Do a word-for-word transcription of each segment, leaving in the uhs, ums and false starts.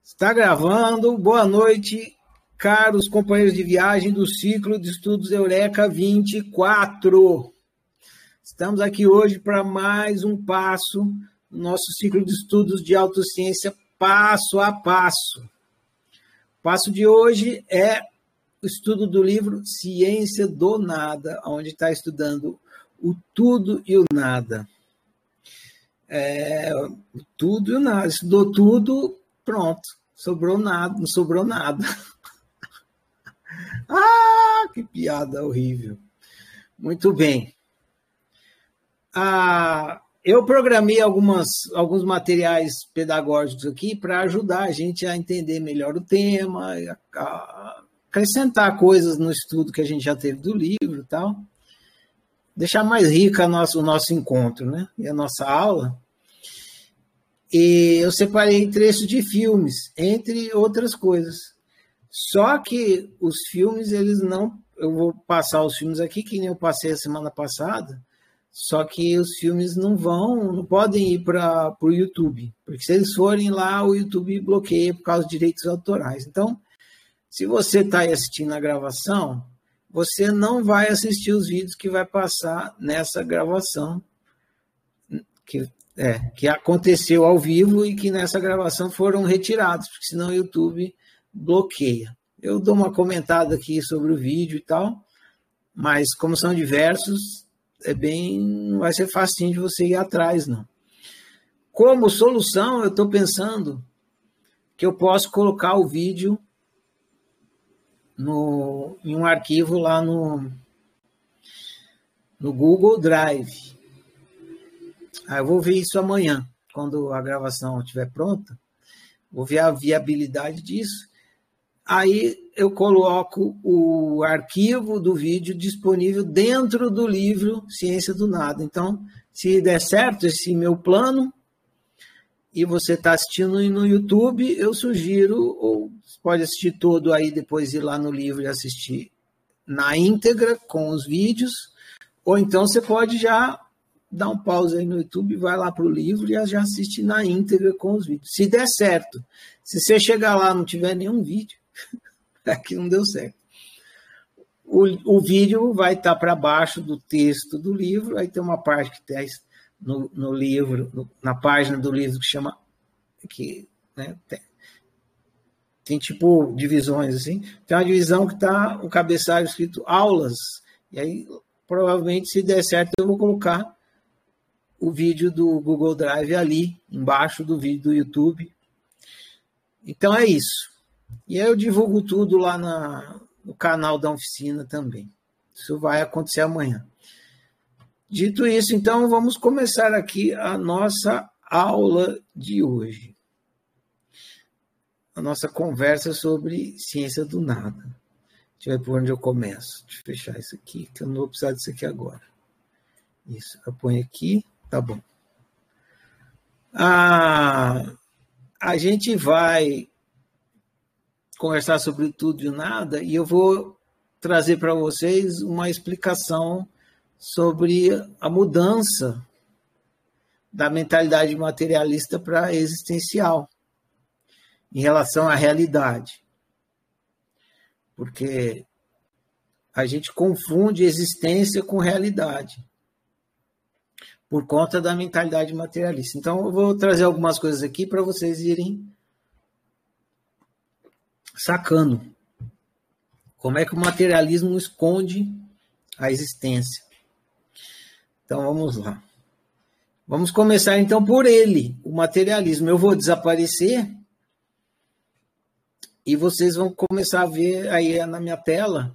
Está gravando. Boa noite, caros companheiros de viagem do ciclo de estudos Eureka vinte e quatro. Estamos aqui hoje para mais um passo no nosso ciclo de estudos de autociência passo a passo. O passo de hoje é o estudo do livro Ciência do Nada, onde está estudando o tudo e o nada. É, o tudo e o nada. Estudou tudo, pronto. Sobrou nada, não sobrou nada. Ah, que piada horrível. Muito bem. Ah, eu programei algumas, alguns materiais pedagógicos aqui para ajudar a gente a entender melhor o tema, a, a acrescentar coisas no estudo que a gente já teve do livro e tal. Deixar mais rica nosso, o nosso encontro, né? E a nossa aula. E eu separei trechos de filmes, entre outras coisas. Só que os filmes, eles não... Eu vou passar os filmes aqui, que nem eu passei a semana passada, só que os filmes não vão, não podem ir para o YouTube, porque se eles forem lá, o YouTube bloqueia por causa dos direitos autorais. Então, se você está aí assistindo a gravação, você não vai assistir os vídeos que vai passar nessa gravação, que... É, que aconteceu ao vivo e que nessa gravação foram retirados, porque senão o YouTube bloqueia. Eu dou uma comentada aqui sobre o vídeo e tal, mas como são diversos, é bem, não vai ser facinho de você ir atrás, não. Como solução, eu estou pensando que eu posso colocar o vídeo no, em um arquivo lá no, no Google Drive. Ah, eu vou ver isso amanhã, quando a gravação estiver pronta. Vou ver a viabilidade disso. Aí eu coloco o arquivo do vídeo disponível dentro do livro Ciência do Nada. Então, se der certo esse meu plano, e você está assistindo no YouTube, eu sugiro, ou você pode assistir todo aí, depois ir lá no livro e assistir na íntegra com os vídeos, ou então você pode já... dá um pause aí no YouTube, vai lá para o livro e já assiste na íntegra com os vídeos. Se der certo, se você chegar lá e não tiver nenhum vídeo, é que não deu certo. O, o vídeo vai estar para baixo do texto do livro, aí tem uma parte que tem no, no livro, no, na página do livro que chama, que, né, tem, tem tipo divisões assim, tem uma divisão que está o cabeçalho escrito aulas, e aí provavelmente se der certo eu vou colocar o vídeo do Google Drive ali, embaixo do vídeo do YouTube. Então é isso. E aí eu divulgo tudo lá na, no canal da oficina também. Isso vai acontecer amanhã. Dito isso, então, vamos começar aqui a nossa aula de hoje. A nossa conversa sobre ciência do nada. Deixa eu ver por onde eu começo. Deixa eu fechar isso aqui, que eu não vou precisar disso aqui agora. Isso, eu ponho aqui. Tá bom. Ah, a gente vai conversar sobre tudo e nada e eu vou trazer para vocês uma explicação sobre a mudança da mentalidade materialista para a existencial em relação à realidade. Porque a gente confunde existência com realidade, por conta da mentalidade materialista. Então, eu vou trazer algumas coisas aqui para vocês irem sacando como é que o materialismo esconde a existência. Então, vamos lá. Vamos começar, então, por ele, o materialismo. Eu vou desaparecer e vocês vão começar a ver aí na minha tela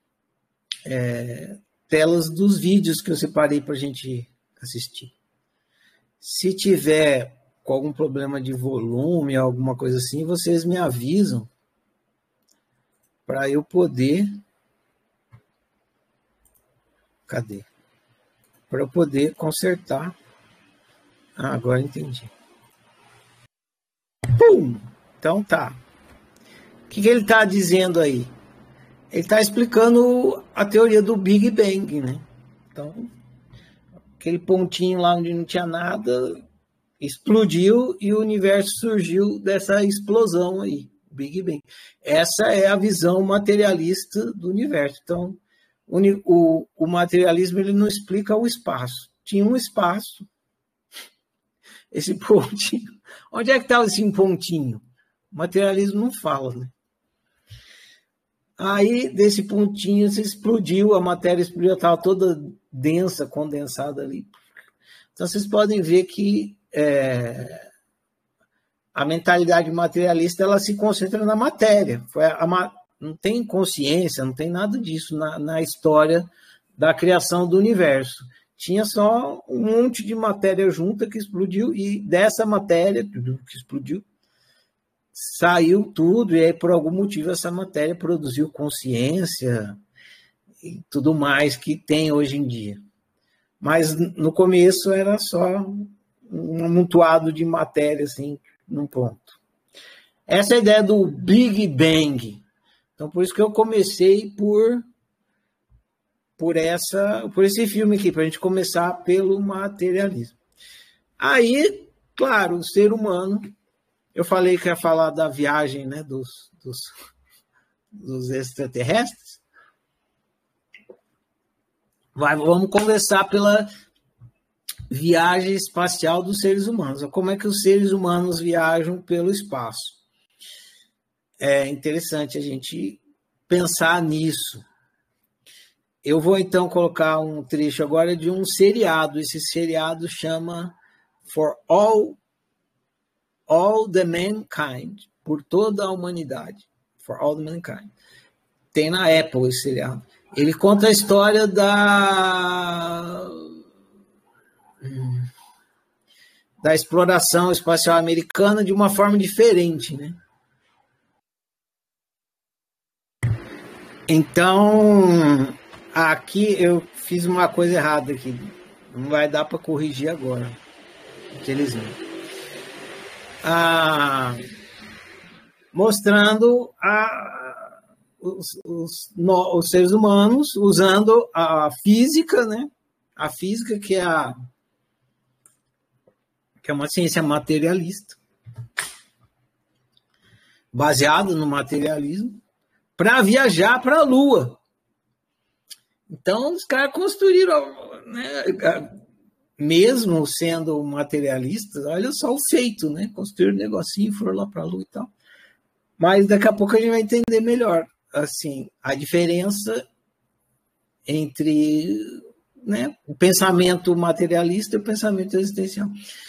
é, telas dos vídeos que eu separei para a gente assistir. Se tiver com algum problema de volume, alguma coisa assim, vocês me avisam para eu poder... Cadê? Para eu poder consertar. Ah, agora entendi. Pum! Então tá. O que, que ele está dizendo aí? Ele está explicando a teoria do Big Bang, né? Então... aquele pontinho lá onde não tinha nada, explodiu e o universo surgiu dessa explosão aí, Big Bang. Essa é a visão materialista do universo. Então, o, o, o materialismo ele não explica o espaço. Tinha um espaço, esse pontinho. Onde é que estava esse pontinho? O materialismo não fala, né? Aí, desse pontinho, se explodiu, a matéria explodiu, estava toda densa, condensada ali. Então, vocês podem ver que é, a mentalidade materialista ela se concentra na matéria. Foi a, a, não tem consciência, não tem nada disso na, na história da criação do universo. Tinha só um monte de matéria junta que explodiu, e dessa matéria que explodiu, saiu tudo, e aí por algum motivo essa matéria produziu consciência e tudo mais que tem hoje em dia. Mas no começo era só um amontoado de matéria, assim, num ponto. Essa é a ideia do Big Bang. Então, por isso que eu comecei por, por, essa, por esse filme aqui, para a gente começar pelo materialismo. Aí, claro, o ser humano, eu falei que ia falar da viagem, né, dos, dos, dos extraterrestres. Vai, vamos conversar pela viagem espacial dos seres humanos. Como é que os seres humanos viajam pelo espaço? É interessante a gente pensar nisso. Eu vou então colocar um trecho agora de um seriado. Esse seriado chama For All, All the Mankind, por toda a humanidade. For All the Mankind. Tem na Apple esse seriado. Ele conta a história da da exploração espacial americana de uma forma diferente, né? Então, aqui eu fiz uma coisa errada aqui. Não vai dar para corrigir agora, infelizmente. Ah, mostrando a, os, os, no, os seres humanos usando a física, né? A física que é a que é uma ciência materialista, baseada no materialismo, para viajar para a Lua. Então, os caras construíram, né, mesmo sendo materialistas, olha só o feito, né? Construíram um negocinho, foram lá para a Lua e tal. Mas daqui a pouco a gente vai entender melhor, assim, a diferença entre, né, o pensamento materialista e o pensamento existencial.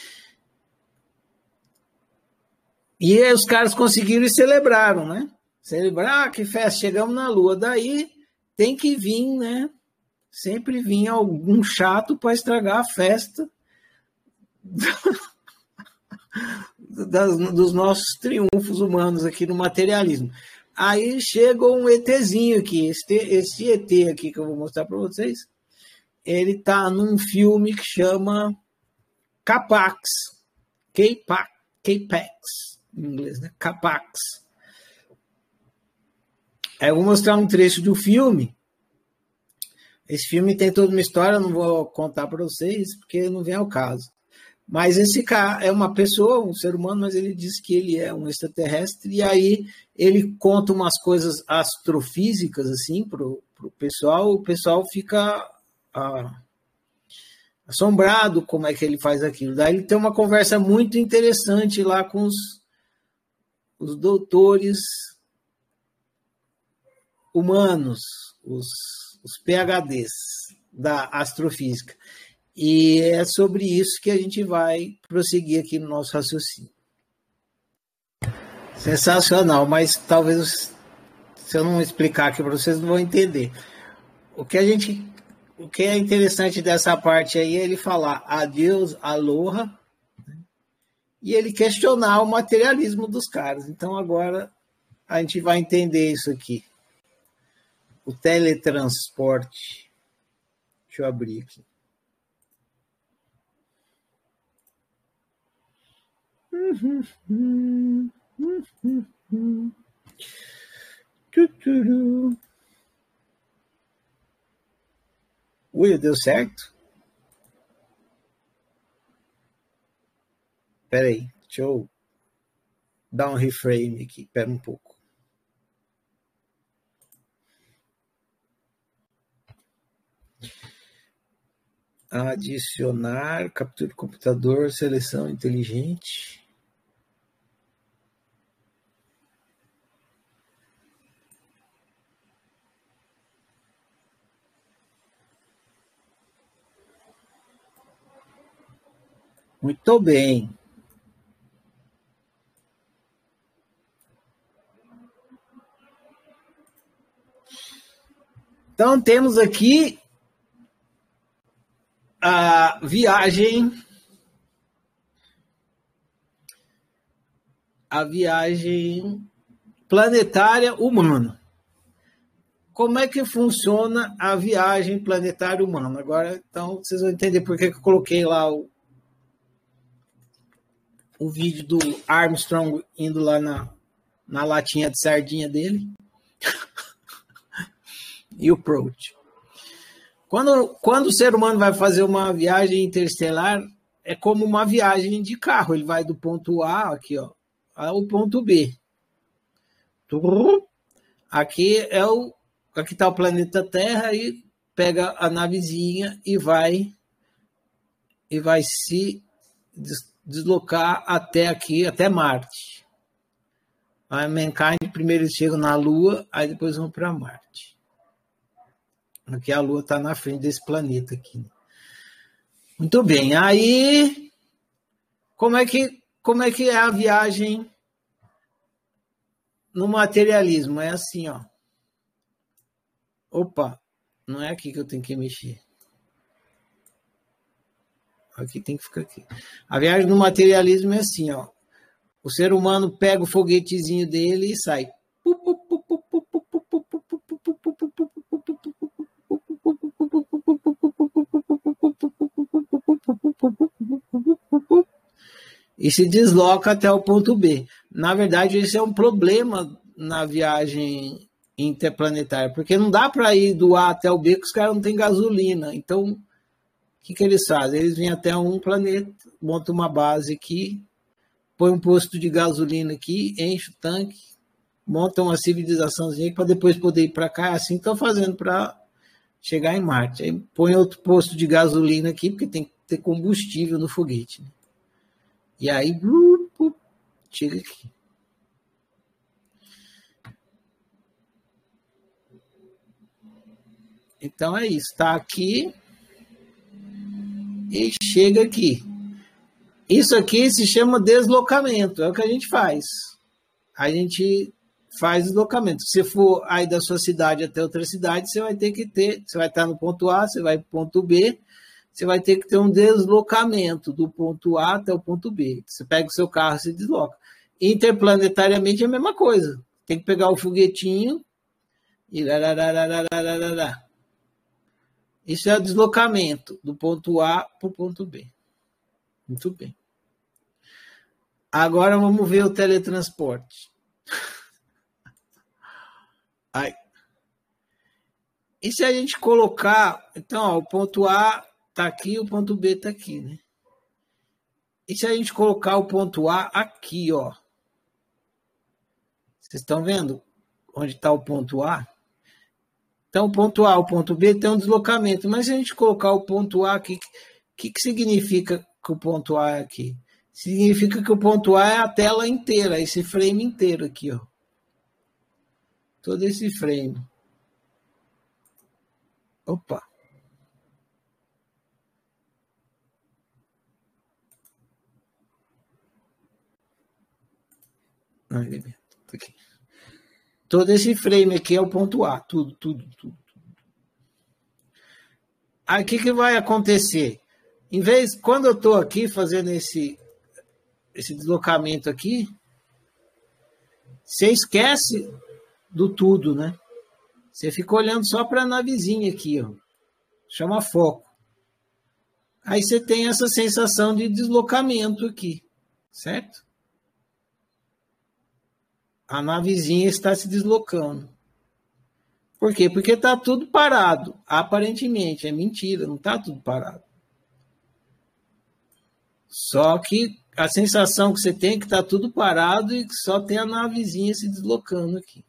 E aí os caras conseguiram e celebraram, né? Celebrar, ah, que festa, chegamos na Lua. Daí tem que vir, né? Sempre vinha algum chato para estragar a festa das, dos nossos triunfos humanos aqui no materialismo. Aí chega um ETzinho aqui, esse, esse E T aqui que eu vou mostrar para vocês, ele está num filme que chama Capax, K-Pax, K-Pax. Em inglês, né? Capax. Aí eu vou mostrar um trecho do filme. Esse filme tem toda uma história, não vou contar para vocês, porque não vem ao caso. Mas esse cara é uma pessoa, um ser humano, mas ele diz que ele é um extraterrestre, e aí ele conta umas coisas astrofísicas, assim, pro, pro pessoal, o pessoal fica ah, assombrado como é que ele faz aquilo. Daí ele tem uma conversa muito interessante lá com os os doutores humanos, os, os PhDs da astrofísica. E é sobre isso que a gente vai prosseguir aqui no nosso raciocínio. Sensacional, mas talvez se eu não explicar aqui para vocês não vão entender. O que a gente, o que é interessante dessa parte aí é ele falar adeus, aloha, e ele questionar o materialismo dos caras. Então, agora, a gente vai entender isso aqui. O teletransporte. Deixa eu abrir aqui. Ui, deu certo? Espera aí, deixa eu dar um reframe aqui, espera um pouco. Adicionar, captura do computador, seleção inteligente. Muito bem. Então, temos aqui a viagem, a viagem planetária humana. Como é que funciona a viagem planetária humana? Agora, então, vocês vão entender por que eu coloquei lá o, o vídeo do Armstrong indo lá na, na latinha de sardinha dele. E o Proust. Quando, quando o ser humano vai fazer uma viagem interestelar, é como uma viagem de carro. Ele vai do ponto A, aqui, ó, ao ponto B. Aqui é o, aqui está o planeta Terra e pega a navezinha e vai e vai se deslocar até aqui, até Marte. A Mankind primeiro chega na Lua, aí depois vão para Marte. Aqui a Lua está na frente desse planeta aqui. Muito bem. Aí, como é que, como é, que é a viagem no materialismo? É assim, ó. Opa, não é aqui que eu tenho que mexer. Aqui tem que ficar aqui. A viagem no materialismo é assim, ó. O ser humano pega o foguetezinho dele e sai. E se desloca até o ponto B. Na verdade, esse é um problema na viagem interplanetária, porque não dá para ir do A até o B, que os caras não têm gasolina. Então, o que, que eles fazem? Eles vêm até um planeta, montam uma base aqui, põe um posto de gasolina aqui, enche o tanque, montam uma civilizaçãozinha para depois poder ir para cá. Assim estão fazendo para chegar em Marte. Aí põe outro posto de gasolina aqui, porque tem que ter combustível no foguete, né? E aí, chega aqui. Então é isso, está aqui e chega aqui. Isso aqui se chama deslocamento, é o que a gente faz. A gente faz deslocamento. Se for aí da sua cidade até outra cidade, você vai ter que ter, você vai estar no ponto A, você vai para o ponto B, você vai ter que ter um deslocamento do ponto A até o ponto B. Você pega o seu carro e se desloca. Interplanetariamente é a mesma coisa. Tem que pegar o foguetinho e... Isso é o deslocamento do ponto A para o ponto B. Muito bem. Agora vamos ver o teletransporte. Ai. E se a gente colocar... Então, ó, o ponto A está aqui, o ponto B está aqui, né? E se a gente colocar o ponto A aqui, ó? Vocês estão vendo onde está o ponto A? Então, o ponto A, o ponto B tem um deslocamento. Mas se a gente colocar o ponto A aqui, o que, que significa que o ponto A é aqui? Significa que o ponto A é a tela inteira, esse frame inteiro aqui, ó. Todo esse frame. Opa. Aqui. Todo esse frame aqui é o ponto A, tudo, tudo, tudo. Aí o que, que vai acontecer? Em vez, quando eu estou aqui fazendo esse, esse deslocamento aqui, você esquece do tudo, né? Você fica olhando só para a navezinha aqui, ó. Chama foco. Aí você tem essa sensação de deslocamento aqui, certo? A navezinha está se deslocando. Por quê? Porque está tudo parado, aparentemente. É mentira, não está tudo parado. Só que a sensação que você tem é que está tudo parado e que só tem a navezinha se deslocando aqui.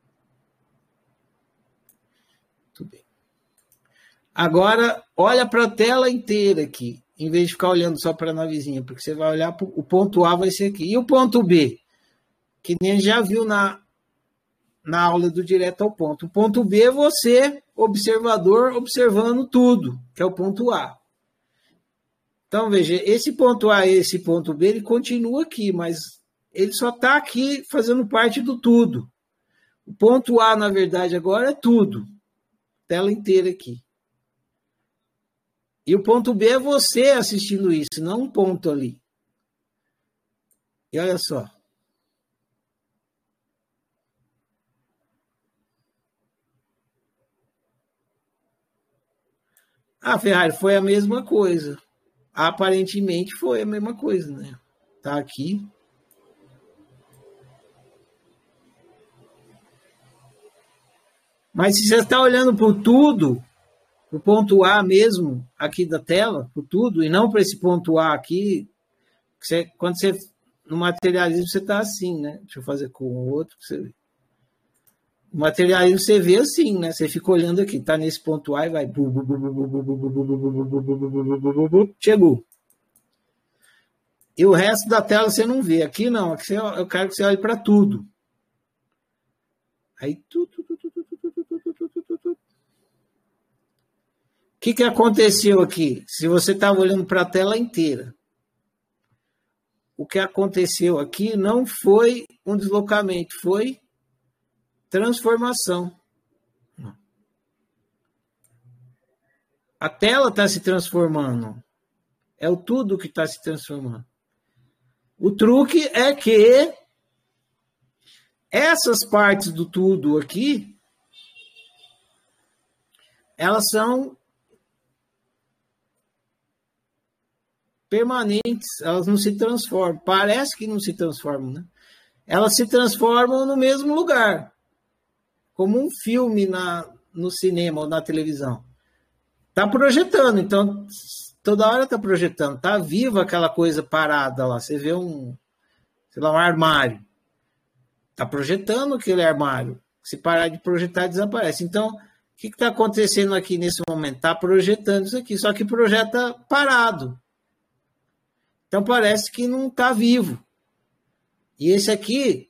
Tudo bem. Agora, olha para a tela inteira aqui, em vez de ficar olhando só para a navezinha, porque você vai olhar, pro, o ponto A vai ser aqui. E o ponto B? Que nem já viu na, na aula do direto ao ponto. O ponto B é você, observador, observando tudo, que é o ponto A. Então, veja, esse ponto A e esse ponto B, ele continua aqui, mas ele só está aqui fazendo parte do tudo. O ponto A, na verdade, agora é tudo. Tela inteira aqui. E o ponto B é você assistindo isso, não um ponto ali. E olha só. Ah, Ferrari, foi a mesma coisa. Aparentemente foi a mesma coisa, né? Tá aqui. Mas se você está olhando para o tudo, para o ponto A mesmo, aqui da tela, para o tudo, e não para esse ponto A aqui, você, quando você, no materialismo, você está assim, né? Deixa eu fazer com o outro para você ver. O materialismo você vê assim, né? Você fica olhando aqui, tá nesse ponto A e vai. Chegou. E o resto da tela você não vê. Aqui não, aqui você, eu quero que você olhe para tudo. Aí tudo, tudo, tudo, tudo, tudo, tudo, tudo, tudo. O que, que aconteceu aqui? Se você estava olhando para a tela inteira, o que aconteceu aqui não foi um deslocamento, foi transformação. A tela está se transformando. É o tudo que está se transformando. O truque é que essas partes do tudo aqui, elas são permanentes, elas não se transformam. Parece que não se transformam, né? Elas se transformam no mesmo lugar, como um filme na, no cinema ou na televisão. Está projetando, então toda hora está projetando, está viva aquela coisa parada lá. Você vê um, sei lá, um armário. Está projetando aquele armário. Se parar de projetar, desaparece. Então, o que está acontecendo aqui nesse momento? Está projetando isso aqui, só que projeta parado. Então, parece que não está vivo. E esse aqui,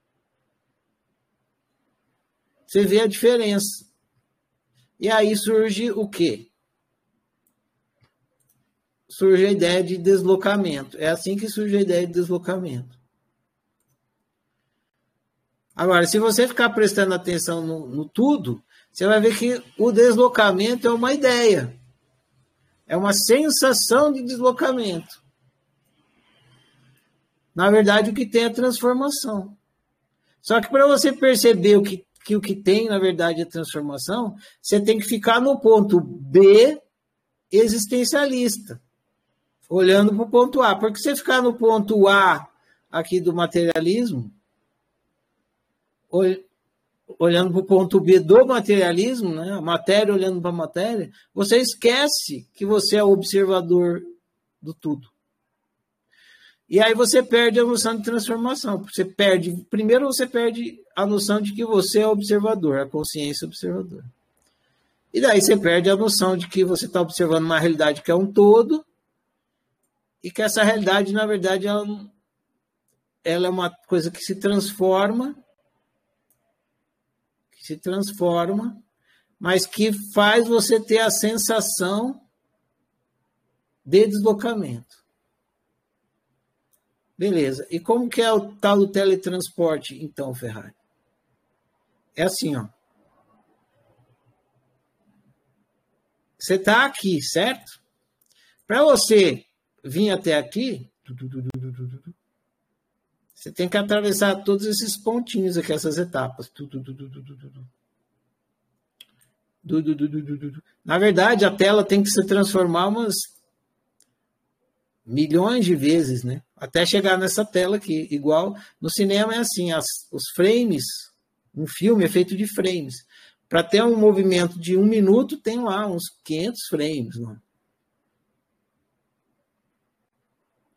você vê a diferença. E aí surge o quê? Surge a ideia de deslocamento. É assim que surge a ideia de deslocamento. Agora, se você ficar prestando atenção no, no tudo, você vai ver que o deslocamento é uma ideia. É uma sensação de deslocamento. Na verdade, o que tem é transformação. Só que para você perceber o que, que o que tem, na verdade, é transformação, você tem que ficar no ponto B existencialista, olhando para o ponto A. Porque se você ficar no ponto A aqui do materialismo, olhando para o ponto B do materialismo, né, a matéria olhando para a matéria, você esquece que você é o observador do tudo. E aí você perde a noção de transformação. Você perde, primeiro você perde a noção de que você é observador, a consciência observadora. E daí você perde a noção de que você está observando uma realidade que é um todo e que essa realidade, na verdade, ela, ela é uma coisa que se transforma, que se transforma, mas que faz você ter a sensação de deslocamento. Beleza. E como que é o tal do teletransporte, então, Ferrari? É assim, ó. Você está aqui, certo? Para você vir até aqui, você tem que atravessar todos esses pontinhos aqui, essas etapas. Na verdade, a tela tem que se transformar umas milhões de vezes, né? Até chegar nessa tela aqui. Igual no cinema é assim, as, os frames, um filme é feito de frames. Para ter um movimento de um minuto, tem lá uns quinhentos frames. Né?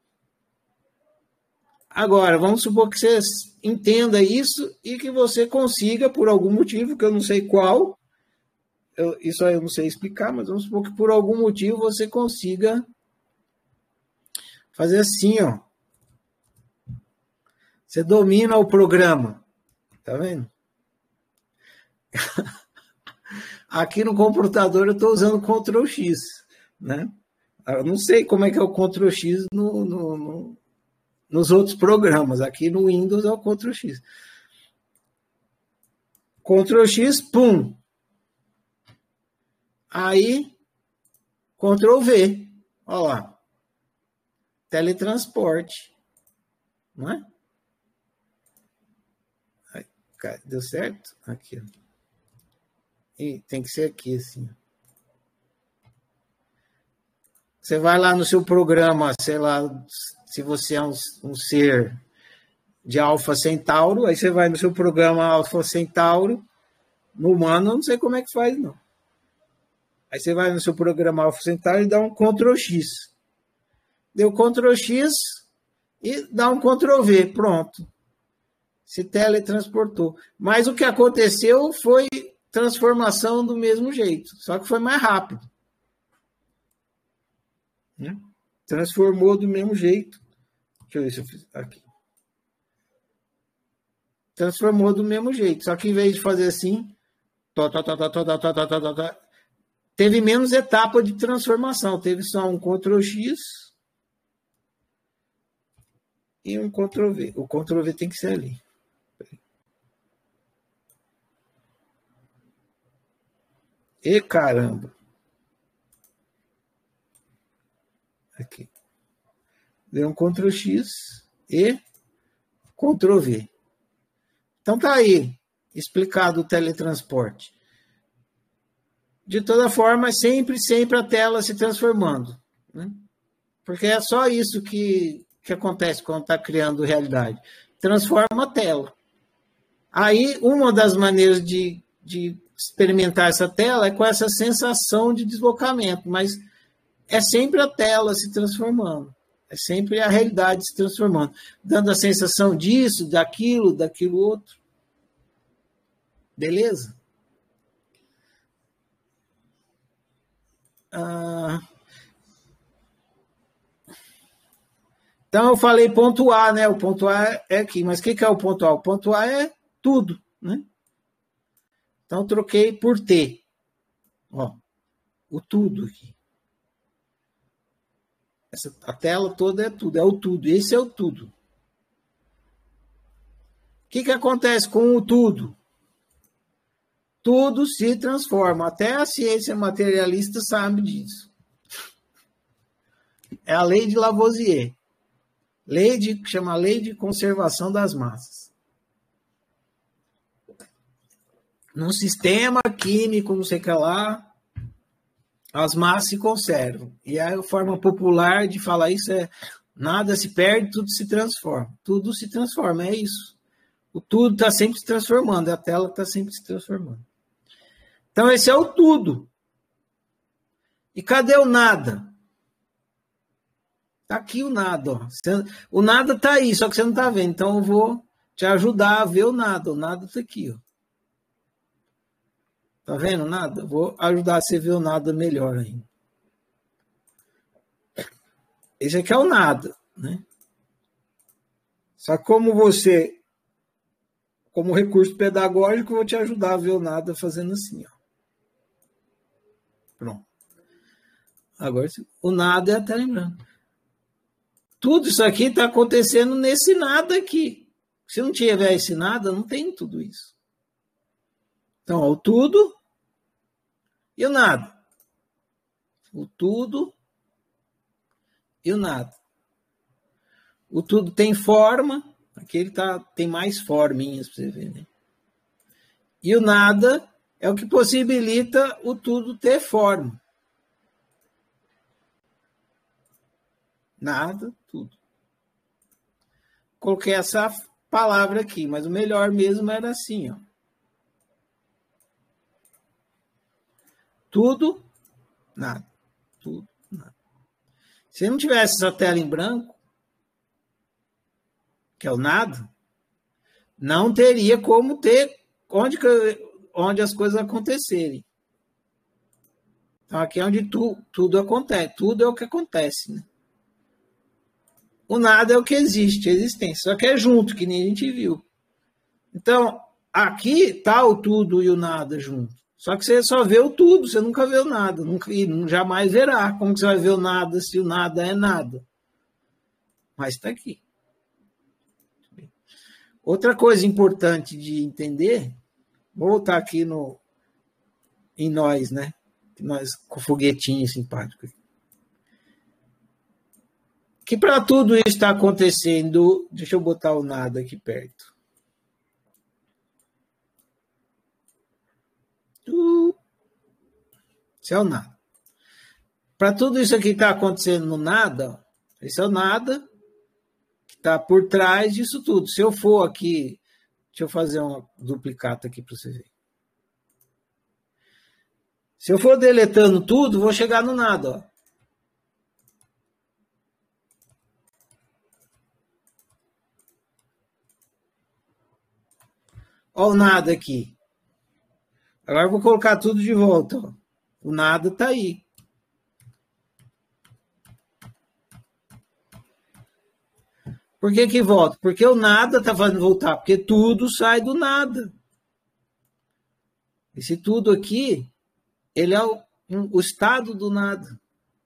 Agora, vamos supor que você entenda isso e que você consiga, por algum motivo, que eu não sei qual, eu, isso aí eu não sei explicar, mas vamos supor que por algum motivo você consiga fazer assim, ó. Você domina o programa, tá vendo? Aqui no computador eu estou usando control X, né? Eu não sei como é que é o control X no, no, no, nos outros programas. Aqui no Windows é o control X. control X, pum. Aí, control V. Olha lá. Teletransporte. Não é? Aí, deu certo? Aqui, ó. E tem que ser aqui, assim. Você vai lá no seu programa, sei lá, se você é um, um ser de Alfa Centauro, aí você vai no seu programa Alfa Centauro, no humano, eu não sei como é que faz, não. Aí você vai no seu programa Alfa Centauro e dá um control X. Deu control X e dá um control V, pronto. Se teletransportou. Mas o que aconteceu foi transformação do mesmo jeito, só que foi mais rápido. Né? Transformou do mesmo jeito. Deixa eu ver se eu fiz aqui. Transformou do mesmo jeito, só que em vez de fazer assim, tó, tó, tó, tó, tó, tó, tó, tó, tó, tó, teve menos etapa de transformação, teve só um control X e um control V. O control V tem que ser ali. E caramba. Aqui. Deu um control X e control V. Então tá aí, explicado o teletransporte. De toda forma, sempre, sempre a tela se transformando. Né? Porque é só isso que, que acontece quando está criando realidade. Transforma a tela. Aí, uma das maneiras de, de experimentar essa tela é com essa sensação de deslocamento, mas é sempre a tela se transformando. É sempre a realidade se transformando, dando a sensação disso, daquilo, daquilo outro. Beleza? Ah, então, eu falei ponto A, né? O ponto A é aqui. Mas o que é o ponto A? O ponto A é tudo, né? Então, troquei por T. Ó, o tudo aqui. Essa, a tela toda é tudo, é o tudo. Esse é o tudo. O que, que acontece com o tudo? Tudo se transforma. Até a ciência materialista sabe disso. É a lei de Lavoisier. Lei de, chama Lei de Conservação das Massas. Num sistema químico, não sei o que lá, as massas se conservam. E a forma popular de falar isso é nada se perde, tudo se transforma. Tudo se transforma, é isso. O tudo está sempre se transformando, a tela está sempre se transformando. Então, esse é o tudo. E cadê o nada? Está aqui o nada. Ó. O nada está aí, só que você não está vendo. Então, eu vou te ajudar a ver o nada. O nada está aqui. Ó. Tá vendo nada? Vou ajudar você a ver o nada melhor ainda. Esse aqui é o nada, né? Só que como você, como recurso pedagógico, eu vou te ajudar a ver o nada fazendo assim, ó. Pronto. Agora, o nada é até lembrando. Tudo isso aqui está acontecendo nesse nada aqui. Se não tiver esse nada, não tem tudo isso. Então, ó, o tudo e o nada. O tudo e o nada. O tudo tem forma, aqui ele tá, tem mais forminhas para você ver, né? E o nada é o que possibilita o tudo ter forma. Nada, tudo. Coloquei essa palavra aqui, mas o melhor mesmo era assim, ó. Tudo, nada. Tudo, nada. Se não tivesse essa tela em branco, que é o nada, não teria como ter onde, onde as coisas acontecerem. Então, aqui é onde tu, tudo acontece. Tudo é o que acontece, né? O nada é o que existe, a existência. Só que é junto, que nem a gente viu. Então, aqui está o tudo e o nada junto. Só que você só vê o tudo, você nunca vê o nada. Nunca, e jamais verá. Como que você vai ver o nada se o nada é nada? Mas está aqui. Outra coisa importante de entender, vou voltar aqui no, em nós, né? Nós com o foguetinho simpático. Que para tudo isso está acontecendo, deixa eu botar o nada aqui perto. Isso é o nada. Para tudo isso aqui que está acontecendo no nada, esse é o nada que está por trás disso tudo. Se eu for aqui, deixa eu fazer uma duplicata aqui para você ver. Se eu for deletando tudo, vou chegar no nada, ó. Olha o nada aqui. Agora eu vou colocar tudo de volta, ó. O nada está aí. Por que que volta? Porque o nada está fazendo voltar. Porque tudo sai do nada. Esse tudo aqui, ele é o, o estado do nada.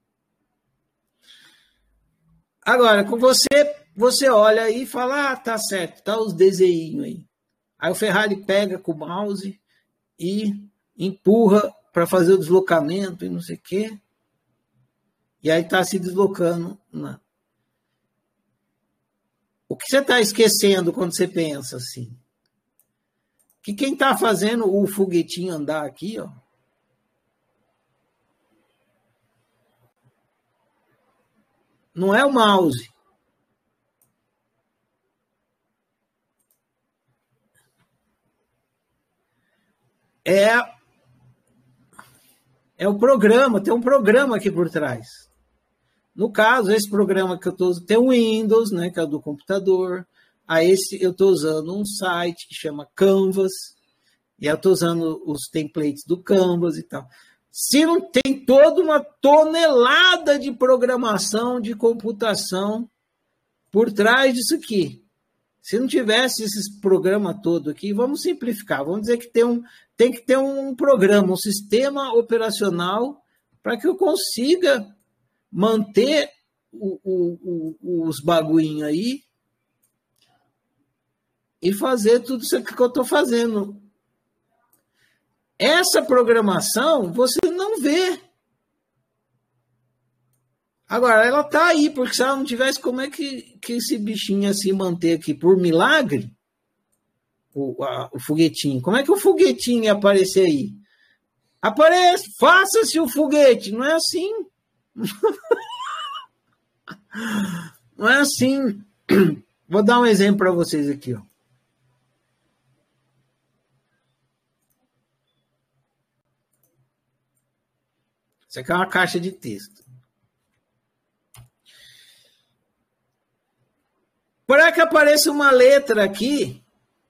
Agora, com você, você olha aí e fala, ah, tá certo, tá os desenhos aí. Aí o Ferrari pega com o mouse e empurra para fazer o deslocamento e não sei o quê. E aí está se deslocando. Né? O que você está esquecendo quando você pensa assim? Que quem está fazendo o foguetinho andar aqui, ó, não é o mouse. É, é o programa, tem um programa aqui por trás. No caso, esse programa que eu estou usando, tem o Windows, né, que é o do computador. A esse eu estou usando um site que chama Canvas, e eu estou usando os templates do Canvas e tal. Se não tem toda uma tonelada de programação, de computação por trás disso aqui. Se não tivesse esses programas todo aqui, vamos simplificar, vamos dizer que tem, um, tem que ter um programa, um sistema operacional para que eu consiga manter o, o, o, os bagulhinhos aí e fazer tudo isso que eu estou fazendo. Essa programação você não vê. Agora, ela está aí, porque se ela não tivesse, como é que, que esse bichinho ia se manter aqui? Por milagre? O, a, o foguetinho. Como é que o foguetinho ia aparecer aí? Aparece, faça-se o foguete. Não é assim. Não é assim. Vou dar um exemplo para vocês aqui, ó. Isso aqui é uma caixa de texto. Para que apareça uma letra aqui.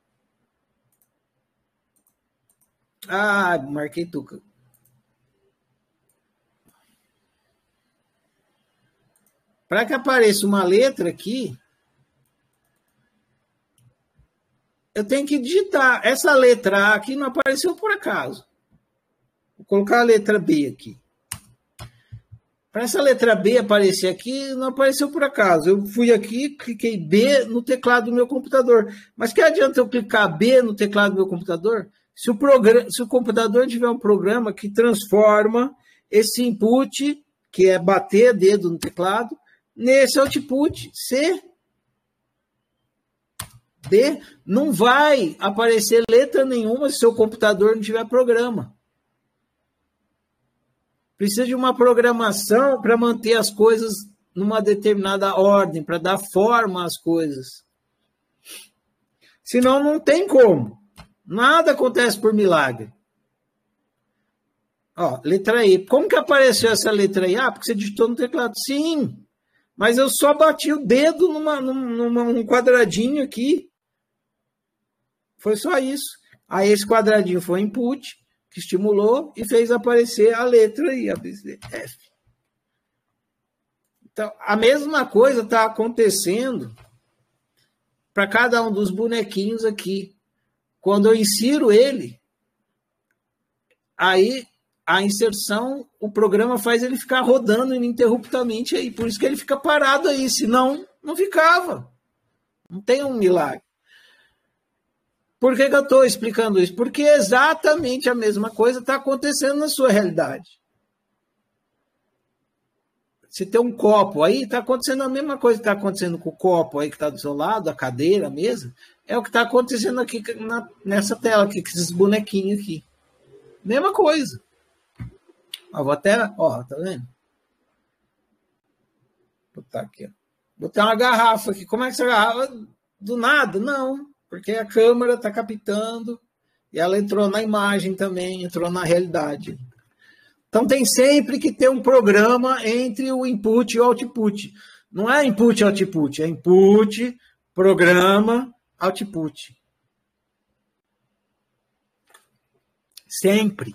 Ah, marquei tuca. Para que apareça uma letra aqui, eu tenho que digitar. Essa letra A aqui não apareceu por acaso. Vou colocar a letra B aqui. Para essa letra B aparecer aqui, não apareceu por acaso. Eu fui aqui, cliquei B no teclado do meu computador. Mas que adianta eu clicar B no teclado do meu computador? Se o, programa, se o computador tiver um programa que transforma esse input, que é bater dedo no teclado, nesse output C. D, não vai aparecer letra nenhuma se seu computador não tiver programa. Precisa de uma programação para manter as coisas numa determinada ordem, para dar forma às coisas. Senão não tem como. Nada acontece por milagre. Ó, letra E. Como que apareceu essa letra E? Ah, porque você digitou no teclado. Sim, Mas eu só bati o dedo numa, numa, num quadradinho aqui. Foi só isso. Aí esse quadradinho foi input, que estimulou e fez aparecer a letra aí, a F. Então, a mesma coisa está acontecendo para cada um dos bonequinhos aqui. Quando eu insiro ele, aí a inserção, o programa faz ele ficar rodando ininterruptamente aí. Por isso que ele fica parado aí, senão não ficava. Não tem um milagre. Por que, que eu estou explicando isso? Porque exatamente a mesma coisa está acontecendo na sua realidade. Se tem um copo aí, está acontecendo a mesma coisa que está acontecendo com o copo aí que está do seu lado, a cadeira, a mesa, é o que está acontecendo aqui na, nessa tela, aqui, com esses bonequinhos aqui. Mesma coisa. Ó, vou até, ó, tá vendo? Vou botar aqui, ó. Vou botar uma garrafa aqui. Como é que essa garrafa? Do nada? Não. Porque a câmera está captando e ela entrou na imagem também, entrou na realidade. Então tem sempre que ter um programa entre o input e o output. Não é input e output, é input, programa, output. Sempre.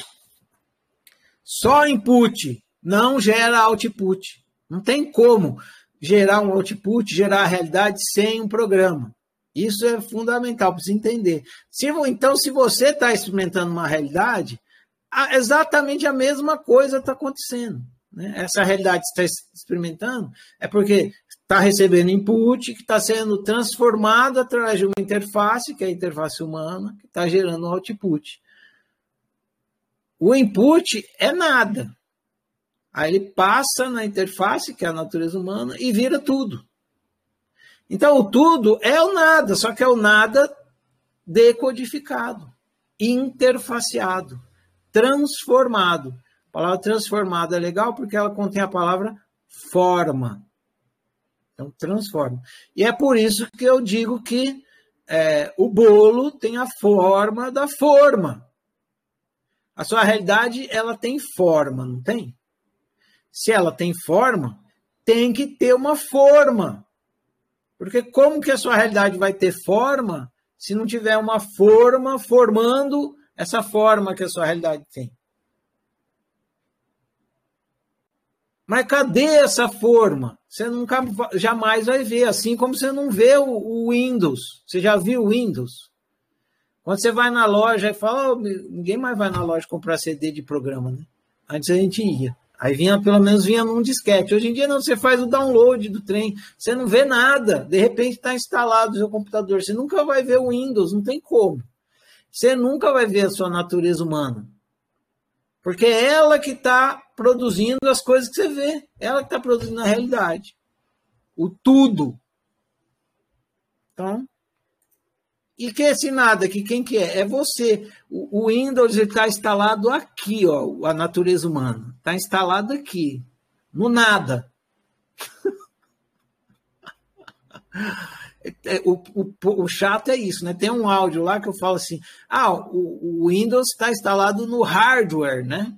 Só input não gera output. Não tem como gerar um output, gerar a realidade sem um programa. Isso é fundamental para você entender. Se, então, se você está experimentando uma realidade, exatamente a mesma coisa está acontecendo. Né? Essa realidade que você está experimentando é porque está recebendo input que está sendo transformado através de uma interface, que é a interface humana, que está gerando um output. O input é nada. Aí ele passa na interface, que é a natureza humana, e vira tudo. Então, o tudo é o nada, só que é o nada decodificado, interfaceado, transformado. A palavra transformado é legal porque ela contém a palavra forma. Então, transforma. E é por isso que eu digo que é, o bolo tem a forma da forma. A sua realidade, ela tem forma, não tem? Se ela tem forma, tem que ter uma forma. Porque como que a sua realidade vai ter forma se não tiver uma forma formando essa forma que a sua realidade tem? Mas cadê essa forma? Você nunca, jamais vai ver, assim como você não vê o, o Windows. Você já viu o Windows? Quando você vai na loja e fala, oh, ninguém mais vai na loja comprar C D de programa, né? Antes a gente ia. Aí vinha, pelo menos vinha num disquete. Hoje em dia não, você faz o download do trem, você não vê nada. De repente está instalado no seu computador. Você nunca vai ver o Windows, não tem como. Você nunca vai ver a sua natureza humana. Porque é ela que está produzindo as coisas que você vê. Ela que está produzindo a realidade. O tudo. Então, e que esse nada aqui, quem que é? É você. O, o Windows está instalado aqui, ó, a natureza humana. Está instalado aqui, no nada. o, o, o chato é isso, né? Tem um áudio lá que eu falo assim, ah, o, o Windows está instalado no hardware, né?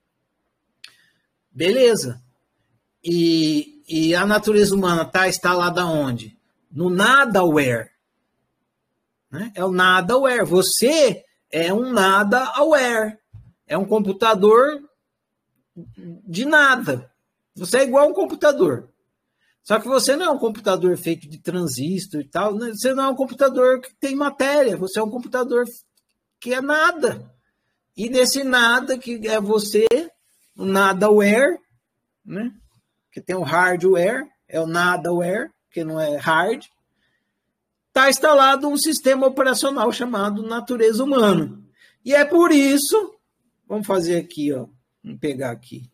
Beleza. E, e a natureza humana está instalada onde? No nadaware. É o nada aware. Você é um nada aware. É um computador de nada. Você é igual a um computador. Só que você não é um computador feito de transistor e tal. Você não é um computador que tem matéria. Você é um computador que é nada. E nesse nada que é você, o nada aware, né? Que tem o hardware, é o nada aware, que não é hard. Está instalado um sistema operacional chamado natureza humana. E é por isso, vamos fazer aqui, ó, vamos pegar aqui.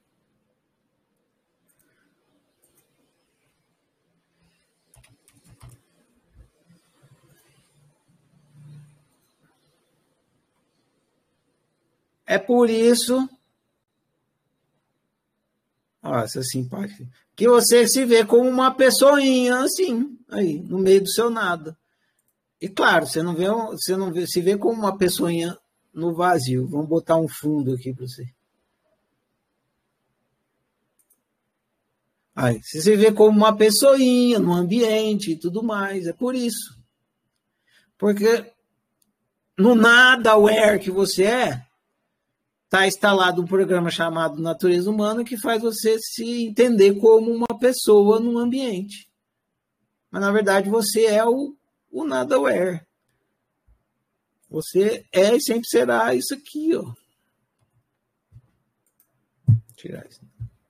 É por isso, ó, essa simpática, que você se vê como uma pessoinha assim, aí, no meio do seu nada. E claro, você não vê, você não vê, se vê como uma pessoinha no vazio. Vamos botar um fundo aqui para você. Aí, você se vê como uma pessoinha no ambiente e tudo mais. É por isso. Porque no nada-aware que você é, está instalado um programa chamado Natureza Humana que faz você se entender como uma pessoa no ambiente. Mas, na verdade, você é o, o nada-aware. Você é e sempre será isso aqui, ó. Vou tirar isso.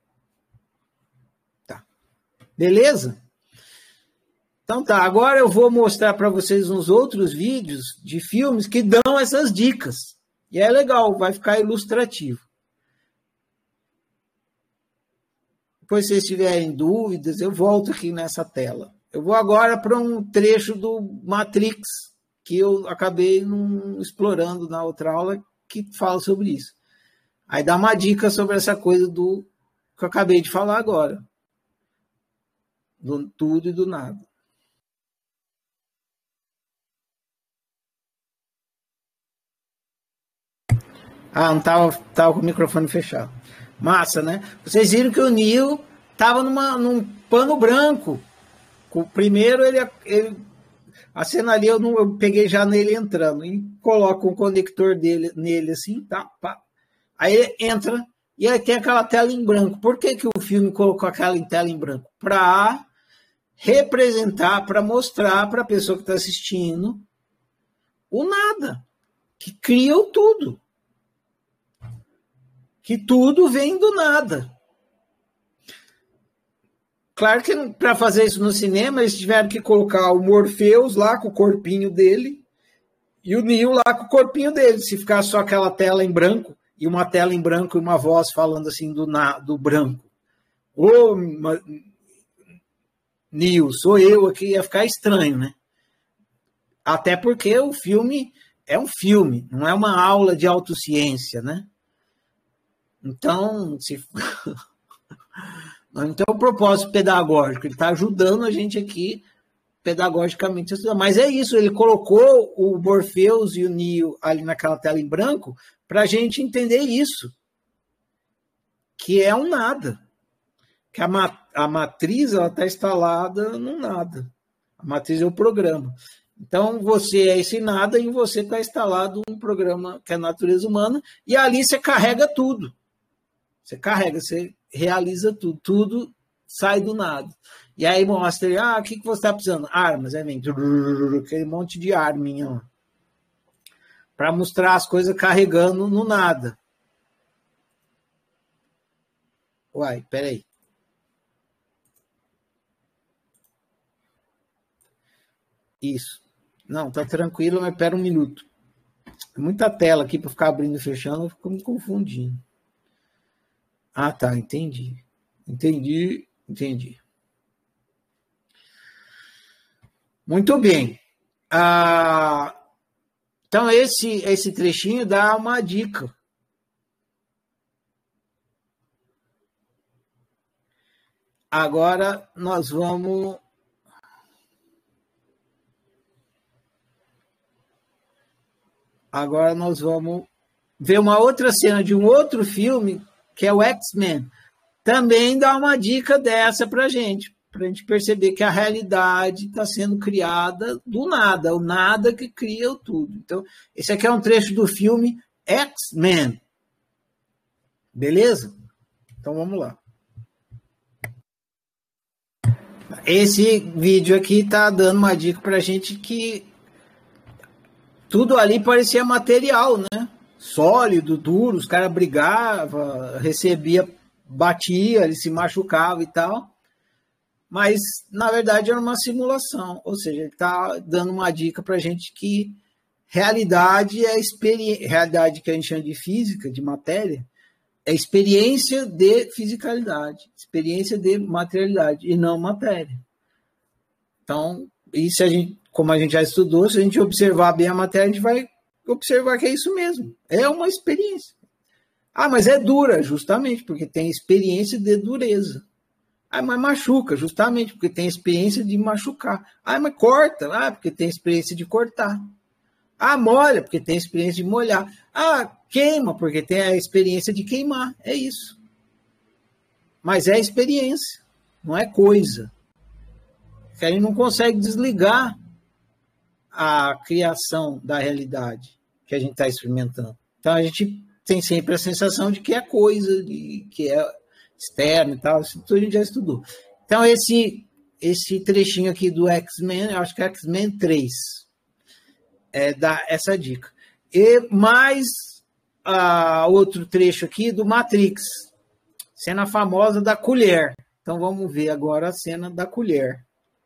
Tá. Beleza? Então tá, agora eu vou mostrar para vocês uns outros vídeos de filmes que dão essas dicas. E é legal, vai ficar ilustrativo. Depois, se vocês tiverem dúvidas, eu volto aqui nessa tela. Eu vou agora para um trecho do Matrix, que eu acabei não explorando na outra aula, que fala sobre isso. Aí dá uma dica sobre essa coisa do que eu acabei de falar agora. Do tudo e do nada. Ah, não estava tava com o microfone fechado. Massa, né? Vocês viram que o Neo estava num pano branco. O primeiro, ele, ele a cena ali, eu, não, eu peguei já nele entrando. E coloco um conector dele, nele assim, tá? Pá. Aí ele entra e aí tem aquela tela em branco. Por que, que o filme colocou aquela tela em branco? Para representar, para mostrar para a pessoa que está assistindo o nada, que cria o tudo. Que tudo vem do nada. Claro que para fazer isso no cinema, eles tiveram que colocar o Morpheus lá com o corpinho dele e o Neo lá com o corpinho dele. Se ficar só aquela tela em branco, e uma tela em branco e uma voz falando assim do, na, do branco. Ô, Neo, sou eu aqui, ia ficar estranho, né? Até porque o filme é um filme, não é uma aula de autociência, né? Então, se... então o propósito pedagógico, ele está ajudando a gente aqui pedagogicamente a estudar. Mas é isso, ele colocou o Morpheus e o Neo ali naquela tela em branco para a gente entender isso, que é um nada, que a, ma a matriz está instalada no nada. A matriz é o programa. Então, você é esse nada e em você está instalado um programa que é a natureza humana e ali você carrega tudo. Você carrega, você realiza tudo, tudo sai do nada. E aí mostra, ah, o que, que você está precisando? Armas, aí vem aquele monte de arminha, para mostrar as coisas carregando no nada. Uai, peraí. Isso. Não, tá tranquilo, mas pera um minuto. Tem muita tela aqui para ficar abrindo e fechando, eu fico me confundindo. Ah, tá, entendi. Entendi, entendi. Muito bem. Ah, então, esse, esse trechinho dá uma dica. Agora, nós vamos... Agora nós vamos ver uma outra cena de um outro filme, que é o X-Men. Também dá uma dica dessa para a gente, para a gente perceber que a realidade está sendo criada do nada, o nada que cria o tudo. Então, esse aqui é um trecho do filme X-Men. Beleza? Então, vamos lá. Esse vídeo aqui está dando uma dica para a gente que tudo ali parecia material, né? Sólido, duro, os caras brigavam, recebia, batia, ele se machucava e tal. Mas, na verdade, era uma simulação. Ou seja, ele está dando uma dica para a gente que realidade é experiência, realidade que a gente chama de física, de matéria, é experiência de fisicalidade, experiência de materialidade e não matéria. Então, isso a gente, como a gente já estudou, se a gente observar bem a matéria, a gente vai observar que é isso mesmo. É uma experiência. Ah, mas é dura, justamente, porque tem experiência de dureza. Ah, mas machuca, justamente, porque tem experiência de machucar. Ah, mas corta, ah, porque tem experiência de cortar. Ah, molha, porque tem experiência de molhar. Ah, queima, porque tem a experiência de queimar. É isso. Mas é experiência. não é coisa. Que a gente não consegue desligar a criação da realidade que a gente está experimentando. Então, a gente tem sempre a sensação de que é coisa, de que é externo e tal, isso tudo a gente já estudou. Então, esse, esse trechinho aqui do X-Men, eu acho que é X-Men três, é, dá essa dica. E mais uh, outro trecho aqui do Matrix, cena famosa da colher. Então, vamos ver agora a cena da colher.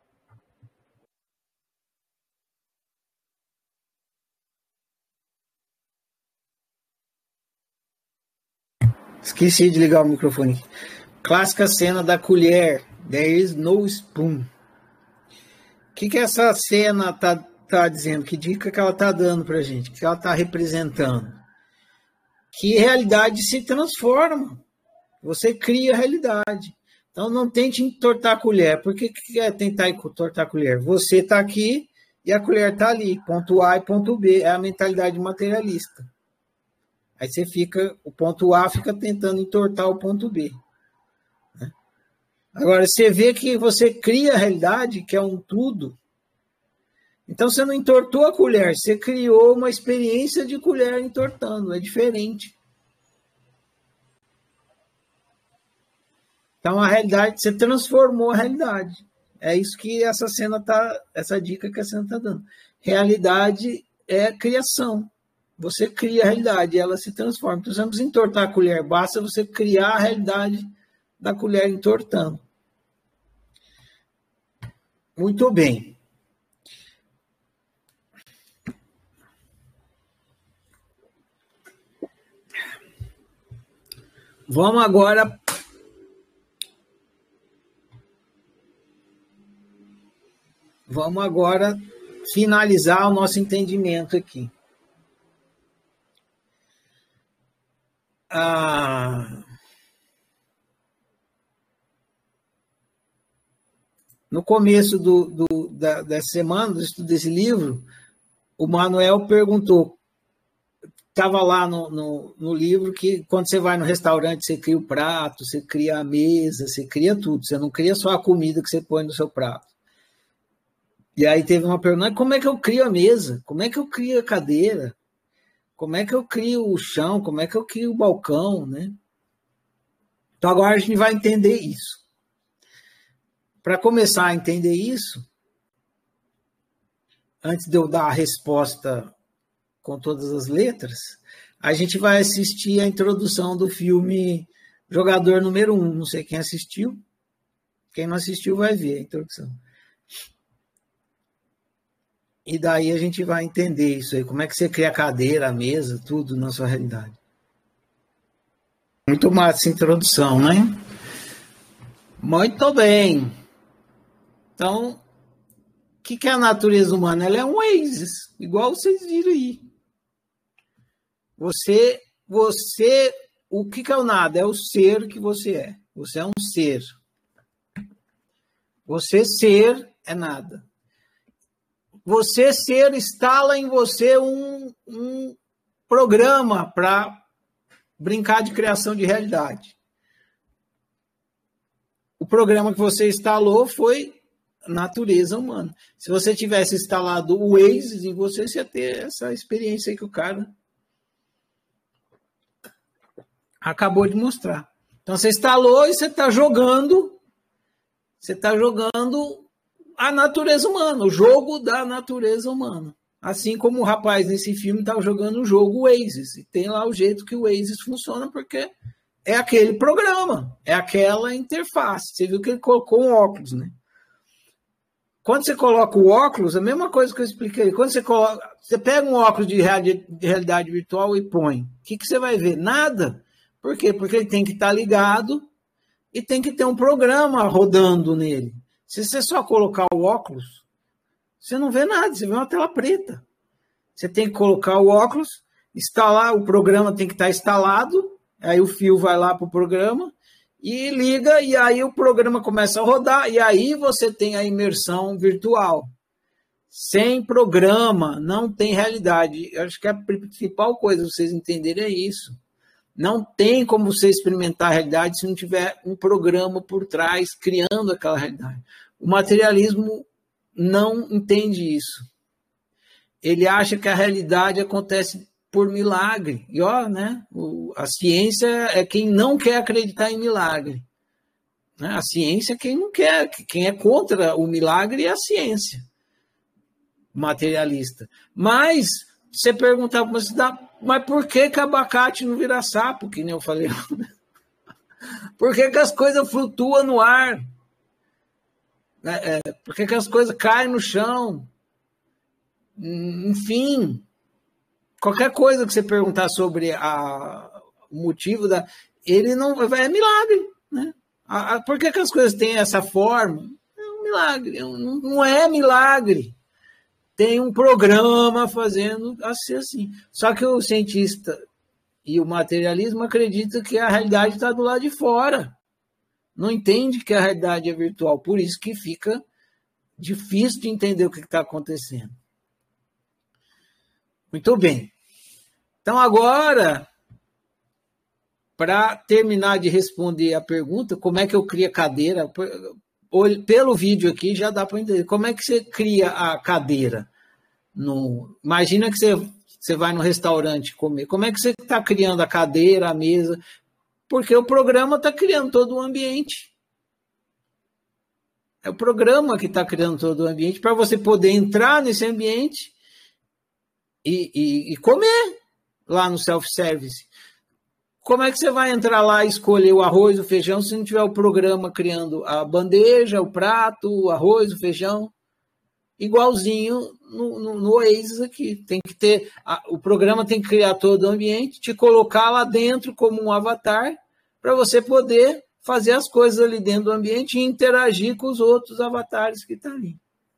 Esqueci de ligar o microfone. Clássica cena da colher. There is no spoon. O que, que essa cena tá, tá dizendo? Que dica que ela tá dando pra gente? Que ela tá representando? Que realidade se transforma. Você cria a realidade. Então não tente entortar a colher. Por que, que é tentar entortar a colher? Você tá aqui e a colher tá ali. Ponto A e ponto B. É a mentalidade materialista. Aí você fica, o ponto A fica tentando entortar o ponto B. Né? Agora, você vê que você cria a realidade, que é um tudo. Então, você não entortou a colher, você criou uma experiência de colher entortando, é diferente. Então, a realidade, você transformou a realidade. É isso que essa cena tá, essa dica que a cena está dando. Realidade é criação. Você cria a realidade e ela se transforma. Então, você não precisa entortar a colher, basta você criar a realidade da colher entortando. Muito bem. Vamos agora Vamos agora finalizar o nosso entendimento aqui. Ah, no começo do, do, da, dessa semana, do estudo desse livro, o Manuel perguntou, estava lá no, no, no livro, que quando você vai no restaurante, você cria o prato, você cria a mesa, você cria tudo, você não cria só a comida que você põe no seu prato. E aí teve uma pergunta, como é que eu crio a mesa? Como é que eu crio a cadeira? Como é que eu crio o chão? Como é que eu crio o balcão, né? Então agora a gente vai entender isso. Para começar a entender isso, antes de eu dar a resposta com todas as letras, a gente vai assistir a introdução do filme Jogador Número um. Não sei quem assistiu. Quem não assistiu vai ver a introdução. E daí a gente vai entender isso aí. Como é que você cria a cadeira, a mesa, tudo na sua realidade. Muito massa essa introdução, né? Muito bem. Então, o que, que é a natureza humana? Ela é um oasis, igual vocês viram aí. Você, você, o que, que é o nada? É o ser que você é. Você é um ser. Você ser é nada. Você ser instala em você um, um programa para brincar de criação de realidade. O programa que você instalou foi natureza humana. Se você tivesse instalado o Waze em você, você ia ter essa experiência aí que o cara acabou de mostrar. Então você instalou e você está jogando, você está jogando a natureza humana, o jogo da natureza humana. Assim como o rapaz nesse filme estava jogando o jogo Waze. E tem lá o jeito que o Waze funciona, porque é aquele programa, é aquela interface. Você viu que ele colocou um óculos, né? Quando você coloca o óculos, a mesma coisa que eu expliquei. Quando você coloca, você pega um óculos de realidade virtual e põe. O que, que você vai ver? Nada. Por quê? Porque ele tem que estar ligado e tem que ter um programa rodando nele. Se você só colocar o óculos, você não vê nada, você vê uma tela preta. Você tem que colocar o óculos, instalar, o programa tem que estar instalado, aí o fio vai lá para o programa e liga, e aí o programa começa a rodar, e aí você tem a imersão virtual. Sem programa, não tem realidade. Eu acho que a principal coisa para vocês entenderem é isso. Não tem como você experimentar a realidade se não tiver um programa por trás criando aquela realidade. O materialismo não entende isso. Ele acha que a realidade acontece por milagre. E ó, né? A ciência é quem não quer acreditar em milagre. A ciência é quem não quer, quem é contra o milagre é a ciência materialista. Mas você perguntar, mas, mas por que que abacate não vira sapo, que nem eu falei? Por que que as coisas flutuam no ar? É, é, por que que as coisas caem no chão? Enfim, qualquer coisa que você perguntar sobre a, o motivo da... Ele não... É milagre, né? A, a, por que que as coisas têm essa forma? É um milagre. Não, não é milagre. Tem um programa fazendo assim, assim. Só que o cientista e o materialismo acreditam que a realidade está do lado de fora. Não entende que a realidade é virtual. Por isso que fica difícil de entender o que está acontecendo. Muito bem. Então, agora, para terminar de responder a pergunta, como é que eu crio a cadeira? Pelo vídeo aqui já dá para entender. Como é que você cria a cadeira? No... Imagina que você, você vai no restaurante comer. Como é que você está criando a cadeira, a mesa? Porque o programa está criando todo o ambiente. É o programa que está criando todo o ambiente para você poder entrar nesse ambiente e, e, e comer lá no self-service. Como é que você vai entrar lá e escolher o arroz, o feijão, se não tiver o programa criando a bandeja, o prato, o arroz, o feijão? Igualzinho no, no, no Oasis aqui. Tem que ter, a, o programa tem que criar todo o ambiente, te colocar lá dentro como um avatar, para você poder fazer as coisas ali dentro do ambiente e interagir com os outros avatares que estão ali.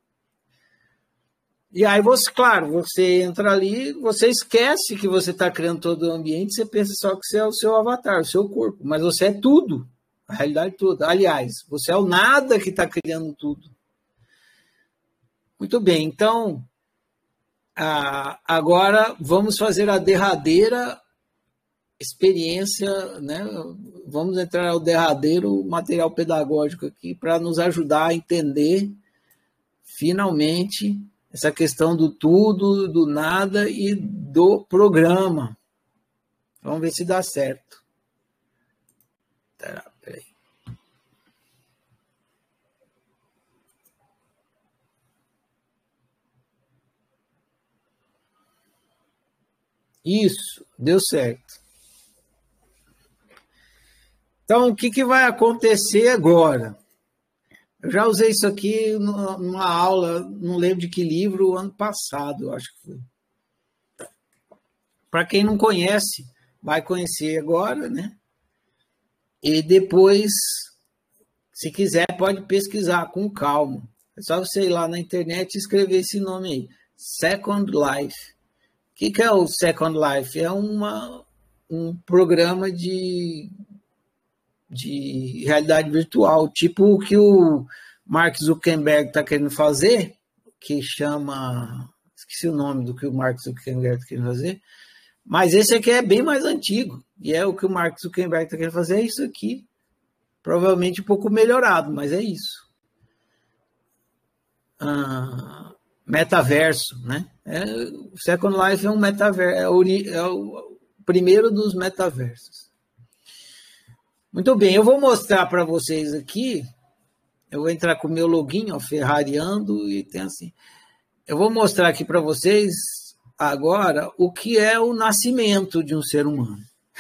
E aí, você, claro, você entra ali, você esquece que você está criando todo o ambiente, você pensa só que você é o seu avatar, o seu corpo, mas você é tudo, a realidade toda. Aliás, você é o nada que está criando tudo. Muito bem, então, agora vamos fazer a derradeira experiência, né? Vamos entrar ao derradeiro material pedagógico aqui para nos ajudar a entender, finalmente, essa questão do tudo, do nada e do programa. Vamos ver se dá certo. Tá, peraí. Isso, deu certo. Então, o que, que vai acontecer agora? Eu já usei isso aqui numa aula, não lembro de que livro, ano passado, eu acho que foi. Para quem não conhece, vai conhecer agora, né? E depois, se quiser, pode pesquisar com calma. É só você ir lá na internet e escrever esse nome aí, Second Life. O que, que é o Second Life? É uma, um programa de... de realidade virtual, tipo o que o Mark Zuckerberg está querendo fazer, que chama... Esqueci o nome do que o Mark Zuckerberg está querendo fazer, mas esse aqui é bem mais antigo, e é o que o Mark Zuckerberg está querendo fazer, é isso aqui. Provavelmente um pouco melhorado, mas é isso. Ah, metaverso, né? É, o Second Life é um metaverso, é, ori, é o primeiro dos metaversos. Muito bem, eu vou mostrar para vocês aqui, eu vou entrar com o meu login, ó, Ferrariando, e tem assim, eu vou mostrar aqui para vocês agora o que é o nascimento de um ser humano.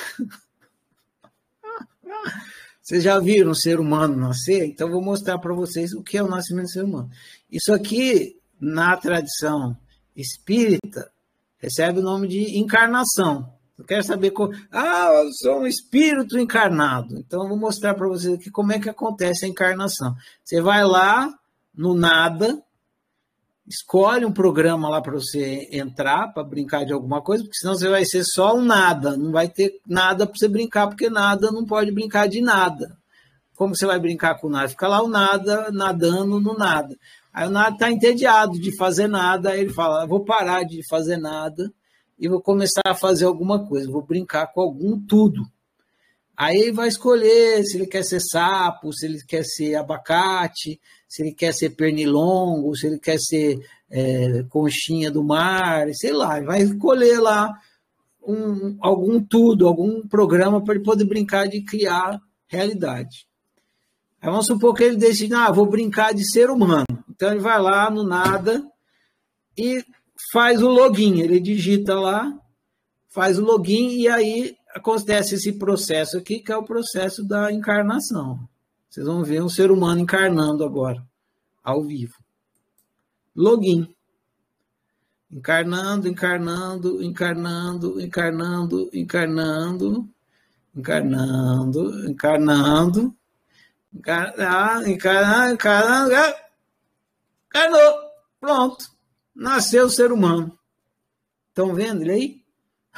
Vocês já viram um ser humano nascer? Então eu vou mostrar para vocês o que é o nascimento do ser humano. Isso aqui, na tradição espírita, recebe o nome de encarnação. Eu quero saber como... Ah, eu sou um espírito encarnado. Então, eu vou mostrar para vocês aqui como é que acontece a encarnação. Você vai lá no nada, escolhe um programa lá para você entrar, para brincar de alguma coisa, porque senão você vai ser só um nada. Não vai ter nada para você brincar, porque nada não pode brincar de nada. Como você vai brincar com nada? Fica lá o nada, nadando no nada. Aí o nada está entediado de fazer nada, aí ele fala, vou parar de fazer nada, e vou começar a fazer alguma coisa, vou brincar com algum tudo. Aí ele vai escolher se ele quer ser sapo, se ele quer ser abacate, se ele quer ser pernilongo, se ele quer ser é, conchinha do mar, sei lá, ele vai escolher lá um, algum tudo, algum programa para ele poder brincar de criar realidade. Aí vamos supor que ele decide, ah, vou brincar de ser humano. Então ele vai lá no nada e faz o login, ele digita lá, faz o login e aí acontece esse processo aqui, que é o processo da encarnação. Vocês vão ver um ser humano encarnando agora, ao vivo. Login. Encarnando, encarnando, encarnando, encarnando, encarnando, encarnando, encarnando, encarnando, encarnando, encarnando, encarnou. Pronto. Nasceu o ser humano. Estão vendo ele aí?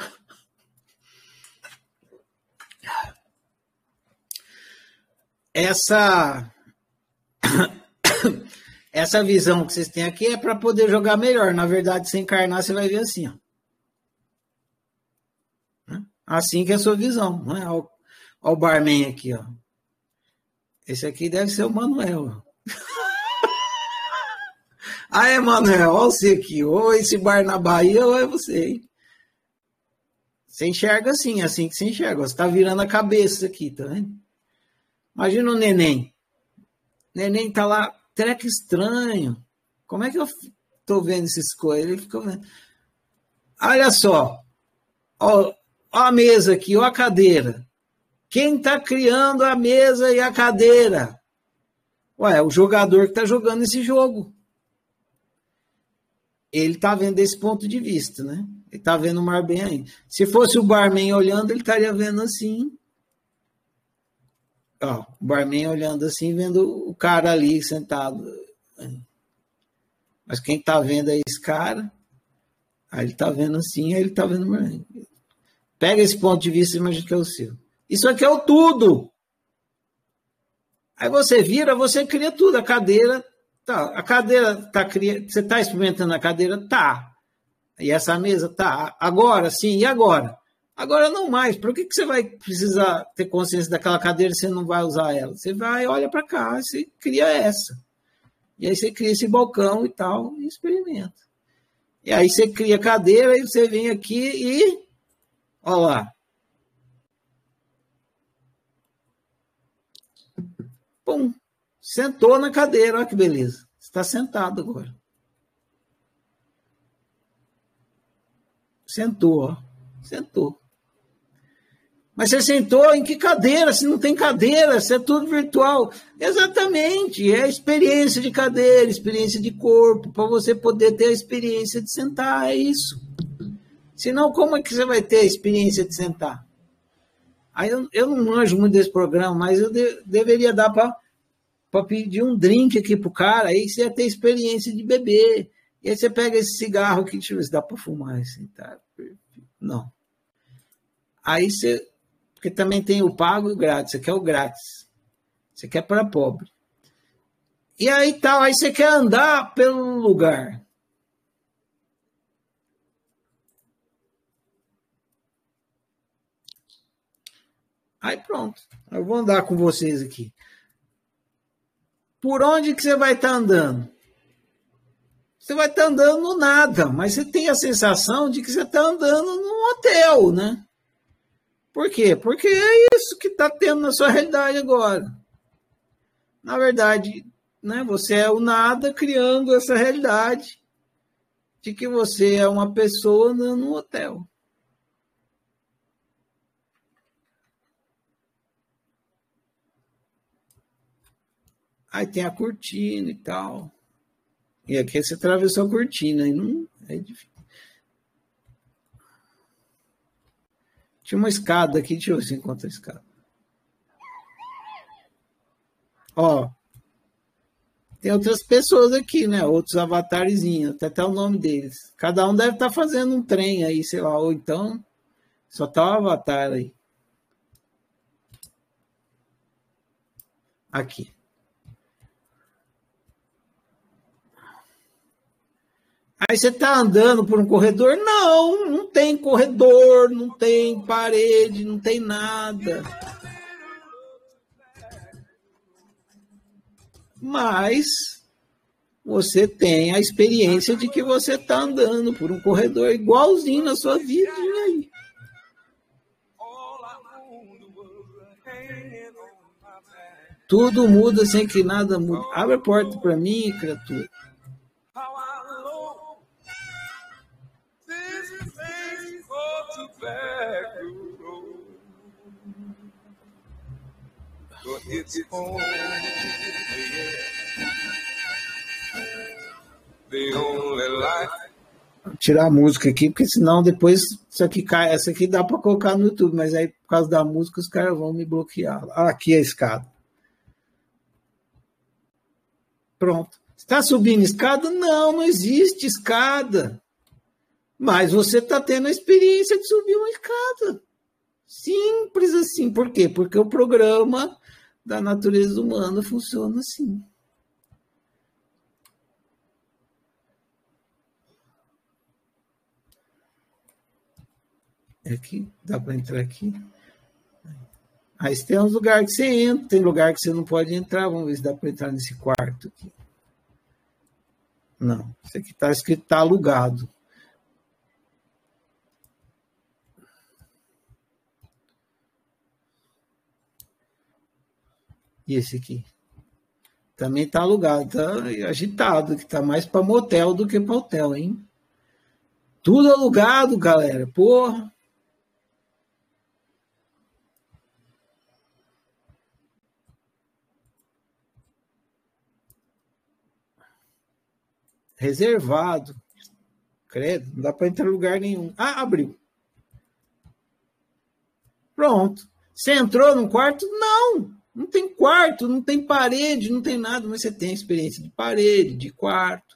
Essa, essa visão que vocês têm aqui é para poder jogar melhor. Na verdade, se encarnar, você vai ver assim. Ó. Assim que é a sua visão. Né? Olha o barman aqui. Ó. Esse aqui deve ser o Manuel. Ah, é, Manuel, olha você aqui. Ou esse bar na Bahia, ou é você. Hein? Você enxerga assim, assim que você enxerga. Você está virando a cabeça aqui, tá vendo? Imagina o neném. O neném tá lá, treco estranho. Como é que eu tô vendo essas coisas? Ele fica vendo. Olha só. Ó, ó a mesa aqui, ó a cadeira. Quem tá criando a mesa e a cadeira? Ué, é o jogador que tá jogando esse jogo. Ele tá vendo desse ponto de vista, né? Ele tá vendo o barman aí. Se fosse o barman olhando, ele estaria vendo assim. Ó, o barman olhando assim, vendo o cara ali sentado. Mas quem tá vendo é esse cara. Aí ele tá vendo assim, aí ele tá vendo o barman. Pega esse ponto de vista e imagina que é o seu. Isso aqui é o tudo. Aí você vira, você cria tudo. A cadeira, tá. A cadeira tá criando. Você tá experimentando a cadeira? Tá. E essa mesa? Tá. Agora, sim, e agora? Agora não mais. Por que, que você vai precisar ter consciência daquela cadeira se você não vai usar ela? Você vai, olha para cá, você cria essa. E aí você cria esse balcão e tal, e experimenta. E aí você cria a cadeira, e você vem aqui e... Olha lá. Pum. Sentou na cadeira, olha que beleza. Você está sentado agora. Sentou, ó. Sentou. Mas você sentou em que cadeira? Se não tem cadeira, se é tudo virtual. Exatamente, é a experiência de cadeira, experiência de corpo, para você poder ter a experiência de sentar, é isso. Senão, como é que você vai ter a experiência de sentar? Aí eu, eu não manjo muito desse programa, mas eu de, deveria dar para pedir um drink aqui pro cara, aí você ia ter experiência de beber. E aí você pega esse cigarro aqui, deixa eu ver se dá para fumar assim, tá? Não. Aí você... Porque também tem o pago e o grátis. Você quer o grátis. Você quer para pobre. E aí tal, aí você quer andar pelo lugar. Aí pronto. Eu vou andar com vocês aqui. Por onde que você vai estar andando? Você vai estar andando no nada, mas você tem a sensação de que você está andando num hotel, né? Por quê? Porque é isso que está tendo na sua realidade agora. Na verdade, né, você é o nada criando essa realidade de que você é uma pessoa num hotel. Aí tem a cortina e tal. E aqui você atravessou a cortina. E não é difícil. Tinha uma escada aqui. Deixa eu ver se encontra a escada. Ó. Tem outras pessoas aqui, né? Outros avatarzinhos. Até até o nome deles. Cada um deve estar fazendo um trem aí, sei lá. Ou então só tá o avatar aí. Aqui. Aí você está andando por um corredor? Não, não tem corredor, não tem parede, não tem nada. Mas você tem a experiência de que você está andando por um corredor igualzinho na sua vida. E aí? Tudo muda sem que nada mude. Abre a porta para mim, criatura. Vou tirar a música aqui, porque senão depois isso aqui cai. Essa aqui dá para colocar no YouTube, mas aí por causa da música os caras vão me bloquear. Ah, aqui a escada. Pronto. Está subindo escada? Não, não existe escada. Mas você está tendo a experiência de subir uma escada. Simples assim. Por quê? Porque o programa da natureza humana funciona assim. Aqui, dá para entrar aqui. Aí tem uns lugares que você entra, tem lugar que você não pode entrar. Vamos ver se dá para entrar nesse quarto aqui. Não, isso aqui está escrito, está alugado. E esse aqui? Também está alugado, está agitado, que está mais para motel do que para hotel, hein? Tudo alugado, galera, porra. Reservado. Credo, não dá para entrar em lugar nenhum. Ah, abriu. Pronto. Você entrou num quarto? Não. Não tem quarto, não tem parede, não tem nada, mas você tem experiência de parede, de quarto.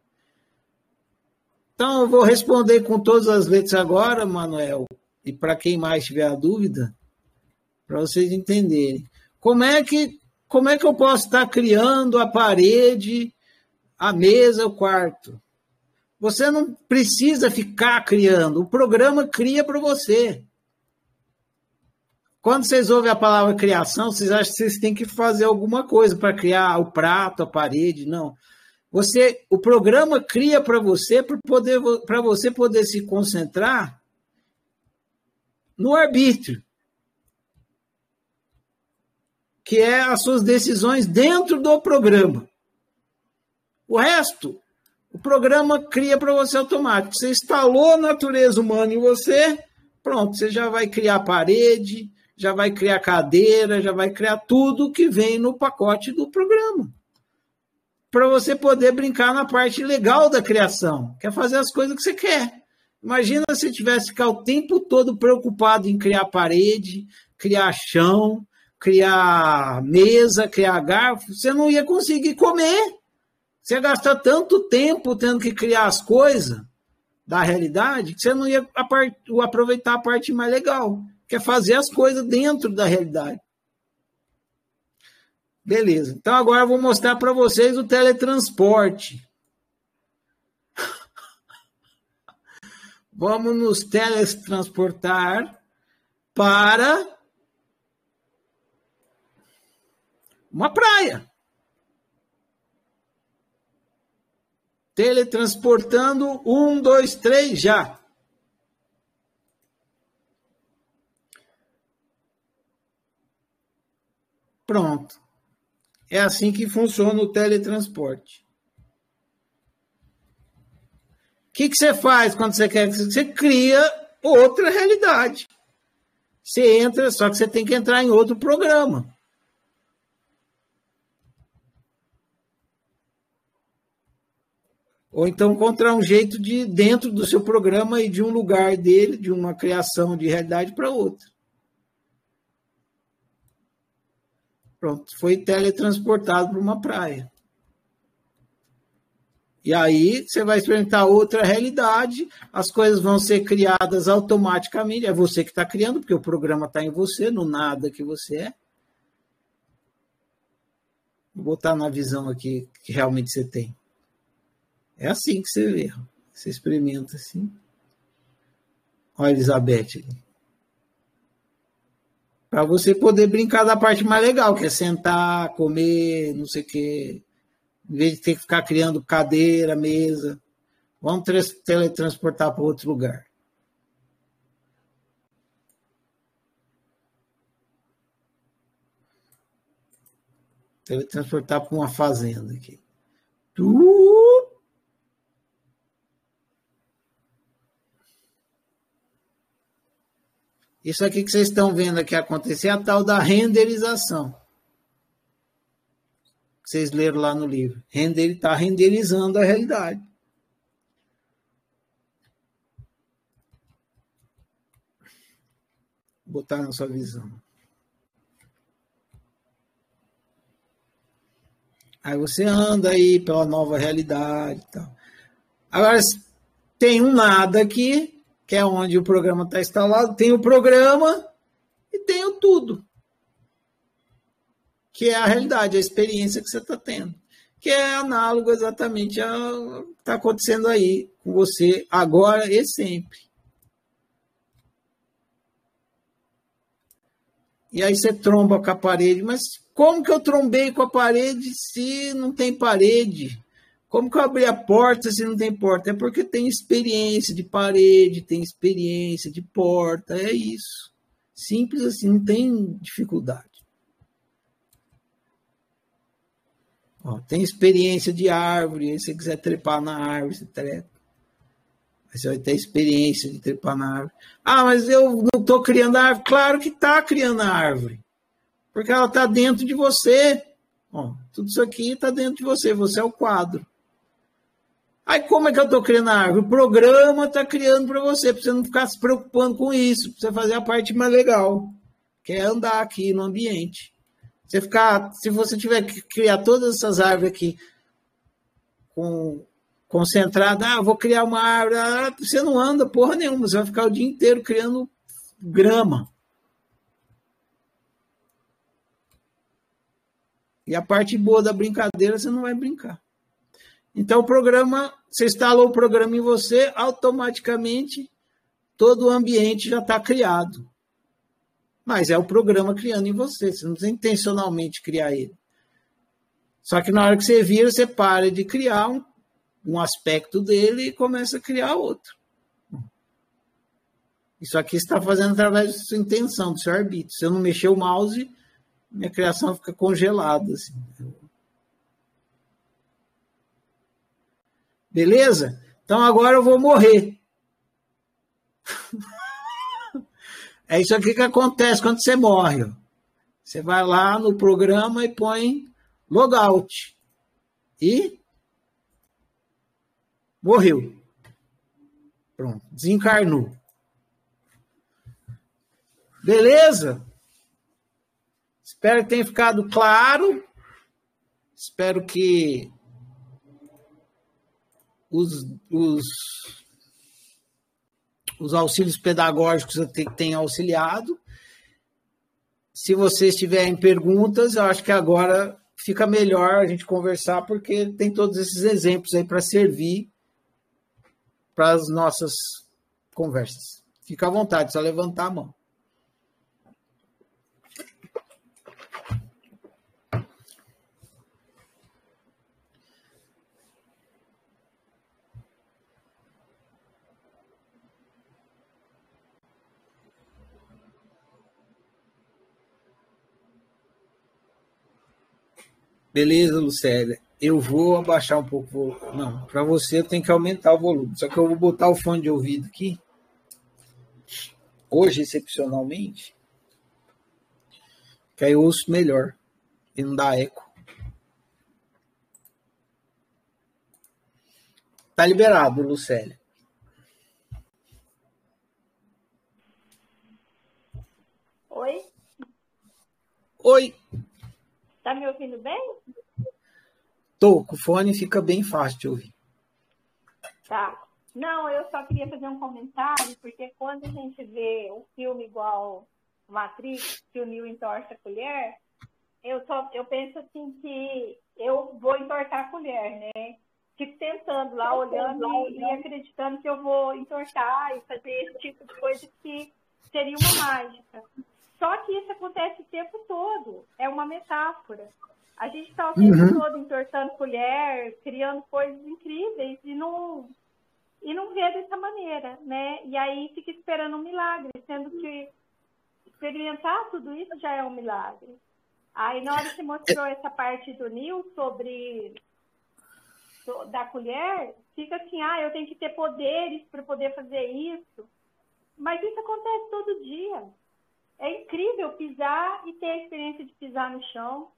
Então, eu vou responder com todas as letras agora, Manuel, e para quem mais tiver a dúvida, para vocês entenderem. Como é que, como é que eu posso estar criando a parede, a mesa, o quarto? Você não precisa ficar criando, o programa cria para você. Quando vocês ouvem a palavra criação, vocês acham que vocês têm que fazer alguma coisa para criar o prato, a parede. Não. Você, o programa cria para você, para poder, para você poder se concentrar no arbítrio, que é as suas decisões dentro do programa. O resto, o programa cria para você automático. Você instalou a natureza humana em você, pronto, você já vai criar parede, já vai criar cadeira, já vai criar tudo que vem no pacote do programa. Para você poder brincar na parte legal da criação, que é fazer as coisas que você quer. Imagina se tivesse que ficar o tempo todo preocupado em criar parede, criar chão, criar mesa, criar garfo, você não ia conseguir comer. Você ia gastar tanto tempo tendo que criar as coisas da realidade que você não ia aproveitar a parte mais legal, que é fazer as coisas dentro da realidade. Beleza. Então agora eu vou mostrar para vocês o teletransporte. Vamos nos teletransportar para uma praia. Teletransportando, um, dois, três, já. Pronto. É assim que funciona o teletransporte. O que, que você faz quando você quer? Você cria outra realidade. Você entra, só que você tem que entrar em outro programa. Ou então encontrar um jeito de, dentro do seu programa, ir de um lugar dele, de uma criação de realidade para outra. Pronto, foi teletransportado para uma praia. E aí você vai experimentar outra realidade, as coisas vão ser criadas automaticamente, é você que está criando, porque o programa está em você, no nada que você é. Vou botar na visão aqui que realmente você tem. É assim que você vê. Você experimenta assim. Olha a Elizabeth ali. Para você poder brincar da parte mais legal, que é sentar, comer, não sei o quê. Em vez de ter que ficar criando cadeira, mesa. Vamos teletransportar para outro lugar. Teletransportar para uma fazenda aqui. Uh! Isso aqui que vocês estão vendo aqui acontecer é a tal da renderização. Que vocês leram lá no livro. Render, está renderizando a realidade. Vou botar na sua visão. Aí você anda aí pela nova realidade e tal. Agora, tem um nada aqui, que é onde o programa está instalado. Tem o programa e tem o tudo. Que é a realidade, a experiência que você está tendo. Que é análogo exatamente ao que está acontecendo aí com você agora e sempre. E aí você tromba com a parede. Mas como que eu trombei com a parede se não tem parede? Como que eu abri a porta se não tem porta? É porque tem experiência de parede, tem experiência de porta, é isso. Simples assim, não tem dificuldade. Ó, tem experiência de árvore, aí se você quiser trepar na árvore, você trepa. Aí você vai ter experiência de trepar na árvore. Ah, mas eu não estou criando a árvore. Claro que está criando a árvore. Porque ela está dentro de você. Ó, tudo isso aqui está dentro de você. Você é o quadro. Aí como é que eu estou criando a árvore? O programa está criando para você, para você não ficar se preocupando com isso, para você fazer a parte mais legal, que é andar aqui no ambiente. Você ficar, se você tiver que criar todas essas árvores aqui com, concentrada, ah, vou criar uma árvore, ah, você não anda porra nenhuma, você vai ficar o dia inteiro criando grama. E a parte boa da brincadeira você não vai brincar. Então o programa, você instalou o programa em você, automaticamente todo o ambiente já está criado. Mas é o programa criando em você, você não precisa intencionalmente criar ele. Só que na hora que você vira, você para de criar um, um aspecto dele e começa a criar outro. Isso aqui você está fazendo através da sua intenção, do seu arbítrio. Se eu não mexer o mouse, minha criação fica congelada. Assim. Beleza? Então agora eu vou morrer. É isso aqui que acontece quando você morre. Ó. Você vai lá no programa e põe logout. E morreu. Pronto, desencarnou. Beleza? Espero que tenha ficado claro. Espero que os, os, os auxílios pedagógicos tenham auxiliado. Se vocês tiverem perguntas, eu acho que agora fica melhor a gente conversar, porque tem todos esses exemplos aí para servir para as nossas conversas. Fica à vontade, só levantar a mão. Beleza, Lucélia. Eu vou abaixar um pouco o volume. Não, para você eu tenho que aumentar o volume. Só que eu vou botar o fone de ouvido aqui. Hoje, excepcionalmente. Que aí eu ouço melhor. E não dá eco. Tá liberado, Lucélia. Oi? Oi. Tá me ouvindo bem? Tô, com o fone fica bem fácil de ouvir. Tá. Não, eu só queria fazer um comentário, porque quando a gente vê um filme igual Matrix, que o Neo entorta a colher, eu, só, eu penso assim que eu vou entortar a colher, né? fico tentando lá, olhando e, e acreditando que eu vou entortar e fazer esse tipo de coisa que seria uma mágica. Só que isso acontece o tempo todo, é uma metáfora. A gente está o tempo uhum. todo entortando colher, criando coisas incríveis e não, e não vê dessa maneira, né? E aí fica esperando um milagre, sendo que experimentar tudo isso já é um milagre. Aí na hora que mostrou essa parte do Nil sobre da colher, fica assim, ah, eu tenho que ter poderes para poder fazer isso. Mas isso acontece todo dia. É incrível pisar e ter a experiência de pisar no chão.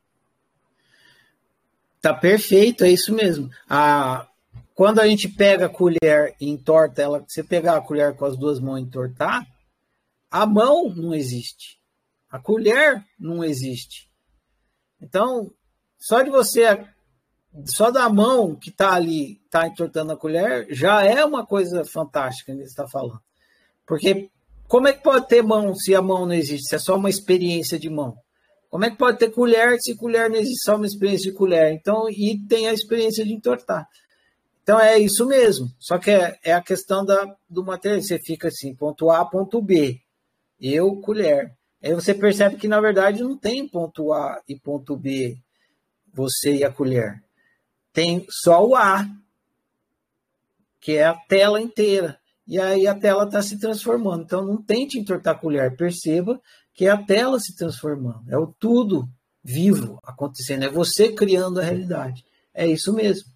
Tá perfeito, é isso mesmo. Ah, quando a gente pega a colher e entorta ela, você pegar a colher com as duas mãos e entortar, a mão não existe. A colher não existe. Então, só de você, só da mão que está ali, está entortando a colher, já é uma coisa fantástica que você está falando. Porque como é que pode ter mão se a mão não existe? Se é só uma experiência de mão. Como é que pode ter colher se colher não existe, só uma experiência de colher? Então, e tem a experiência de entortar. Então, é isso mesmo. Só que é, é a questão da, do material. Você fica assim, ponto A, ponto B. Eu, colher. Aí você percebe que, na verdade, não tem ponto A e ponto B, você e a colher. Tem só o A, que é a tela inteira. E aí a tela está se transformando. Então, não tente entortar a colher. Perceba que é a tela se transformando. É o tudo vivo acontecendo. É você criando a realidade. É isso mesmo.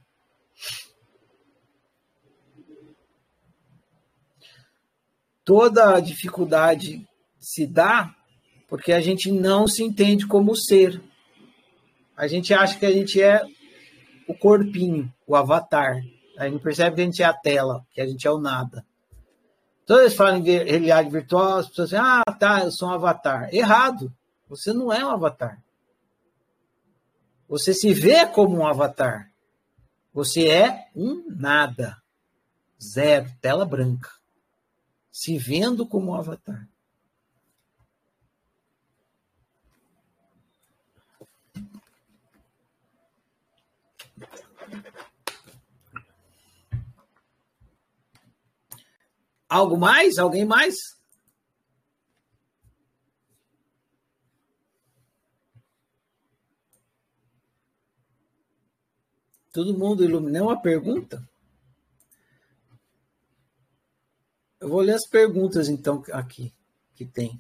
Toda a dificuldade se dá porque a gente não se entende como ser. A gente acha que a gente é o corpinho, o avatar. A gente percebe que a gente é a tela, que a gente é o nada. Todos eles falam de realidade virtual, as pessoas dizem, ah, tá, eu sou um avatar. Errado. Você não é um avatar. Você se vê como um avatar. Você é um nada. Zero, tela branca. Se vendo como um avatar. Algo mais? Alguém mais? Todo mundo iluminou uma pergunta? Eu vou ler as perguntas, então, aqui, que tem.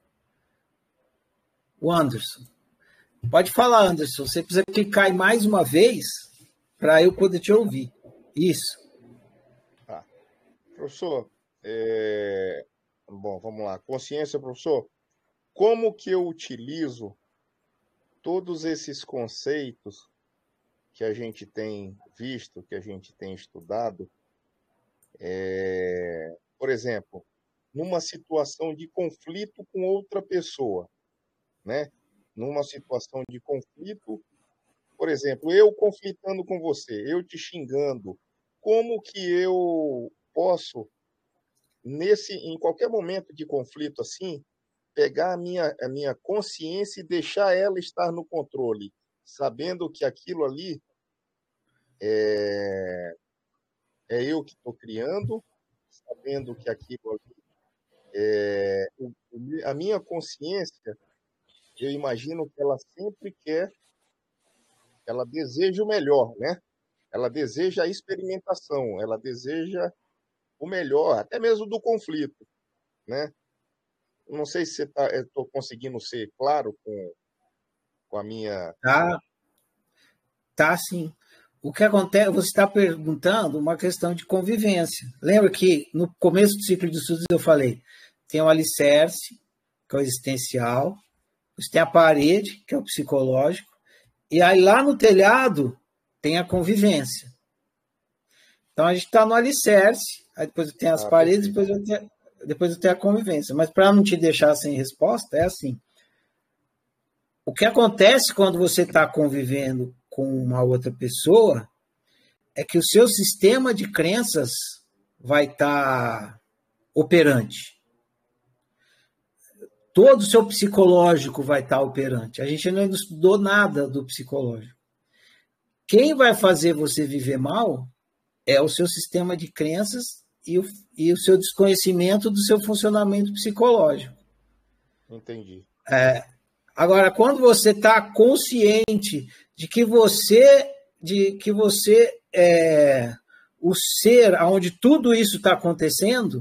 O Anderson. Pode falar, Anderson. Você precisa clicar mais uma vez para eu poder te ouvir. Isso. Tá. Professor, é... bom, vamos lá. Consciência, professor. Como que eu utilizo todos esses conceitos que a gente tem visto, que a gente tem estudado, é... por exemplo, numa situação de conflito com outra pessoa, né? Numa situação de conflito, por exemplo, eu conflitando com você, eu te xingando, como que eu posso, nesse, em qualquer momento de conflito assim, pegar a minha, a minha consciência e deixar ela estar no controle, sabendo que aquilo ali é, é eu que estou criando, sabendo que aquilo ali é, a minha consciência, eu imagino que ela sempre quer, ela deseja o melhor, né? Ela deseja a experimentação, ela deseja o melhor, até mesmo do conflito, né? Não sei se tá, eu estou conseguindo ser claro com, com a minha... Tá, tá sim. O que acontece, você está perguntando uma questão de convivência. Lembra que no começo do ciclo de estudos eu falei, tem o alicerce, que é o existencial, você tem a parede, que é o psicológico, e aí lá no telhado tem a convivência. Então a gente está no alicerce, aí depois tem as ah, paredes, depois eu, tenho, depois eu tenho a convivência. Mas para não te deixar sem resposta, é assim. O que acontece quando você está convivendo com uma outra pessoa é que o seu sistema de crenças vai estar tá operante. Todo o seu psicológico vai estar operante. A gente ainda não estudou nada do psicológico. quem vai fazer você viver mal é o seu sistema de crenças e o, e o seu desconhecimento do seu funcionamento psicológico. Entendi. É, agora, quando você está consciente de que você, de que você é o ser onde tudo isso está acontecendo,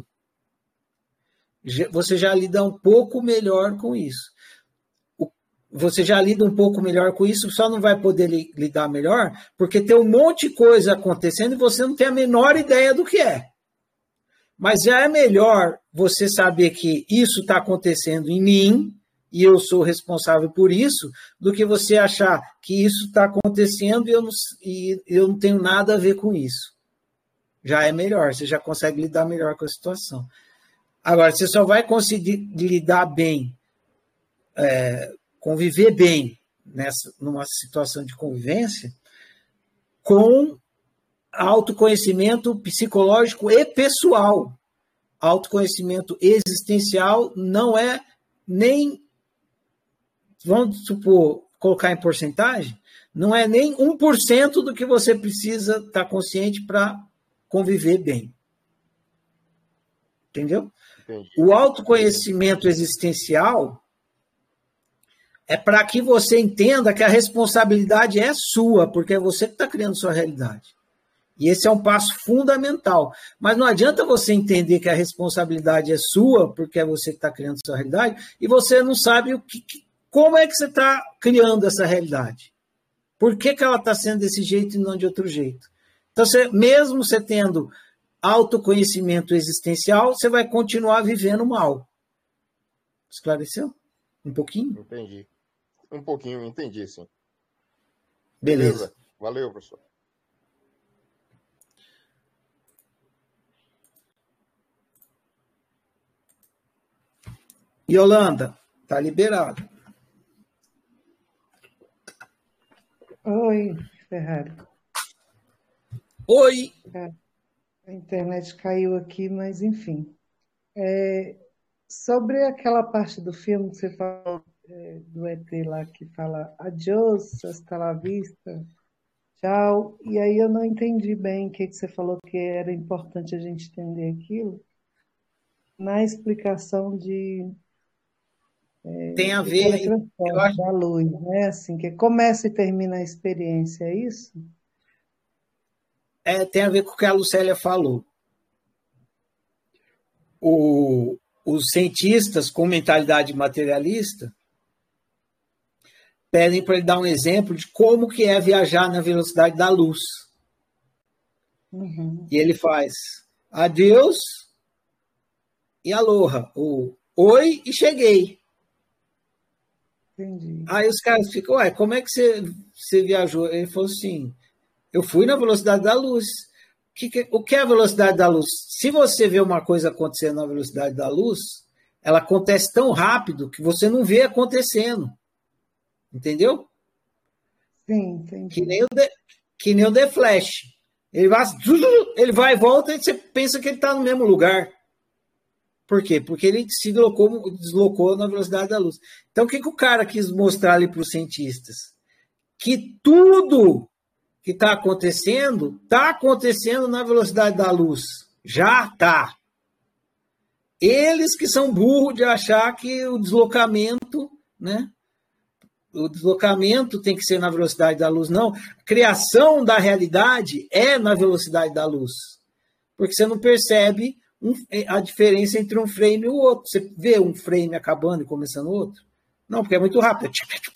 você já lida um pouco melhor com isso. Você já lida um pouco melhor com isso, só não vai poder lidar melhor, porque tem um monte de coisa acontecendo e você não tem a menor ideia do que é. Mas já é melhor você saber que isso está acontecendo em mim, e eu sou responsável por isso, do que você achar que isso está acontecendo e eu, não, e eu não tenho nada a ver com isso. Já é melhor, você já consegue lidar melhor com a situação. Agora, você só vai conseguir lidar bem, é, conviver bem nessa, numa situação de convivência com autoconhecimento psicológico e pessoal. Autoconhecimento existencial não é nem, vamos supor, colocar em porcentagem, não é nem um por cento do que você precisa estar consciente para conviver bem. Entendeu? Entendi. O autoconhecimento existencial é para que você entenda que a responsabilidade é sua, porque é você que está criando sua realidade. E esse é um passo fundamental. Mas não adianta você entender que a responsabilidade é sua, porque é você que está criando sua realidade, e você não sabe o que, como é que você está criando essa realidade. Por que, que ela está sendo desse jeito e não de outro jeito? Então, você, mesmo você tendo autoconhecimento existencial, você vai continuar vivendo mal. Esclareceu? Um pouquinho? Entendi. Um pouquinho, entendi, sim. Beleza. Beleza. Valeu, professor. Yolanda, tá liberado. Oi, Ferrari. Oi! É, a internet caiu aqui, mas enfim. É, sobre aquela parte do filme que você falou, é, do E T lá, que fala adiós, hasta la vista, tchau. E aí eu não entendi bem o que, que você falou que era importante a gente entender aquilo. Na explicação de, Tem a do ver, eu teletransporte acho, da luz, né? Assim, que começa e termina a experiência, é isso? é, tem a ver com o que a Lucélia falou. O, os cientistas com mentalidade materialista pedem para ele dar um exemplo de como que é viajar na velocidade da luz. Uhum. E ele faz adeus e aloha, ou oi e cheguei. Entendi. Aí os caras ficam, ué, como é que você, você viajou? Ele falou assim, eu fui na velocidade da luz. O que, que, o que é a velocidade da luz? Se você vê uma coisa acontecendo na velocidade da luz, ela acontece tão rápido que você não vê acontecendo. Entendeu? Sim, entendi. Que nem o The, que nem o The Flash. Ele vai, ele vai e volta e você pensa que ele está no mesmo lugar. Por quê? Porque ele se deslocou, deslocou na velocidade da luz. Então, o que, que o cara quis mostrar ali para os cientistas? Que tudo que está acontecendo, está acontecendo na velocidade da luz. Já está. Eles que são burros de achar que o deslocamento, né? O deslocamento tem que ser na velocidade da luz. Não. A criação da realidade é na velocidade da luz. Porque você não percebe um, a diferença entre um frame e o outro. Você vê um frame acabando e começando o outro? Não, porque é muito rápido.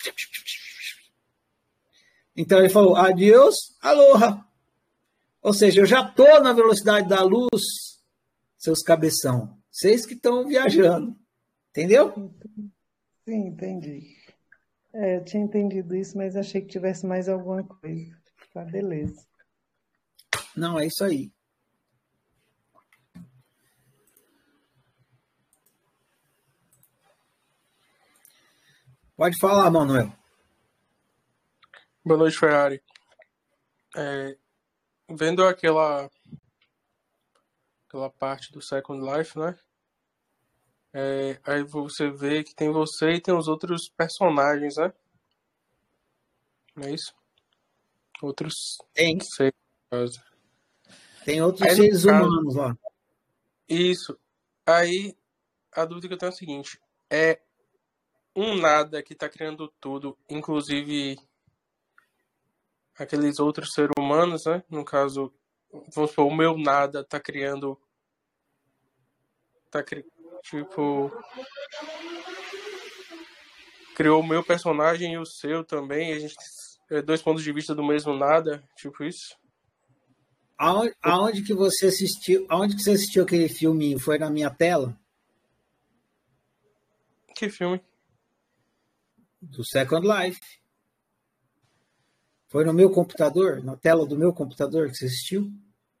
Então ele falou, adeus, aloha. Ou seja, eu já estou na velocidade da luz, seus cabeção. Vocês que estão viajando. Entendeu? Sim, entendi. É, eu tinha entendido isso, mas achei que tivesse mais alguma coisa. Tá, beleza. Não, é isso aí. Pode falar, Manuel. Boa noite, Ferrari. É, vendo aquela, aquela parte do Second Life, né? É, aí você vê que tem você e tem os outros personagens, né? Não é isso? Outros Tem, seres. no caso. tem outros Aí, no seres caso, humanos lá. isso. Aí, a dúvida que eu tenho é a seguinte. É um nada que tá criando tudo, inclusive aqueles outros seres humanos, né? No caso, vamos supor, o meu nada tá criando... Tá cri... Tipo... Criou o meu personagem e o seu também. A gente é dois pontos de vista do mesmo nada. Tipo isso. Aonde, aonde que você assistiu? Aonde que você assistiu aquele filminho? Foi na minha tela? Que filme? Do Second Life. Foi no meu computador? Na tela do meu computador que você assistiu?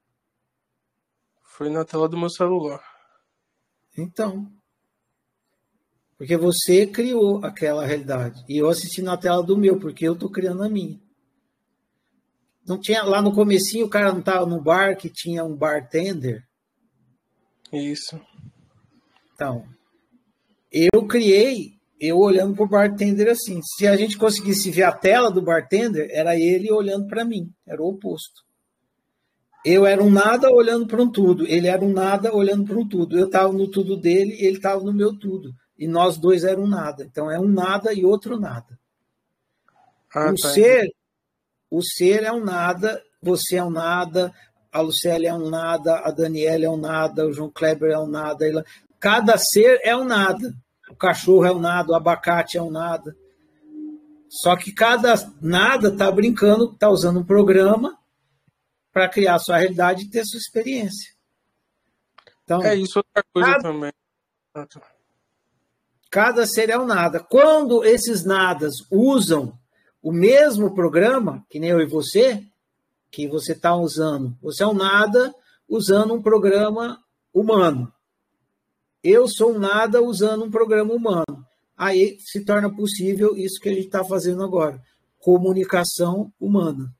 Foi na tela do meu celular. Então. Porque você criou aquela realidade. E eu assisti na tela do meu, porque eu tô criando a minha. Não tinha, lá no comecinho o cara não estava no bar que tinha um bartender? Isso. Então, eu criei, eu olhando pro bartender assim. Se a gente conseguisse ver a tela do bartender, era ele olhando para mim. Era o oposto. Eu era um nada olhando para um tudo. Ele era um nada olhando para um tudo. Eu estava no tudo dele e ele estava no meu tudo. E nós dois eram um nada. Então é um nada e outro nada. Ah, o tá. ser, o ser é um nada, você é um nada, a Lucélia é um nada, a Daniela é um nada, o João Kleber é um nada. Ela... Cada ser é um nada. O cachorro é um nada, o abacate é um nada. Só que cada nada está brincando, está usando um programa para criar sua realidade e ter sua experiência. Então, É isso, outra coisa cada, também. Ah, tá. cada ser é um nada. Quando esses nadas usam o mesmo programa, que nem eu e você, que você está usando, você é um nada usando um programa humano. Eu sou um nada usando um programa humano. Aí se torna possível isso que a gente está fazendo agora. Comunicação humana.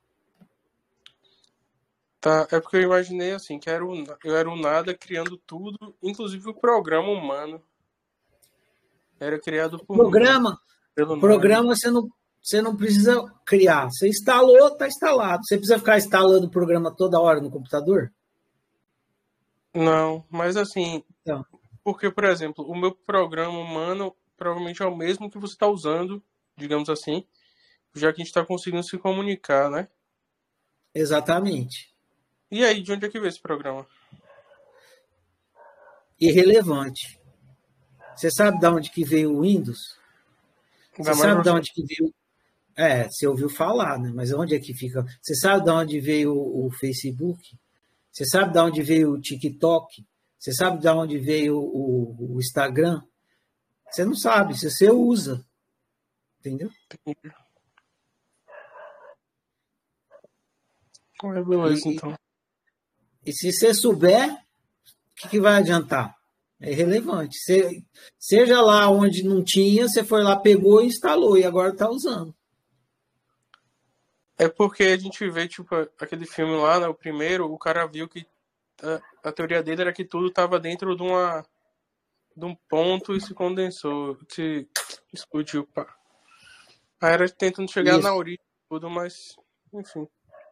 Tá, é porque eu imaginei assim, que era um, eu era um nada criando tudo, inclusive o programa humano. Era criado por Programa, mim. Pelo programa nome. você não, você não precisa criar. Você instalou, está instalado. Você precisa ficar instalando o programa toda hora no computador? Não, mas assim, Então, porque, por exemplo, o meu programa humano provavelmente é o mesmo que você está usando, digamos assim, já que a gente está conseguindo se comunicar, né? exatamente. E aí, de onde é que veio esse programa? Irrelevante. Você sabe de onde que veio o Windows? Da Você sabe de Microsoft. onde que veio... É, você ouviu falar, né? Mas onde é que fica? Você sabe de onde veio o Facebook? Você sabe de onde veio o TikTok? Você sabe de onde veio o, o Instagram? Você não sabe, se você usa. Entendeu? É, beleza, E, então. e se você souber, o que, que vai adiantar? É irrelevante. Você, seja lá onde não tinha, você foi lá, pegou e instalou, e agora está usando. É porque a gente vê, tipo, aquele filme lá, né, o primeiro, o cara viu que a, a teoria dele era que tudo estava dentro de uma de um ponto e se condensou, se explodiu, pá. Aí era tentando chegar na Isso. origem de tudo, mas, enfim.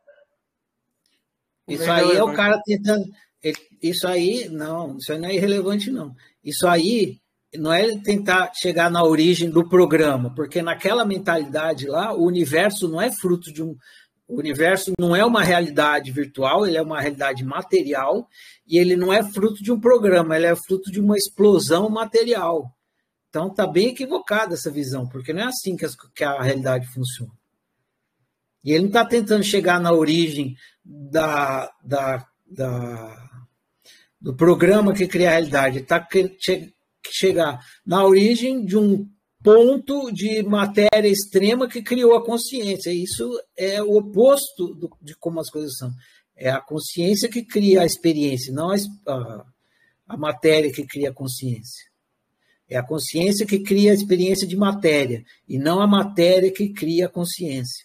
Isso É aí é o irrelevante. cara tentando. Isso aí, não, isso aí não é irrelevante, não. Isso aí não é ele tentar chegar na origem do programa, porque naquela mentalidade lá, o universo não é fruto de um. O universo não é uma realidade virtual, ele é uma realidade material, e ele não é fruto de um programa, ele é fruto de uma explosão material. Então está bem equivocada essa visão, porque não é assim que, as, que a realidade funciona. E ele não está tentando chegar na origem da, da, da, do programa que cria a realidade. Ele está querendo chegar na origem de um ponto de matéria extrema que criou a consciência. Isso é o oposto do, de como as coisas são. É a consciência que cria a experiência, não a, a, a matéria que cria a consciência. É a consciência que cria a experiência de matéria, e não a matéria que cria a consciência.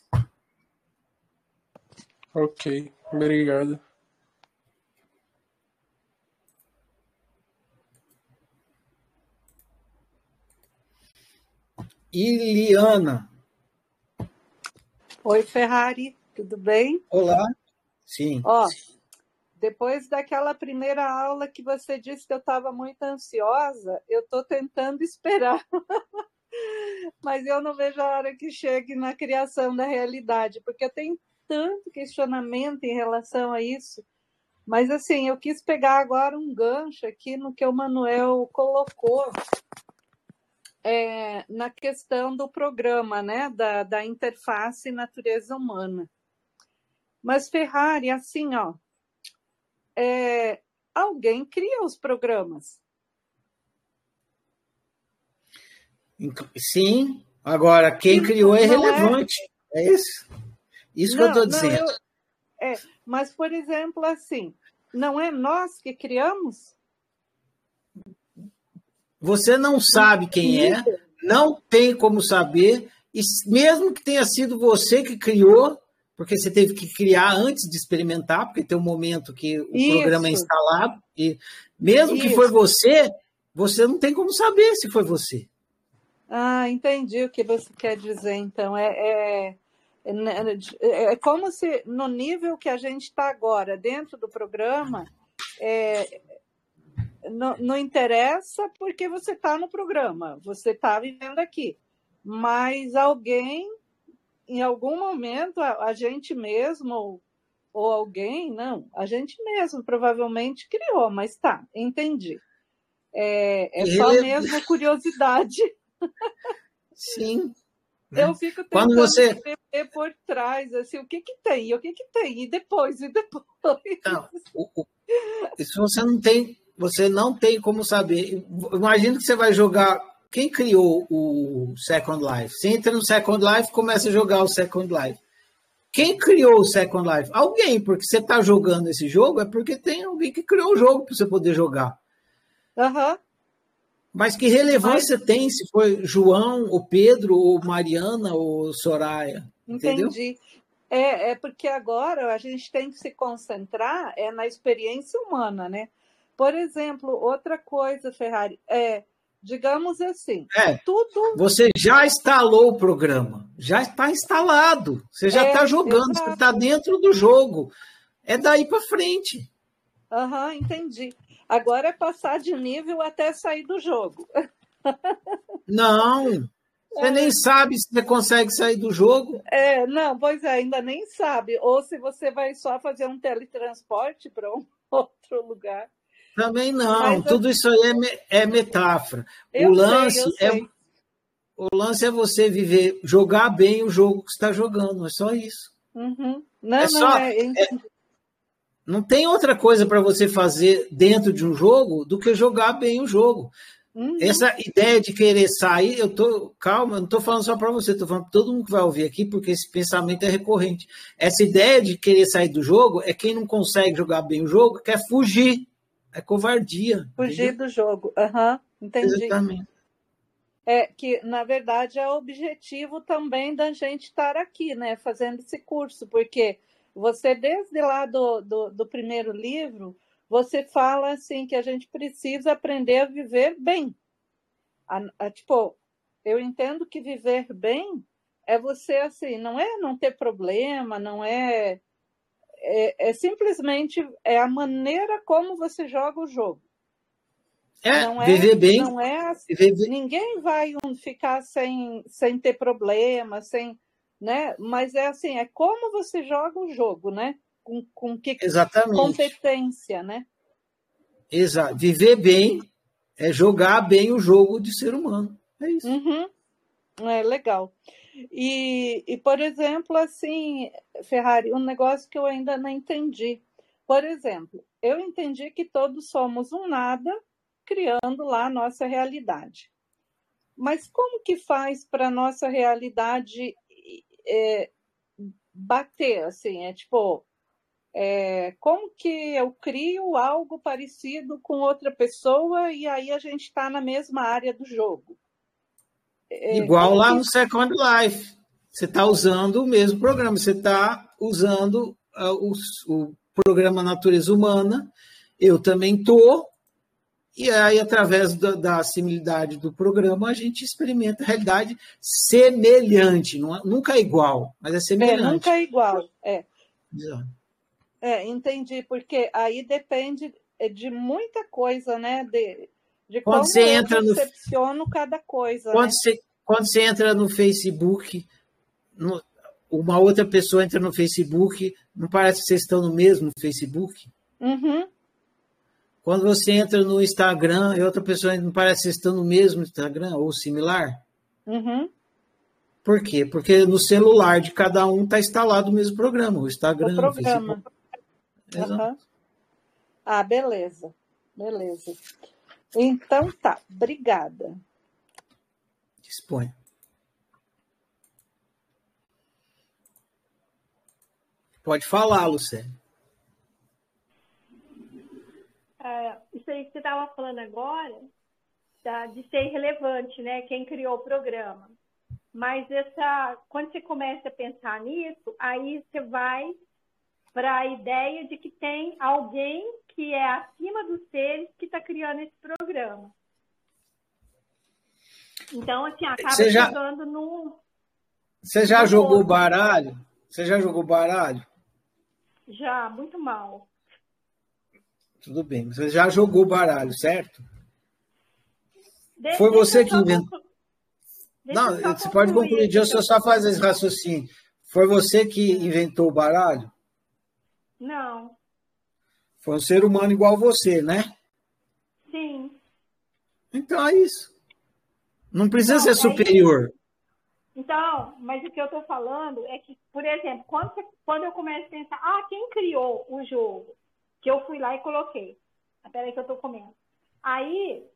Ok, obrigado. Iliana. Oi, Ferrari. Tudo bem? Olá. Sim. Ó, depois daquela primeira aula que você disse que eu estava muito ansiosa, eu estou tentando esperar. Mas eu não vejo a hora que chegue na criação da realidade, porque eu tenho tanto questionamento em relação a isso. Mas, assim, eu quis pegar agora um gancho aqui no que o Manuel colocou é, na questão do programa, né, da, da interface natureza humana. Mas, Ferrari, assim, ó, é, alguém cria os programas. Sim, agora, quem criou é relevante. É, é isso? Isso não, que eu estou dizendo. Eu, é, mas, por exemplo, assim, não é nós que criamos? Você não sabe quem é, não tem como saber, e mesmo que tenha sido você que criou, porque você teve que criar antes de experimentar, porque tem um momento que o Isso. programa é instalado, e mesmo Isso. que foi você, você não tem como saber se foi você. Ah, entendi o que você quer dizer, então. É, é, é, é como se, no nível que a gente está agora, dentro do programa, é, não, não interessa porque você está no programa, você está vivendo aqui. Mas alguém, em algum momento, a, a gente mesmo, ou, ou alguém, não, a gente mesmo provavelmente criou, mas tá, entendi. É, é só mesmo curiosidade. Sim. Eu fico tentando Quando você... ver por trás, assim, o que que tem, o que que tem, e depois, e depois. Não, o, o, isso você não tem, você não tem como saber. Imagina que você vai jogar. Quem criou o Second Life? Você entra no Second Life e começa a jogar o Second Life. Quem criou o Second Life? Alguém, porque você está jogando esse jogo, é porque tem alguém que criou o jogo para você poder jogar. Aham. Uhum. Mas que relevância Mas... tem se foi João, ou Pedro, ou Mariana, ou Soraya? Entendeu? Entendi. É, é porque agora a gente tem que se concentrar é na experiência humana, né? Por exemplo, outra coisa, Ferrari, é, digamos assim, é, tudo... Você já instalou o programa, já está instalado, você já está é, jogando, exato. Você está dentro do jogo. É daí para frente. Aham, uhum, entendi. Agora é passar de nível até sair do jogo. Não, você é. nem sabe se você consegue sair do jogo. É, não, pois é, ainda nem sabe. Ou se você vai só fazer um teletransporte para um outro lugar. Também não, Mas, tudo isso aí é, é metáfora. Eu o lance sei, eu é sei. o lance é você viver, jogar bem o jogo que você está jogando, é só isso. Uhum. Não, é não, só, é, é, não tem outra coisa para você fazer dentro de um jogo do que jogar bem o jogo. Uhum. Essa ideia de querer sair, eu tô, calma, eu não estou falando só para você, estou falando para todo mundo que vai ouvir aqui, porque esse pensamento é recorrente. Essa ideia de querer sair do jogo é quem não consegue jogar bem o jogo, quer fugir. É covardia. Fugir entendeu? do jogo. Uhum, entendi. Exatamente. É que, na verdade, é o objetivo também da gente estar aqui, né, fazendo esse curso, porque você, desde lá do, do, do primeiro livro, você fala assim que a gente precisa aprender a viver bem. A, a, tipo, eu entendo que viver bem é você, assim, não é não ter problema, não é... É, é simplesmente é a maneira como você joga o jogo. É, não é, viver bem. Não é assim, viver... Ninguém vai ficar sem, sem ter problema, sem, né? Mas é assim, é como você joga o jogo, né? Com, com que Exatamente. competência, né? Exato. Viver bem é jogar bem o jogo de ser humano. É isso. Uhum. É legal. E, e, por exemplo, assim, Ferrari, um negócio que eu ainda não entendi. Por exemplo, eu entendi que todos somos um nada, criando lá a nossa realidade. Mas como que faz para a nossa realidade é, bater, assim? É tipo, é, como que eu crio algo parecido com outra pessoa e aí a gente está na mesma área do jogo? Igual lá no Second Life. Você está usando o mesmo programa, você está usando uh, o, o programa Natureza Humana, eu também estou, E aí, através da, da similaridade do programa, a gente experimenta a realidade semelhante, não é, nunca é igual, mas é É, semelhante. nunca é igual. É. Exato. É, entendi, porque aí depende de muita coisa, né? De, de Quando como você eu entra no, percepciono cada coisa, quando né? você, quando você entra no Facebook, no- uma outra pessoa entra no Facebook, não parece que vocês estão no mesmo Facebook? Uhum, Quando você entra no Instagram e outra pessoa não parece que vocês estão no mesmo Instagram ou similar? uhum. Por quê? Porque no celular de cada um está instalado o mesmo programa, o O Instagram, o Facebook. programa. Exato. Aham. Ah, beleza. Beleza. Então tá, obrigada. Dispõe. Pode falar, Lucélia. É, isso aí que você estava falando agora, tá, de ser irrelevante, né? Quem criou o programa. Mas essa, quando você começa a pensar nisso, aí você vai para a ideia de que tem alguém que é acima dos seres que está criando esse programa. Então, assim, acaba Você já, chegando no, você já no jogou outro. baralho? Você já jogou baralho? Já, muito mal. Tudo bem. Você já jogou baralho, certo? De- Foi deixa você eu que só inventou. conclu- deixa Não, eu só você pode concluir concluir. aqui Deixa que eu eu... só fazer esse raciocínio. Foi você que inventou o baralho? Não, Foi um ser humano igual você, né? sim. Então é isso. Não precisa Não, ser é isso. superior. Então, mas o que eu estou falando é que, por exemplo, quando, você- quando eu começo a pensar, ah, quem criou o jogo? Que eu fui lá e coloquei. Ah, peraí que eu estou comendo. Aí,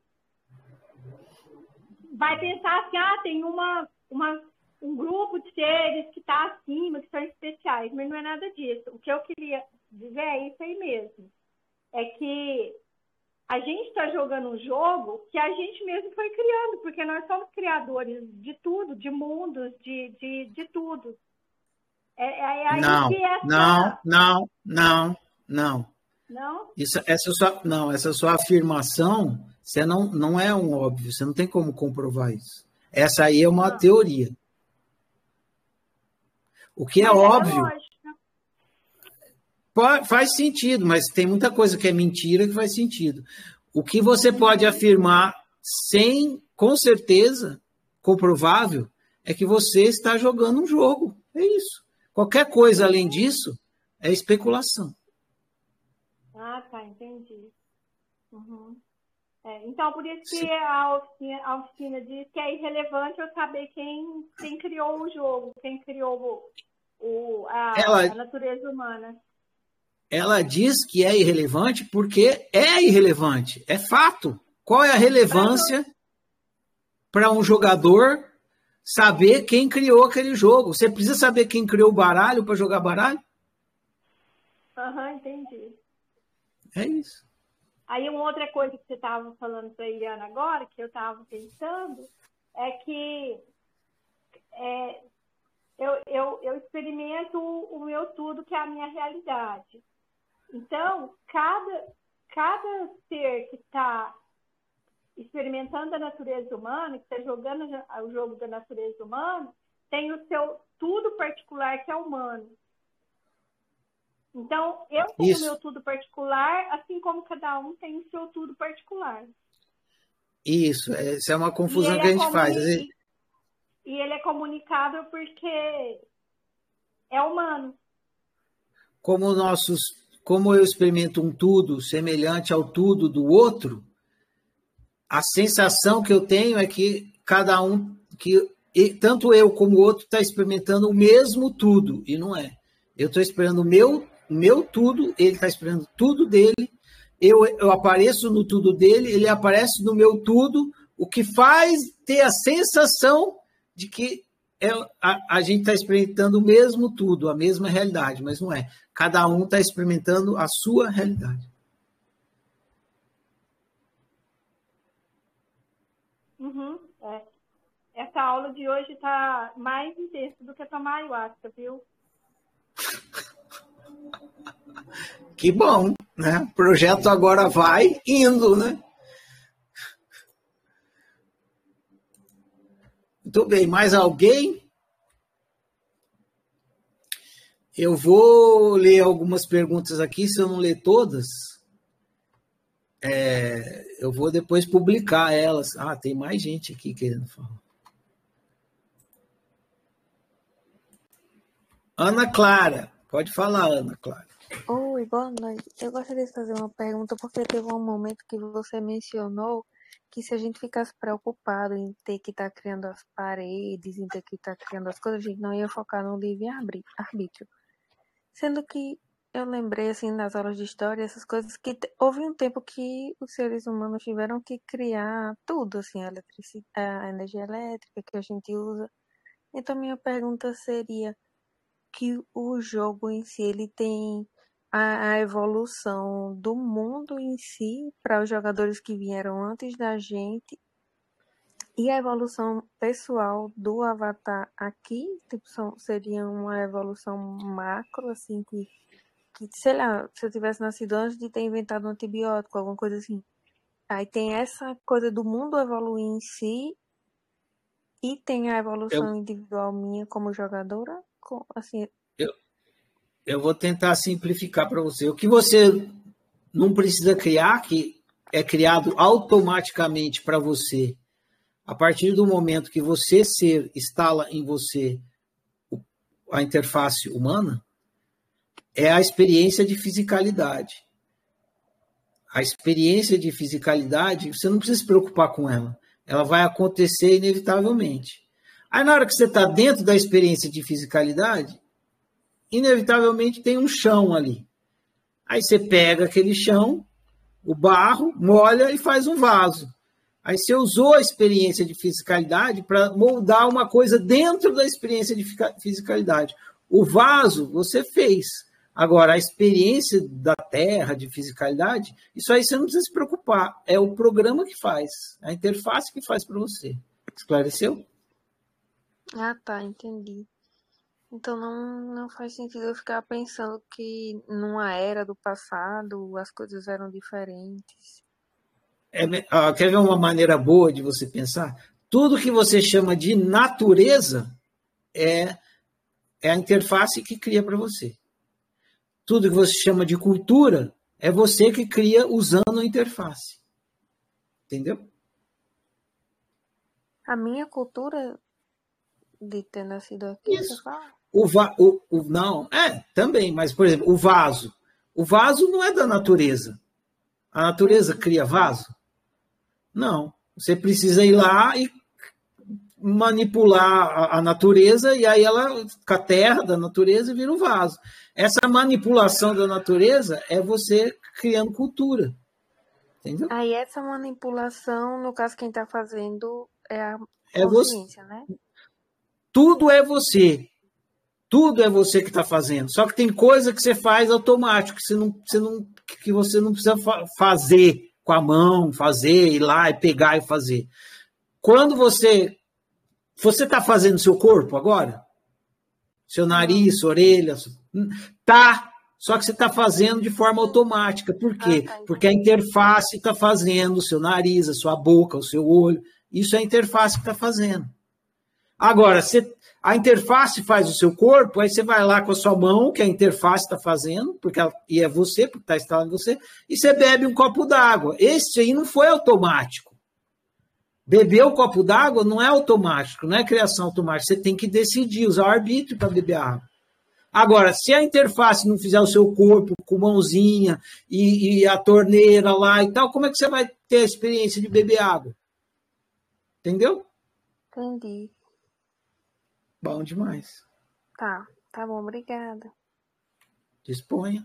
vai pensar assim, ah, tem uma, uma, um grupo de seres que está acima, que são especiais, mas não é nada disso. O que eu queria dizer é isso aí mesmo. É que a gente está jogando um jogo que a gente mesmo foi criando, porque nós somos criadores de tudo, de mundos, de, de, de tudo. É, é aí Não, que essa... não, não, não, não. Não? Isso, essa sua, não, essa sua afirmação, você não, não é um óbvio, você não tem como comprovar isso. Essa aí é uma Ah. teoria. O que é Mas óbvio lógico. pa- faz sentido, mas tem muita coisa que é mentira que faz sentido. O que você pode afirmar sem, com certeza, comprovável, é que você está jogando um jogo. É isso. Qualquer coisa além disso é especulação. Ah, tá, entendi. Uhum. É, então, por isso que Sim. a oficina, a oficina diz que é irrelevante eu saber quem, quem criou o jogo, quem criou o, o, a, Ela, a natureza humana. ela diz que é irrelevante porque é irrelevante. É fato. Qual é a Pra relevância para um jogador saber quem criou aquele jogo? Você precisa saber quem criou o baralho para jogar baralho? Aham, entendi. É isso. Aí uma outra coisa que você estava falando para a Iliana agora, que eu estava pensando, é que é, eu, eu, eu experimento o meu tudo, que é a minha realidade. Então, cada, cada ser que está experimentando a natureza humana, que está jogando o jogo da natureza humana, tem o seu tudo particular que é humano. Então, eu tenho o meu tudo particular, assim como cada um tem o seu tudo particular. Isso, essa é uma confusão E que a ele é gente faz. Às comuni- vezes, E ele é comunicável porque é humano. como nossos, como eu experimento um tudo semelhante ao tudo do outro, a sensação que eu tenho é que cada um, que e- tanto eu como o outro está experimentando o mesmo tudo, e não é. Eu estou esperando o meu, o meu tudo, ele está esperando tudo dele, eu, eu apareço no tudo dele, ele aparece no meu tudo, o que faz ter a sensação de que é, a, a gente está experimentando o mesmo tudo, a mesma realidade, mas não é. Cada um está experimentando a sua realidade. Uhum, é. Essa aula de hoje está mais intensa do que tomar ayahuasca, viu? Que bom, né? O projeto agora vai indo, né? Muito bem, mais alguém? Eu vou ler algumas perguntas aqui, se eu não ler todas, é, eu vou depois publicar elas. Ah, tem mais gente aqui querendo falar. Ana Clara, pode falar, Ana Clara. Oi, boa noite. Eu gostaria de fazer uma pergunta, porque teve um momento que você mencionou que se a gente ficasse preocupado em ter que estar criando as paredes, em ter que estar criando as coisas, a gente não ia focar no livre-arbítrio. Sendo que eu lembrei, assim, nas aulas de história, essas coisas, que te- houve um tempo que os seres humanos tiveram que criar tudo, assim, a eletricidade, a energia elétrica que a gente usa. Então, minha pergunta seria que o jogo em si, ele tem a, a evolução do mundo em si para os jogadores que vieram antes da gente e a evolução pessoal do Avatar aqui, tipo, são, seria uma evolução macro, assim, que, que, sei lá, se eu tivesse nascido antes de ter inventado um antibiótico, alguma coisa assim. Aí tem essa coisa do mundo evoluir em si e tem a Eu, evolução individual minha como jogadora, com, assim, eu, eu vou tentar simplificar para você. O que você não precisa criar, que é criado automaticamente para você, a partir do momento que você ser instala em você a interface humana, é a experiência de fisicalidade. A experiência de fisicalidade, você não precisa se preocupar com ela. Ela vai acontecer inevitavelmente. Aí, na hora que você está dentro da experiência de fisicalidade, inevitavelmente tem um chão ali. Aí você pega aquele chão, o barro, molha e faz um vaso. Aí você usou a experiência de fisicalidade para moldar uma coisa dentro da experiência de fisicalidade. O vaso você fez. Agora, a experiência da Terra, de fisicalidade, isso aí você não precisa se preocupar. É o programa que faz, a interface que faz para você. Esclareceu? ah, tá, entendi. Então não, não faz sentido eu ficar pensando que numa era do passado as coisas eram diferentes. É, ah, quer ver uma maneira boa de você pensar? Tudo que você chama de natureza é, é a interface que cria para você. Tudo que você chama de cultura é você que cria usando a interface. Entendeu? A minha cultura de ter nascido aqui, você Isso. fala? O, va o, o Não, é, também, mas, por exemplo, o vaso. O vaso não é da natureza. A natureza cria vaso? Não. Você precisa ir lá e manipular a, a natureza, e aí ela, com a terra da natureza, vira um vaso. Essa manipulação da natureza é você criando cultura. Entendeu? Aí essa manipulação, no caso, quem está fazendo é a É você. consciência, né? Tudo é você. Tudo é você que está fazendo. Só que tem coisa que você faz automático, que você não, você não, que você não precisa fa fazer com a mão, fazer, ir lá e pegar e fazer. Quando você... Você está fazendo seu corpo agora? Seu nariz, sua orelha? Tá. Só que você está fazendo de forma automática. Por quê? Ah, tá, Porque a interface está fazendo o seu nariz, a sua boca, o seu olho. Isso é a interface que está fazendo. Agora, você, a interface faz o seu corpo, aí você vai lá com a sua mão, que a interface está fazendo, porque ela, e é você, porque está instalado em você, e você bebe um copo d'água. Esse aí não foi automático. Beber o copo d'água não é automático, não é criação automática. Você tem que decidir, usar o arbítrio para beber água. Agora, se a interface não fizer o seu corpo com mãozinha e, e a torneira lá e tal, como é que você vai ter a experiência de beber água? Entendeu? entendi. Bom demais. Tá, tá bom, obrigada. Disponha.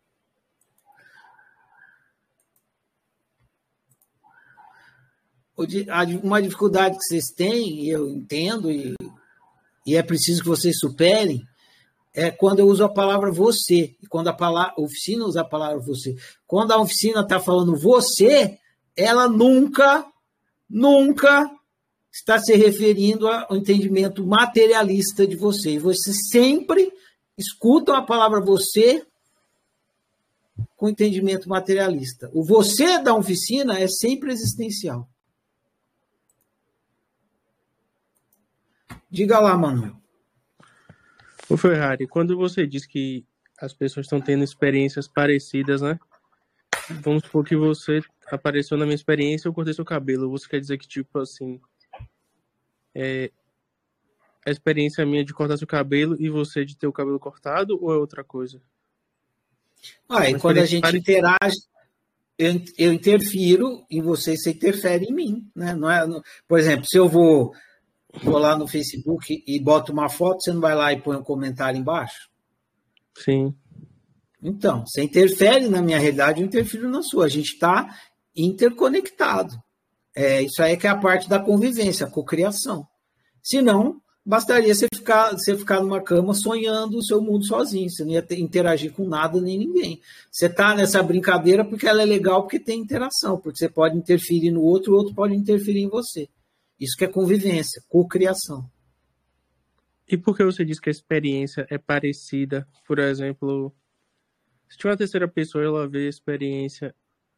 Uma dificuldade que vocês têm, e eu entendo, e, e é preciso que vocês superem, é quando eu uso a palavra você, e quando a, palavra, a oficina usa a palavra você. Quando a oficina está falando você, ela nunca, nunca está se referindo ao entendimento materialista de você. E vocês sempre escutam a palavra você com entendimento materialista. O você da oficina é sempre existencial. Diga lá, Manuel. Ô Ferrari, quando você diz que as pessoas estão tendo experiências parecidas, né? Vamos supor que você apareceu na minha experiência e eu cortei seu cabelo. Você quer dizer que, tipo assim, é, a experiência minha de cortar seu cabelo e você de ter o cabelo cortado ou é outra coisa? Ah, e Uma quando a experiência gente parecida. interage, eu, eu interfiro em você, você interfere em mim, né? Não é, não- por exemplo, se eu vou, vou lá no Facebook e boto uma foto, você não vai lá e põe um comentário embaixo? Sim. Então, você interfere na minha realidade, eu interfiro na sua. A gente está interconectado. É, isso aí que é a parte da convivência, a cocriação. Se não, bastaria você ficar, você ficar numa cama sonhando o seu mundo sozinho. Você não ia ter, interagir com nada nem ninguém. Você está nessa brincadeira porque ela é legal, porque tem interação, porque você pode interferir no outro, o outro pode interferir em você. Isso que é convivência, cocriação. E por que você diz que a experiência é parecida? Por exemplo, se tiver uma terceira pessoa e ela vê a experiência,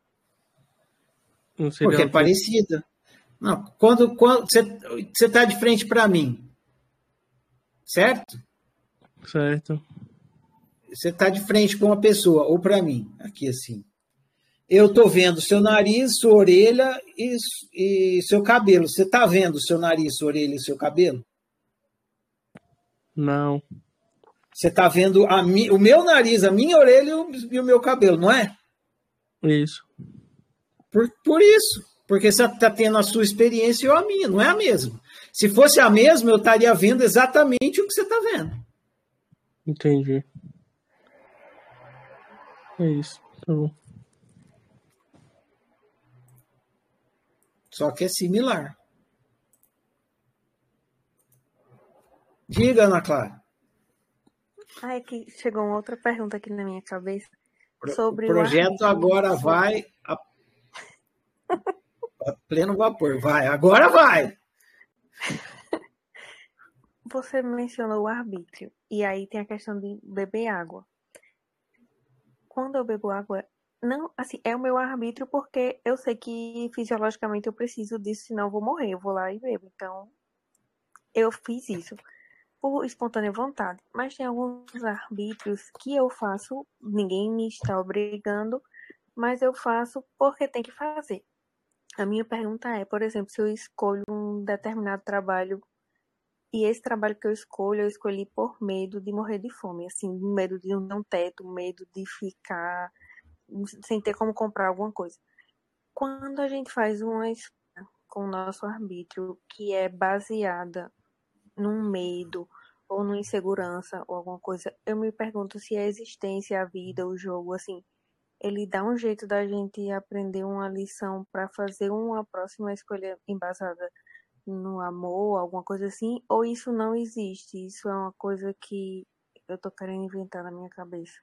não seria Porque é algo parecida. Não, quando, quando você está de frente para mim, certo? certo? Você está de frente para uma pessoa, ou para mim, aqui assim. Eu estou vendo seu nariz, sua orelha e, e seu cabelo. Você está vendo seu nariz, sua orelha e seu cabelo? Não. Você está vendo a mi, o meu nariz, a minha orelha e o, e o meu cabelo, não é? Isso. Por, por isso. Porque você está tendo a sua experiência e eu a minha, não é a mesma. Se fosse a mesma, eu estaria vendo exatamente o que você está vendo. Entendi. É isso. Tá bom. Só que é similar. Diga, Ana Clara. Ah, é que chegou uma outra pergunta aqui na minha cabeça O sobre o projeto arbítrio. agora vai a, a pleno vapor. Vai, agora vai. Você mencionou o arbítrio, e aí tem a questão de beber água. Quando eu bebo água, não, assim, é o meu arbítrio porque eu sei que fisiologicamente eu preciso disso, senão eu vou morrer, eu vou lá e bebo. Então, eu fiz isso por espontânea vontade. Mas tem alguns arbítrios que eu faço, ninguém me está obrigando, mas eu faço porque tem que fazer. A minha pergunta é, por exemplo, se eu escolho um determinado trabalho e esse trabalho que eu escolho, eu escolhi por medo de morrer de fome, assim, medo de não ter um teto, medo de ficar sem ter como comprar alguma coisa. Quando a gente faz uma escolha com o nosso arbítrio que é baseada num medo ou numa insegurança ou alguma coisa, eu me pergunto se a existência, a vida, o jogo, assim, ele dá um jeito da gente aprender uma lição para fazer uma próxima escolha embasada no amor, alguma coisa assim, ou isso não existe? Isso é uma coisa que eu tô querendo inventar na minha cabeça.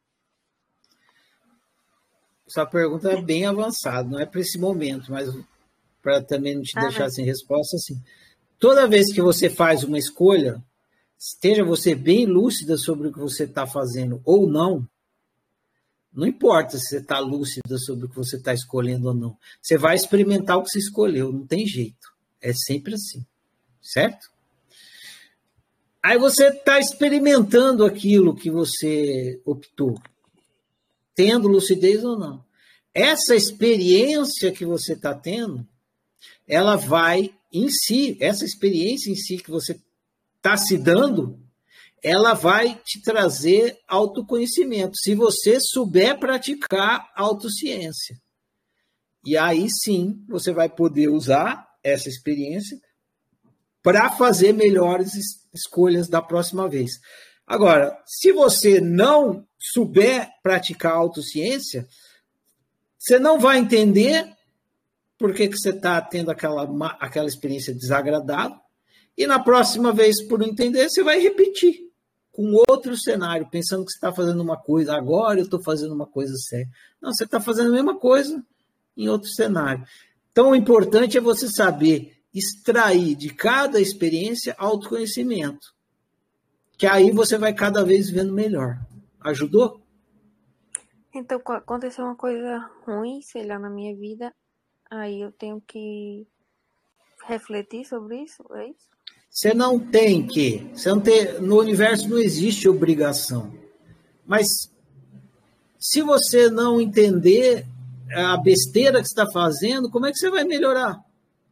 Essa pergunta é bem avançada, não é para esse momento, mas para também não te Ah, deixar mas sem resposta, assim. Toda vez que você faz uma escolha, esteja você bem lúcida sobre o que você está fazendo ou não, não importa se você está lúcida sobre o que você está escolhendo ou não. Você vai experimentar o que você escolheu, não tem jeito. É sempre assim, certo? Aí você está experimentando aquilo que você optou, tendo lucidez ou não. Essa experiência que você está tendo, ela vai em si, essa experiência em si que você está se dando, ela vai te trazer autoconhecimento, se você souber praticar autociência. E aí sim, você vai poder usar essa experiência para fazer melhores escolhas da próxima vez. Agora, se você não souber praticar autociência, você não vai entender por que, que você está tendo aquela, aquela experiência desagradável, e na próxima vez, por não entender, você vai repetir com outro cenário, pensando que você está fazendo uma coisa, agora eu estou fazendo uma coisa séria. Não, você está fazendo a mesma coisa em outro cenário. Então, o importante é você saber extrair de cada experiência autoconhecimento, que aí você vai cada vez vendo melhor. Ajudou? então, aconteceu uma coisa ruim, sei lá, na minha vida, aí eu tenho que refletir sobre isso, é isso? Você não tem que. Você não tem, no universo não existe obrigação. Mas se você não entender a besteira que você está fazendo, como é que você vai melhorar?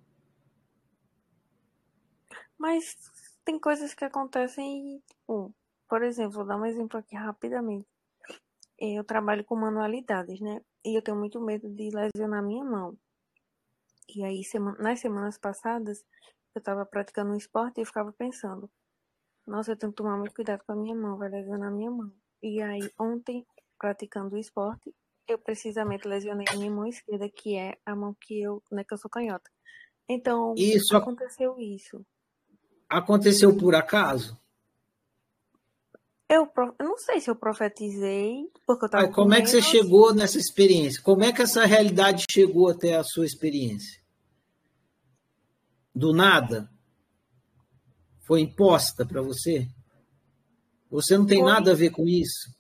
Mas tem coisas que acontecem, e, tipo, por exemplo, vou dar um exemplo aqui rapidamente. Eu trabalho com manualidades, né? E eu tenho muito medo de lesionar minha mão. E aí, sema- nas semanas passadas, eu estava praticando um esporte e eu ficava pensando, nossa, eu tenho que tomar muito cuidado com a minha mão, vai lesionar a minha mão. E aí, ontem, praticando o esporte, eu precisamente lesionei a minha mão esquerda, que é a mão que eu, né, que eu sou canhota. Então, Isso aconteceu isso. aconteceu por acaso? Eu, pro- eu não sei se eu profetizei, porque eu Aí, tava com como é que você medo. chegou nessa experiência? Como é que essa realidade chegou até a sua experiência? Do nada? Foi imposta para você? Você não tem Foi, nada a ver com isso?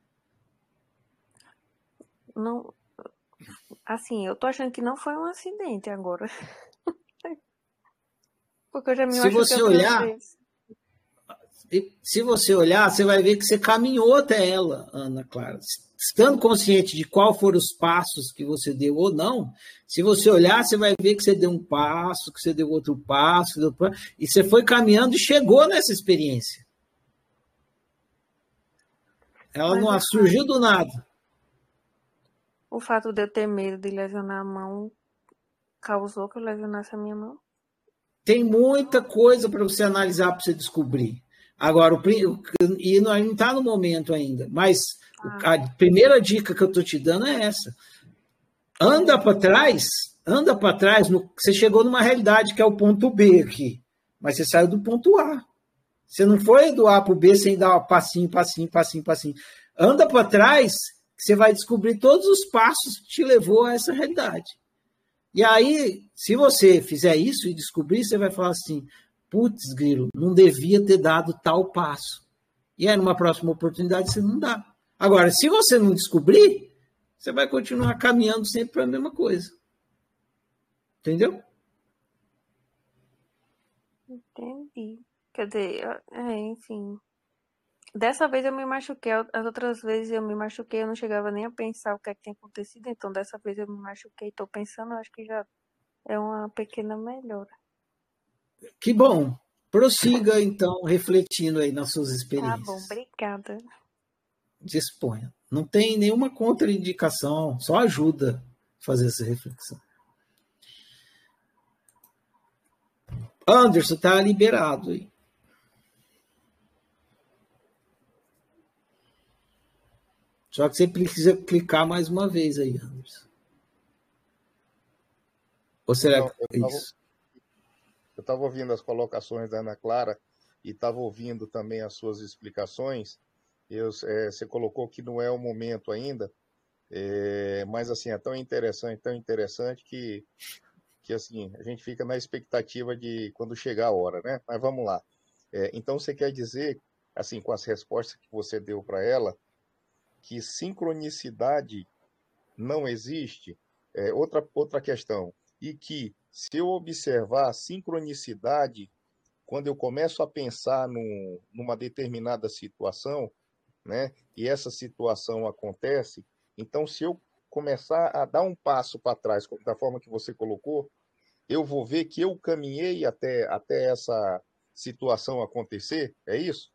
não, assim, eu tô achando que não foi um acidente agora. Porque eu já me Se machuquei você outras olhar, vezes. se você olhar, você vai ver que você caminhou até ela, Ana Clara. Estando consciente de qual foram os passos que você deu ou não, se você olhar, você vai ver que você deu um passo, que você deu outro passo, deu outro passo, e você foi caminhando e chegou nessa experiência. Ela Mas não o, surgiu do nada. o fato de eu ter medo de lesionar a mão causou que eu lesionasse a minha mão. Tem muita coisa para você analisar, para você descobrir. Agora, o, e não está no momento ainda, mas Ah, a primeira dica que eu estou te dando é essa. Anda para trás, anda para trás, no, você chegou numa realidade que é o ponto B aqui, mas você saiu do ponto A. Você não foi do A para o B sem dar um passinho, passinho, passinho, passinho. Anda para trás, que você vai descobrir todos os passos que te levou a essa realidade. E aí, se você fizer isso e descobrir, você vai falar assim, putz, grilo, não devia ter dado tal passo. E aí, numa próxima oportunidade, você não dá. Agora, se você não descobrir, você vai continuar caminhando sempre para a mesma coisa. Entendeu? entendi. Quer dizer, eu- é, enfim. Dessa vez eu me machuquei, as outras vezes eu me machuquei, eu não chegava nem a pensar o que é que tinha acontecido, então dessa vez eu me machuquei, tô pensando, acho que já é uma pequena melhora. Que bom. Prossiga, então, refletindo aí nas suas Tá bom, experiências. obrigada. Disponha. Não tem nenhuma contraindicação, só ajuda a fazer essa reflexão. Anderson, está liberado aí. Só que você precisa clicar mais uma vez aí, Anderson. Ou será Não, que eu é estava isso? eu estava ouvindo as colocações da Ana Clara e estava ouvindo também as suas explicações. Eu, é, você colocou que não é o momento ainda, é, mas assim é tão interessante, tão interessante que, que assim a gente fica na expectativa de quando chegar a hora, né? Mas vamos lá. É, então você quer dizer, assim, com as respostas que você deu para ela, que sincronicidade não existe? É, outra, outra questão. E que se eu observar a sincronicidade, quando eu começo a pensar num, numa determinada situação, né, e essa situação acontece, então se eu começar a dar um passo para trás, da forma que você colocou, eu vou ver que eu caminhei até, até essa situação acontecer, é isso?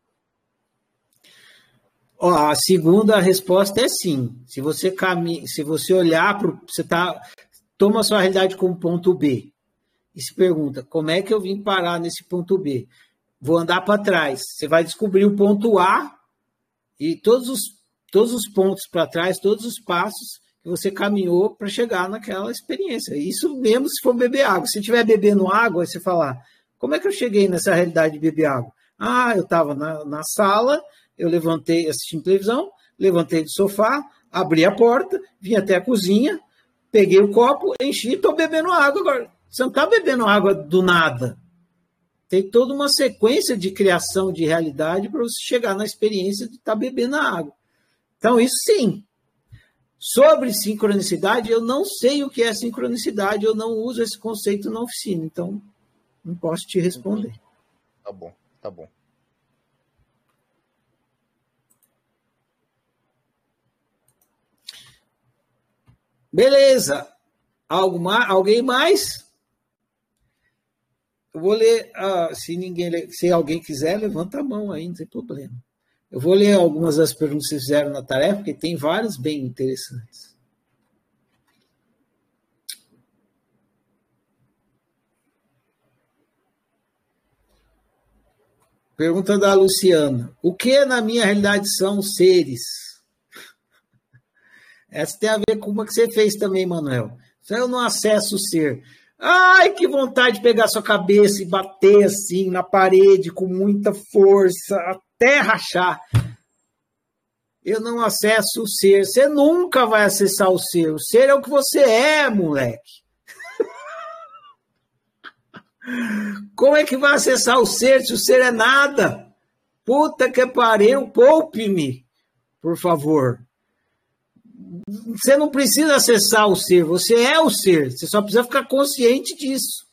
Ó, a segunda resposta é sim. Se você caminha, se você olhar para você tá, toma a sua realidade como ponto B e se pergunta como é que eu vim parar nesse ponto B? Vou andar para trás. Você vai descobrir o ponto A e todos os, todos os pontos para trás, todos os passos que você caminhou para chegar naquela experiência. Isso mesmo se for beber água. Se estiver bebendo água, aí você falar, como é que eu cheguei nessa realidade de beber água? Ah, eu estava na, na sala, eu levantei assistindo televisão, levantei do sofá, abri a porta, vim até a cozinha, peguei o copo, enchi e estou bebendo água agora. Você não está bebendo água do nada. Tem toda uma sequência de criação de realidade para você chegar na experiência de estar tá bebendo a água. Então, isso sim. Sobre sincronicidade, eu não sei o que é sincronicidade, eu não uso esse conceito na oficina, então não posso te responder. Tá bom, tá bom. Beleza. Algo mais? Alguém mais? Eu vou ler, uh, se ninguém, se alguém quiser, levanta a mão aí, não tem problema. Eu vou ler algumas das perguntas que vocês fizeram na tarefa, porque tem várias bem interessantes. Pergunta da Luciana. O que na minha realidade são seres? Essa tem a ver com uma que você fez também, Manuel. Eu não acesso o ser. Ai, que vontade de pegar sua cabeça e bater assim na parede com muita força, até rachar. Eu não acesso o ser. Você nunca vai acessar o ser. O ser é o que você é, moleque. Como é que vai acessar o ser se o ser é nada? Puta que pariu, poupe-me, por favor. Você não precisa acessar o ser, você é o ser, você só precisa ficar consciente disso.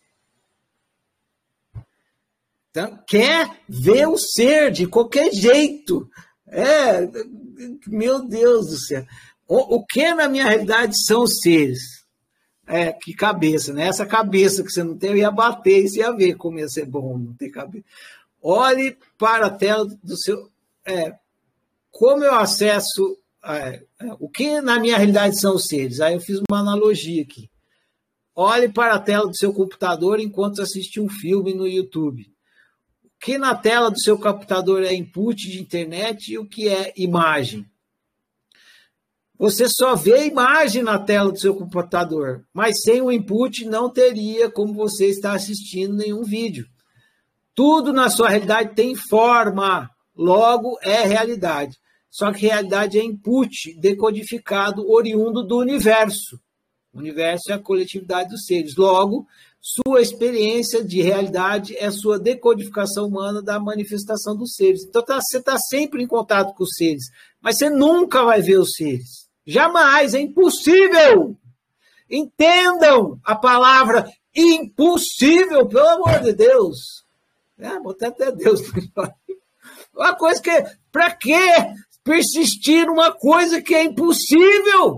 Então, quer ver o ser de qualquer jeito. É, meu Deus do céu. O, o que na minha realidade são os seres? É, que cabeça, né? Essa cabeça que você não tem, eu ia bater e você ia ver como ia ser bom não ter cabeça. Olhe para a tela do seu... É, como eu acesso... É, o que na minha realidade são os seres? Aí eu fiz uma analogia aqui. Olhe para a tela do seu computador enquanto assiste um filme no YouTube. O que na tela do seu computador é input de internet e o que é imagem? Você só vê imagem na tela do seu computador, mas sem o input não teria como você estar assistindo nenhum vídeo. Tudo na sua realidade tem forma, logo é realidade. Só que realidade é input decodificado oriundo do universo. O universo é a coletividade dos seres. Logo, sua experiência de realidade é sua decodificação humana da manifestação dos seres. Então, você está sempre em contato com os seres, mas você nunca vai ver os seres. Jamais, é impossível. Entendam a palavra impossível, pelo amor de Deus. É, botar até Deus. Uma coisa que... Para quê persistir numa coisa que é impossível?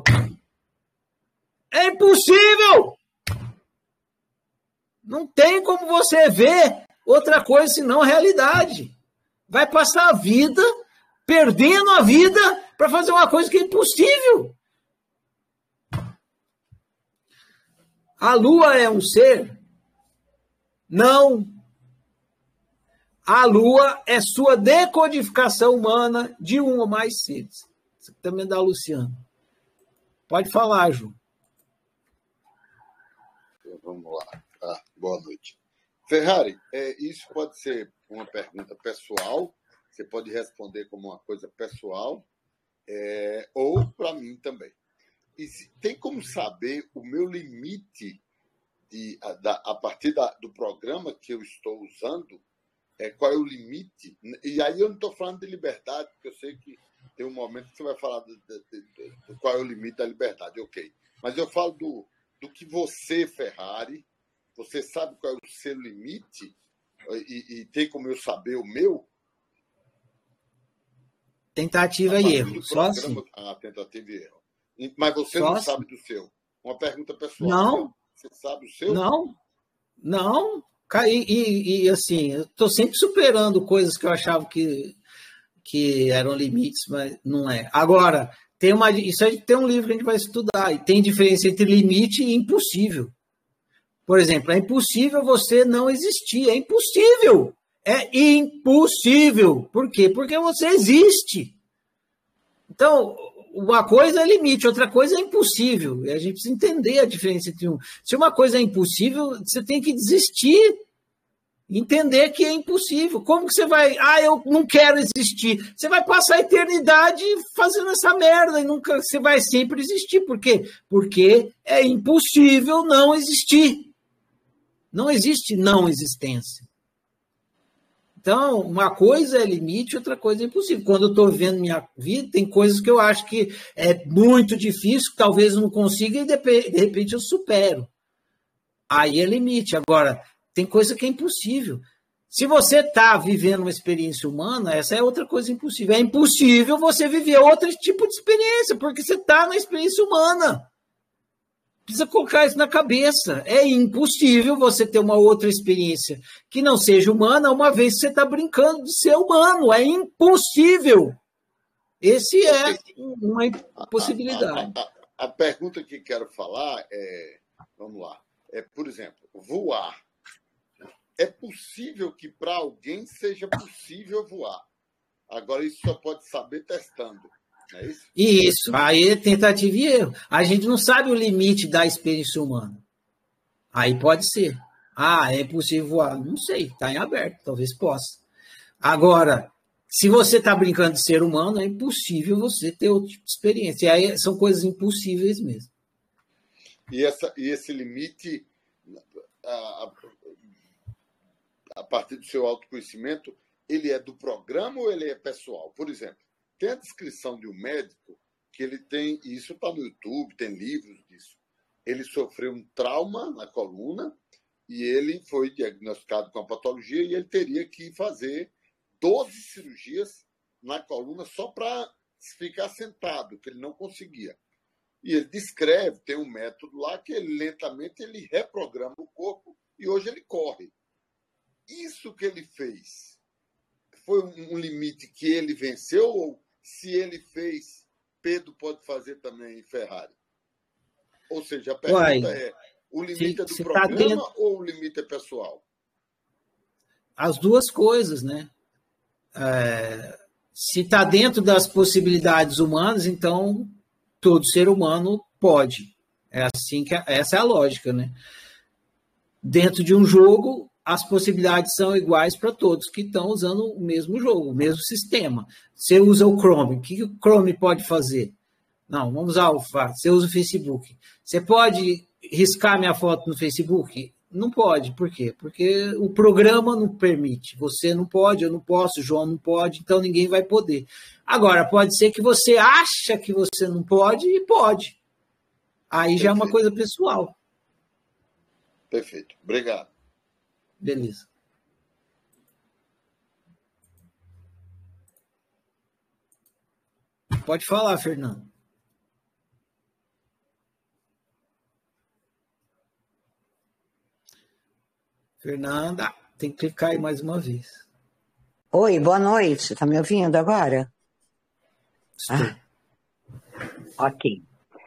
É impossível! Não tem como você ver outra coisa senão a realidade. Vai passar a vida perdendo a vida para fazer uma coisa que é impossível. A Lua é um ser? Não. A Lua é sua decodificação humana de um ou mais seres. Isso também é da Luciana. Pode falar, Ju. Vamos lá. Ah, boa noite. Ferrari, é, isso pode ser uma pergunta pessoal, você pode responder como uma coisa pessoal, é, ou para mim também. E se, tem como saber o meu limite de, a, da, a partir da, do programa que eu estou usando? É, qual é o limite? E aí eu não estou falando de liberdade, porque eu sei que tem um momento que você vai falar de, de, de, de, de qual é o limite da liberdade, ok. Mas eu falo do, do que você, Ferrari, você sabe qual é o seu limite? E, e tem como eu saber o meu? Tentativa e erro, só assim. Ah, tentativa e erro. Mas você só não assim. Sabe do seu. Uma pergunta pessoal. Não. Você sabe o seu? Não. Não. E, e, e assim, eu estou sempre superando coisas que eu achava que, que eram limites, mas não é. Agora, tem uma, isso aí tem um livro que a gente vai estudar, e tem diferença entre limite e impossível. Por exemplo, é impossível você não existir, é impossível. É impossível. Por quê? Porque você existe. Então, uma coisa é limite, outra coisa é impossível. E a gente precisa entender a diferença entre um. Se uma coisa é impossível, você tem que desistir. Entender que é impossível. Como que você vai... Ah, eu não quero existir. Você vai passar a eternidade fazendo essa merda e nunca... Você vai sempre existir. Por quê? Porque é impossível não existir. Não existe não existência. Então, uma coisa é limite, outra coisa é impossível. Quando eu estou vivendo minha vida, tem coisas que eu acho que é muito difícil, que talvez eu não consiga e de repente eu supero. Aí é limite. Agora, tem coisa que é impossível. Se você está vivendo uma experiência humana, essa é outra coisa impossível. É impossível você viver outro tipo de experiência, porque você está na experiência humana. Precisa colocar isso na cabeça. É impossível você ter uma outra experiência que não seja humana, uma vez que você está brincando de ser humano. É impossível. Esse é uma possibilidade. A, a, a, a pergunta que quero falar é, vamos lá, é, por exemplo, voar. É possível que para alguém seja possível voar. Agora, isso só pode saber testando. Não é isso? Isso, aí é tentativa e erro. A gente não sabe o limite da experiência humana. Aí pode ser. Ah, é possível voar? Não sei, está em aberto, talvez possa. Agora, se você está brincando de ser humano, é impossível você ter outro tipo de experiência. E aí são coisas impossíveis mesmo. E, essa, e esse limite, a, a, a partir do seu autoconhecimento, ele é do programa ou ele é pessoal? Por exemplo, tem a descrição de um médico que ele tem, e isso está no YouTube, tem livros disso. Ele sofreu um trauma na coluna e ele foi diagnosticado com a patologia e ele teria que fazer doze cirurgias na coluna só para ficar sentado, que ele não conseguia. E ele descreve, tem um método lá que ele lentamente ele reprograma o corpo e hoje ele corre. Isso que ele fez foi um limite que ele venceu ou se ele fez, Pedro pode fazer também em Ferrari? Ou seja, a pergunta Uai, é, o limite se, é do programa tá dentro... ou o limite é pessoal? As duas coisas, né? É, se está dentro das possibilidades humanas, então todo ser humano pode. É assim que essa é a lógica, né? Dentro de um jogo, as possibilidades são iguais para todos que estão usando o mesmo jogo, o mesmo sistema. Você usa o Chrome, o que o Chrome pode fazer? Não, vamos usar o você usa o Facebook. Você pode riscar minha foto no Facebook? Não pode. Por quê? Porque o programa não permite. Você não pode, eu não posso, o João não pode, então ninguém vai poder. Agora, pode ser que você acha que você não pode e pode. Aí Perfeito. Já é uma coisa pessoal. Perfeito. Obrigado. Beleza. Pode falar, Fernando. Fernanda, tem que clicar aí mais uma vez. Oi, boa noite. Está me ouvindo agora? Ah, ok.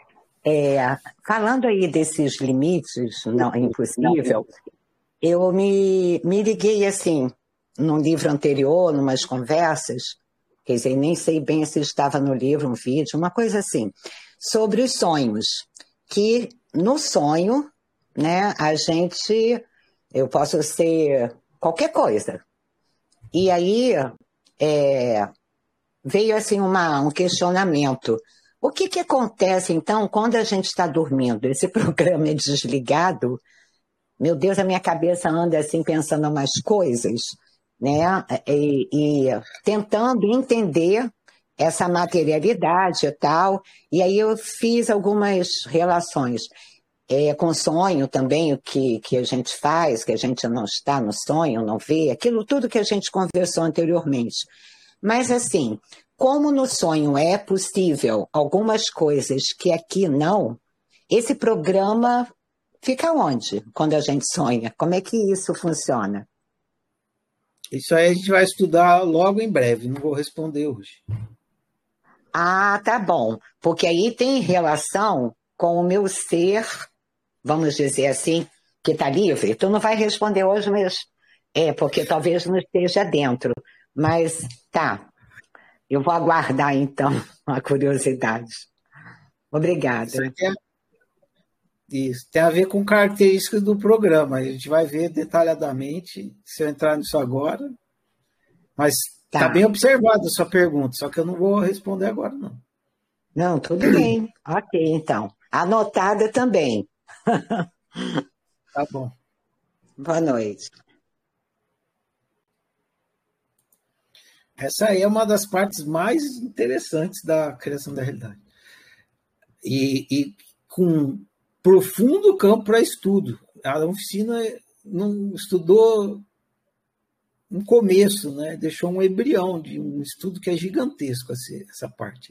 É, falando aí desses limites, não é impossível, eu me, me liguei assim, num livro anterior, numas conversas, quer dizer, nem sei bem se estava no livro, um vídeo, uma coisa assim, sobre os sonhos, que no sonho, né, a gente, eu posso ser qualquer coisa. E aí é, veio assim uma, um questionamento. O que, que acontece, então, quando a gente está dormindo? Esse programa é desligado, meu Deus, a minha cabeça anda assim pensando umas coisas, né? E, e tentando entender essa materialidade e tal. E aí eu fiz algumas relações é, com sonho também, o que, que a gente faz, que a gente não está no sonho, não vê, aquilo tudo que a gente conversou anteriormente. Mas assim, como no sonho é possível algumas coisas que aqui não, esse programa fica onde quando a gente sonha? Como é que isso funciona? Isso aí a gente vai estudar logo em breve, não vou responder hoje. Ah, tá bom. Porque aí tem relação com o meu ser, vamos dizer assim, que está livre. Tu não vai responder hoje, mas é porque talvez não esteja dentro. Mas tá, eu vou aguardar então a curiosidade. Obrigada. Isso, é... Isso tem a ver com características do programa. A gente vai ver detalhadamente se eu entrar nisso agora. Mas está tá bem observada a sua pergunta, só que eu não vou responder agora, não. Não, tudo bem. Ok, então. Anotada também. Tá bom. Boa noite. Essa aí é uma das partes mais interessantes da criação da realidade. E, e com profundo campo para estudo. A oficina não estudou um começo, né? Deixou um embrião de um estudo que é gigantesco, essa parte.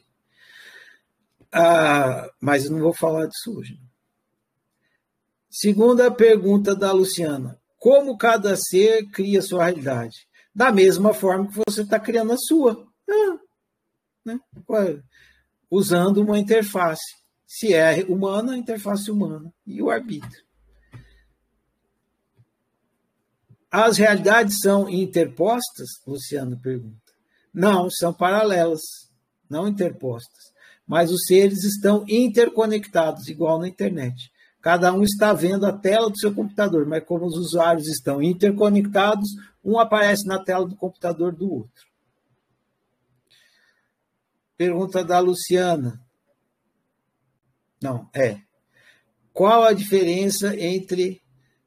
Ah, mas eu não vou falar disso hoje. Segunda pergunta da Luciana. Como cada ser cria sua realidade? Da mesma forma que você está criando a sua. Ah, né? Usando uma interface. Se é humana, a interface humana. E o arbítrio. As realidades são interpostas? Luciano pergunta. Não, são paralelas, não interpostas. Mas os seres estão interconectados, igual na internet. Cada um está vendo a tela do seu computador, mas como os usuários estão interconectados, um aparece na tela do computador do outro. Pergunta da Luciana. Não, é. Qual a diferença entre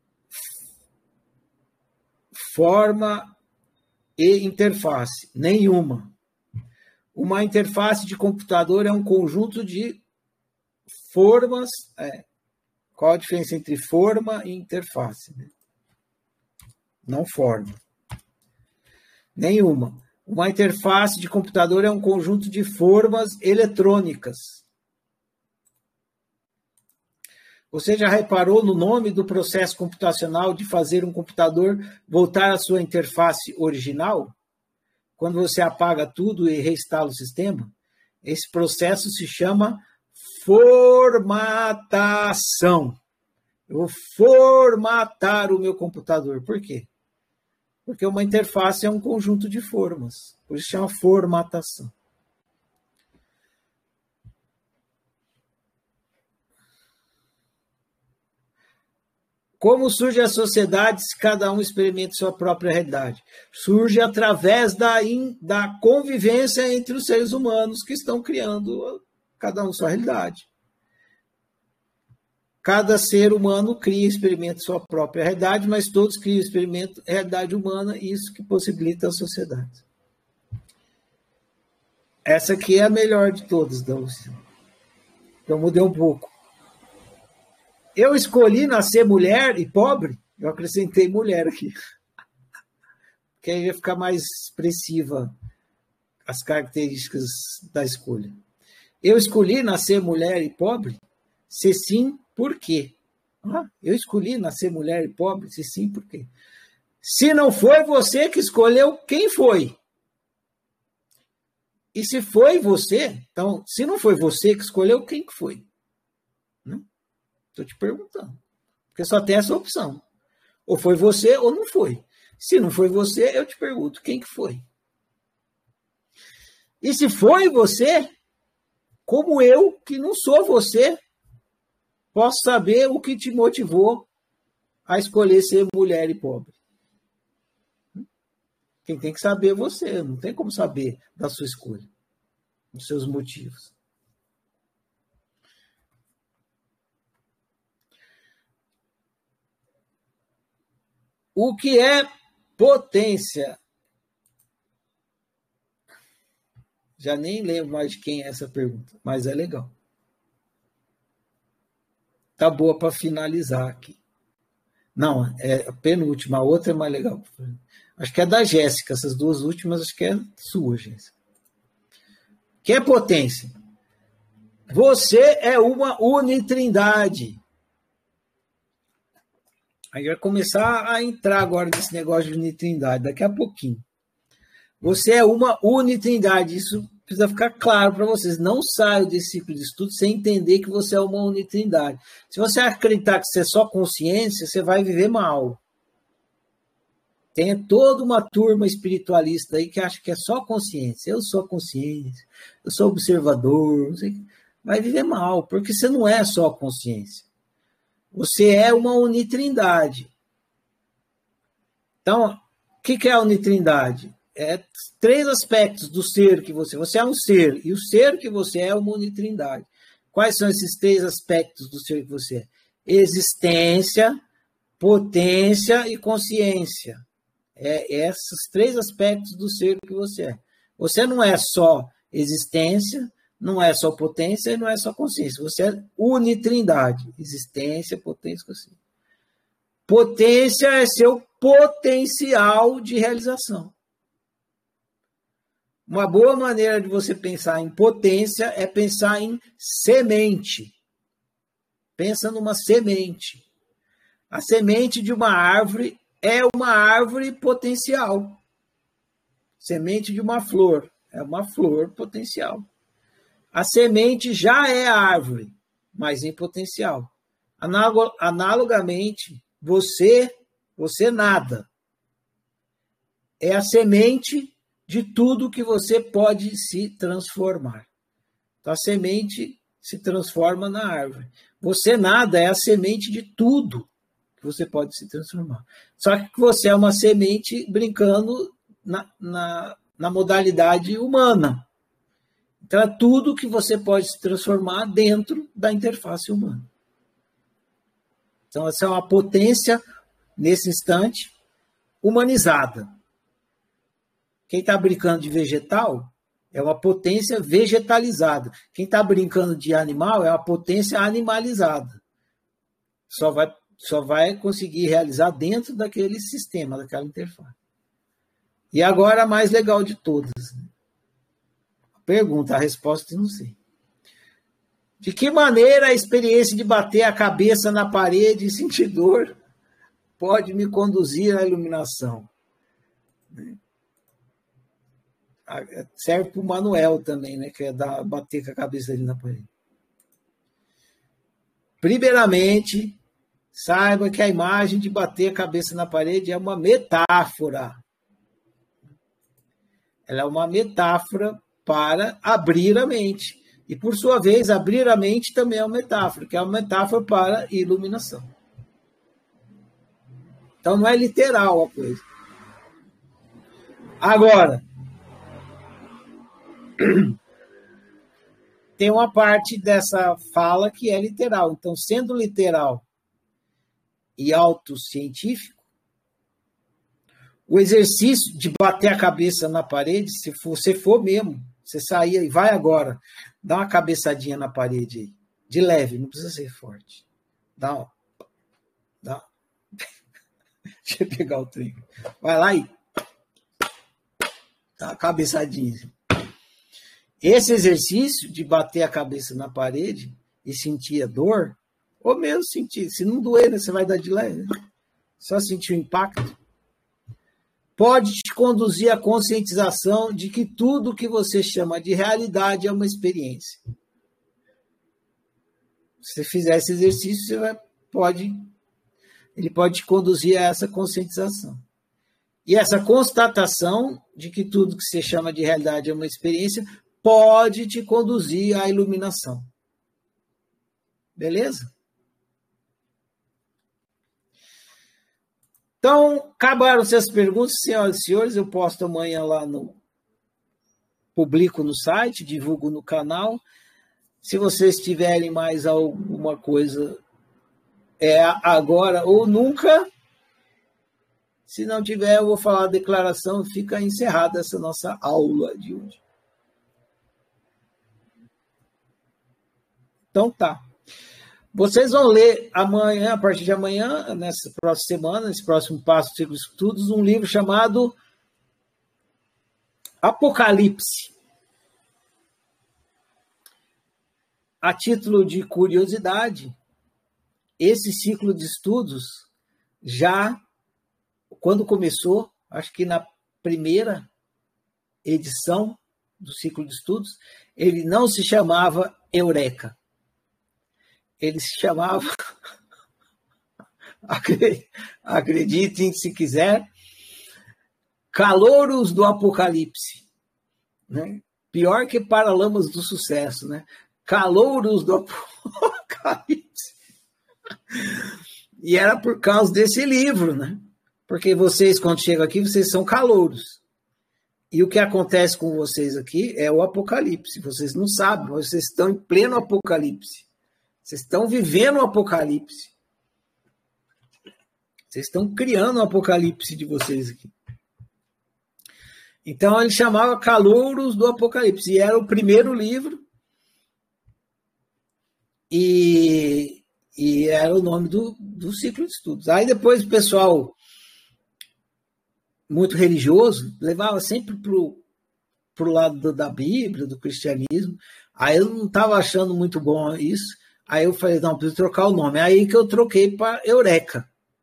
forma e interface? Nenhuma. Uma interface de computador é um conjunto de formas. É. Qual a diferença entre forma e interface? Né? Não forma. Nenhuma. Uma interface de computador é um conjunto de formas eletrônicas. Você já reparou no nome do processo computacional de fazer um computador voltar à sua interface original? Quando você apaga tudo e reinstala o sistema? Esse processo se chama formatação. Eu vou formatar o meu computador. Por quê? Porque uma interface é um conjunto de formas. Por isso chama formatação. Como surge a sociedade se cada um experimenta sua própria realidade? Surge através da, in, da convivência entre os seres humanos que estão criando cada um sua realidade. Cada ser humano cria e experimenta sua própria realidade, mas todos criam e experimentam a realidade humana, e isso que possibilita a sociedade. Essa aqui é a melhor de todas, da Luciana. Então, mudei um pouco. Eu escolhi nascer mulher e pobre, eu acrescentei mulher aqui. Porque aí ia ficar mais expressiva as características da escolha. Eu escolhi nascer mulher e pobre? Se sim, por quê? Ah, eu escolhi nascer mulher e pobre? Se sim, por quê? Se não foi você que escolheu, quem foi? E se foi você, então, se não foi você que escolheu, quem que foi? Estou te perguntando. Porque só tem essa opção. Ou foi você ou não foi. Se não foi você, eu te pergunto, quem que foi? E se foi você, como eu, que não sou você, posso saber o que te motivou a escolher ser mulher e pobre? Quem tem que saber é você. Não tem como saber da sua escolha, dos seus motivos. O que é potência? Já nem lembro mais de quem é essa pergunta, mas é legal. Tá boa para finalizar aqui. Não, é a penúltima, a outra é mais legal. Acho que é da Jéssica, essas duas últimas acho que é sua, Jéssica. O que é potência? Você é uma unitrindade. Aí vai começar a entrar agora nesse negócio de unitrindade, daqui a pouquinho. Você é uma unitrindade, isso precisa ficar claro para vocês. Não saiam desse ciclo de estudo sem entender que você é uma unitrindade. Se você acreditar que você é só consciência, você vai viver mal. Tem toda uma turma espiritualista aí que acha que é só consciência. Eu sou consciência, eu sou observador. Vai viver mal, porque você não é só consciência. Você é uma unitrindade. Então, o que é a unitrindade? É três aspectos do ser que você... Você é um ser, e o ser que você é é uma unitrindade. Quais são esses três aspectos do ser que você é? Existência, potência e consciência. É esses três aspectos do ser que você é. Você não é só existência, não é só potência e não é só consciência. Você é unitrindade. Existência, potência e consciência. Potência é seu potencial de realização. Uma boa maneira de você pensar em potência é pensar em semente. Pensa numa semente. A semente de uma árvore é uma árvore potencial. Semente de uma flor é uma flor potencial. A semente já é a árvore, mas em potencial. Analogamente, você, você nada. É a semente de tudo que você pode se transformar. Então, a semente se transforma na árvore. Você nada é a semente de tudo que você pode se transformar. Só que você é uma semente brincando na, na, na modalidade humana. Então, é tudo que você pode se transformar dentro da interface humana. Então, essa é uma potência, nesse instante, humanizada. Quem está brincando de vegetal é uma potência vegetalizada. Quem está brincando de animal é uma potência animalizada. Só vai, só vai conseguir realizar dentro daquele sistema, daquela interface. E agora a mais legal de todas. A pergunta, a resposta eu não sei. De que maneira a experiência de bater a cabeça na parede e sentir dor pode me conduzir à iluminação? Serve para o Manuel também, né? Que é dar, bater com a cabeça dele na parede. Primeiramente, saiba que a imagem de bater a cabeça na parede é uma metáfora. Ela é uma metáfora para abrir a mente. E, por sua vez, abrir a mente também é uma metáfora, que é uma metáfora para iluminação. Então, não é literal a coisa. Agora, tem uma parte dessa fala que é literal. Então, sendo literal e autocientífico, o exercício de bater a cabeça na parede, se você for mesmo, você sair e vai agora, dá uma cabeçadinha na parede aí, de leve, não precisa ser forte. Dá uma... Dá... Deixa eu pegar o trem. Vai lá e dá uma cabeçadinha. Esse exercício de bater a cabeça na parede e sentir a dor, ou mesmo sentir, se não doer, né, você vai dar de leve, né? Só sentir o impacto, pode te conduzir à conscientização de que tudo que você chama de realidade é uma experiência. Se você fizer esse exercício, você vai, pode, ele pode te conduzir a essa conscientização. E essa constatação de que tudo que você chama de realidade é uma experiência pode te conduzir à iluminação. Beleza? Então, acabaram-se as perguntas, senhoras e senhores. Eu posto amanhã lá no... Publico no site, divulgo no canal. Se vocês tiverem mais alguma coisa, é agora ou nunca. Se não tiver, eu vou falar a declaração. Fica encerrada essa nossa aula de hoje. Então, tá. Vocês vão ler amanhã, a partir de amanhã, nessa próxima semana, nesse próximo passo do Ciclo de Estudos, um livro chamado Apocalipse. A título de curiosidade, esse ciclo de estudos já, quando começou, acho que na primeira edição do ciclo de estudos, ele não se chamava Eureka. Ele se chamava, acreditem se quiser, Calouros do Apocalipse. Né? Pior que Paralamas do Sucesso. Né? Calouros do Apocalipse. E era por causa desse livro, né? Porque vocês, quando chegam aqui, vocês são calouros. E o que acontece com vocês aqui é o Apocalipse. Vocês não sabem, mas vocês estão em pleno Apocalipse. Vocês estão vivendo o Apocalipse. Vocês estão criando o Apocalipse de vocês aqui. Então, ele chamava Calouros do Apocalipse. E era o primeiro livro. E, e era o nome do, do ciclo de estudos. Aí depois o pessoal muito religioso, levava sempre para o lado do, da Bíblia, do cristianismo. Aí eu não estava achando muito bom isso. Aí eu falei, não, preciso trocar o nome. Aí que eu troquei para Eureka.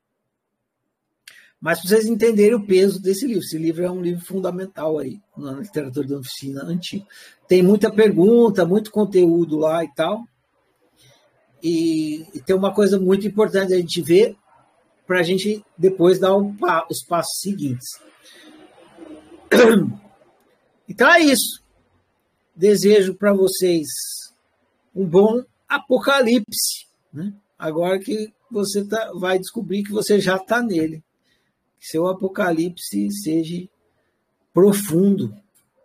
Mas para vocês entenderem o peso desse livro. Esse livro é um livro fundamental aí, na literatura da oficina antiga. Tem muita pergunta, muito conteúdo lá e tal. E, e tem uma coisa muito importante a gente ver para a gente depois dar um, os passos seguintes. Então é isso. Desejo para vocês um bom apocalipse, né? Agora que você tá, vai descobrir que você já está nele. Que seu apocalipse seja profundo.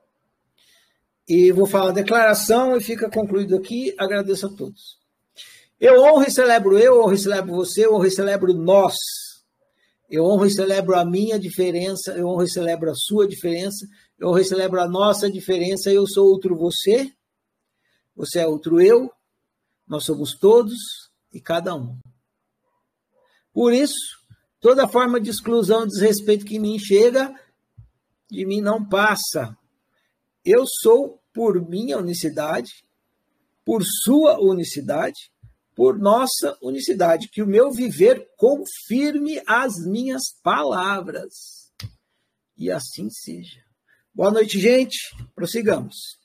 E vou falar a declaração e fica concluído aqui. Agradeço a todos. Eu honro e celebro eu, honro e celebro você, eu honro e celebro nós. Eu honro e celebro a minha diferença, eu honro e celebro a sua diferença, eu honro e celebro a nossa diferença. Eu sou outro você, você é outro eu, nós somos todos e cada um. Por isso, toda forma de exclusão, desrespeito que me chega, de mim não passa. Eu sou por minha unicidade, por sua unicidade, por nossa unicidade, que o meu viver confirme as minhas palavras. E assim seja. Boa noite, gente. Prossigamos.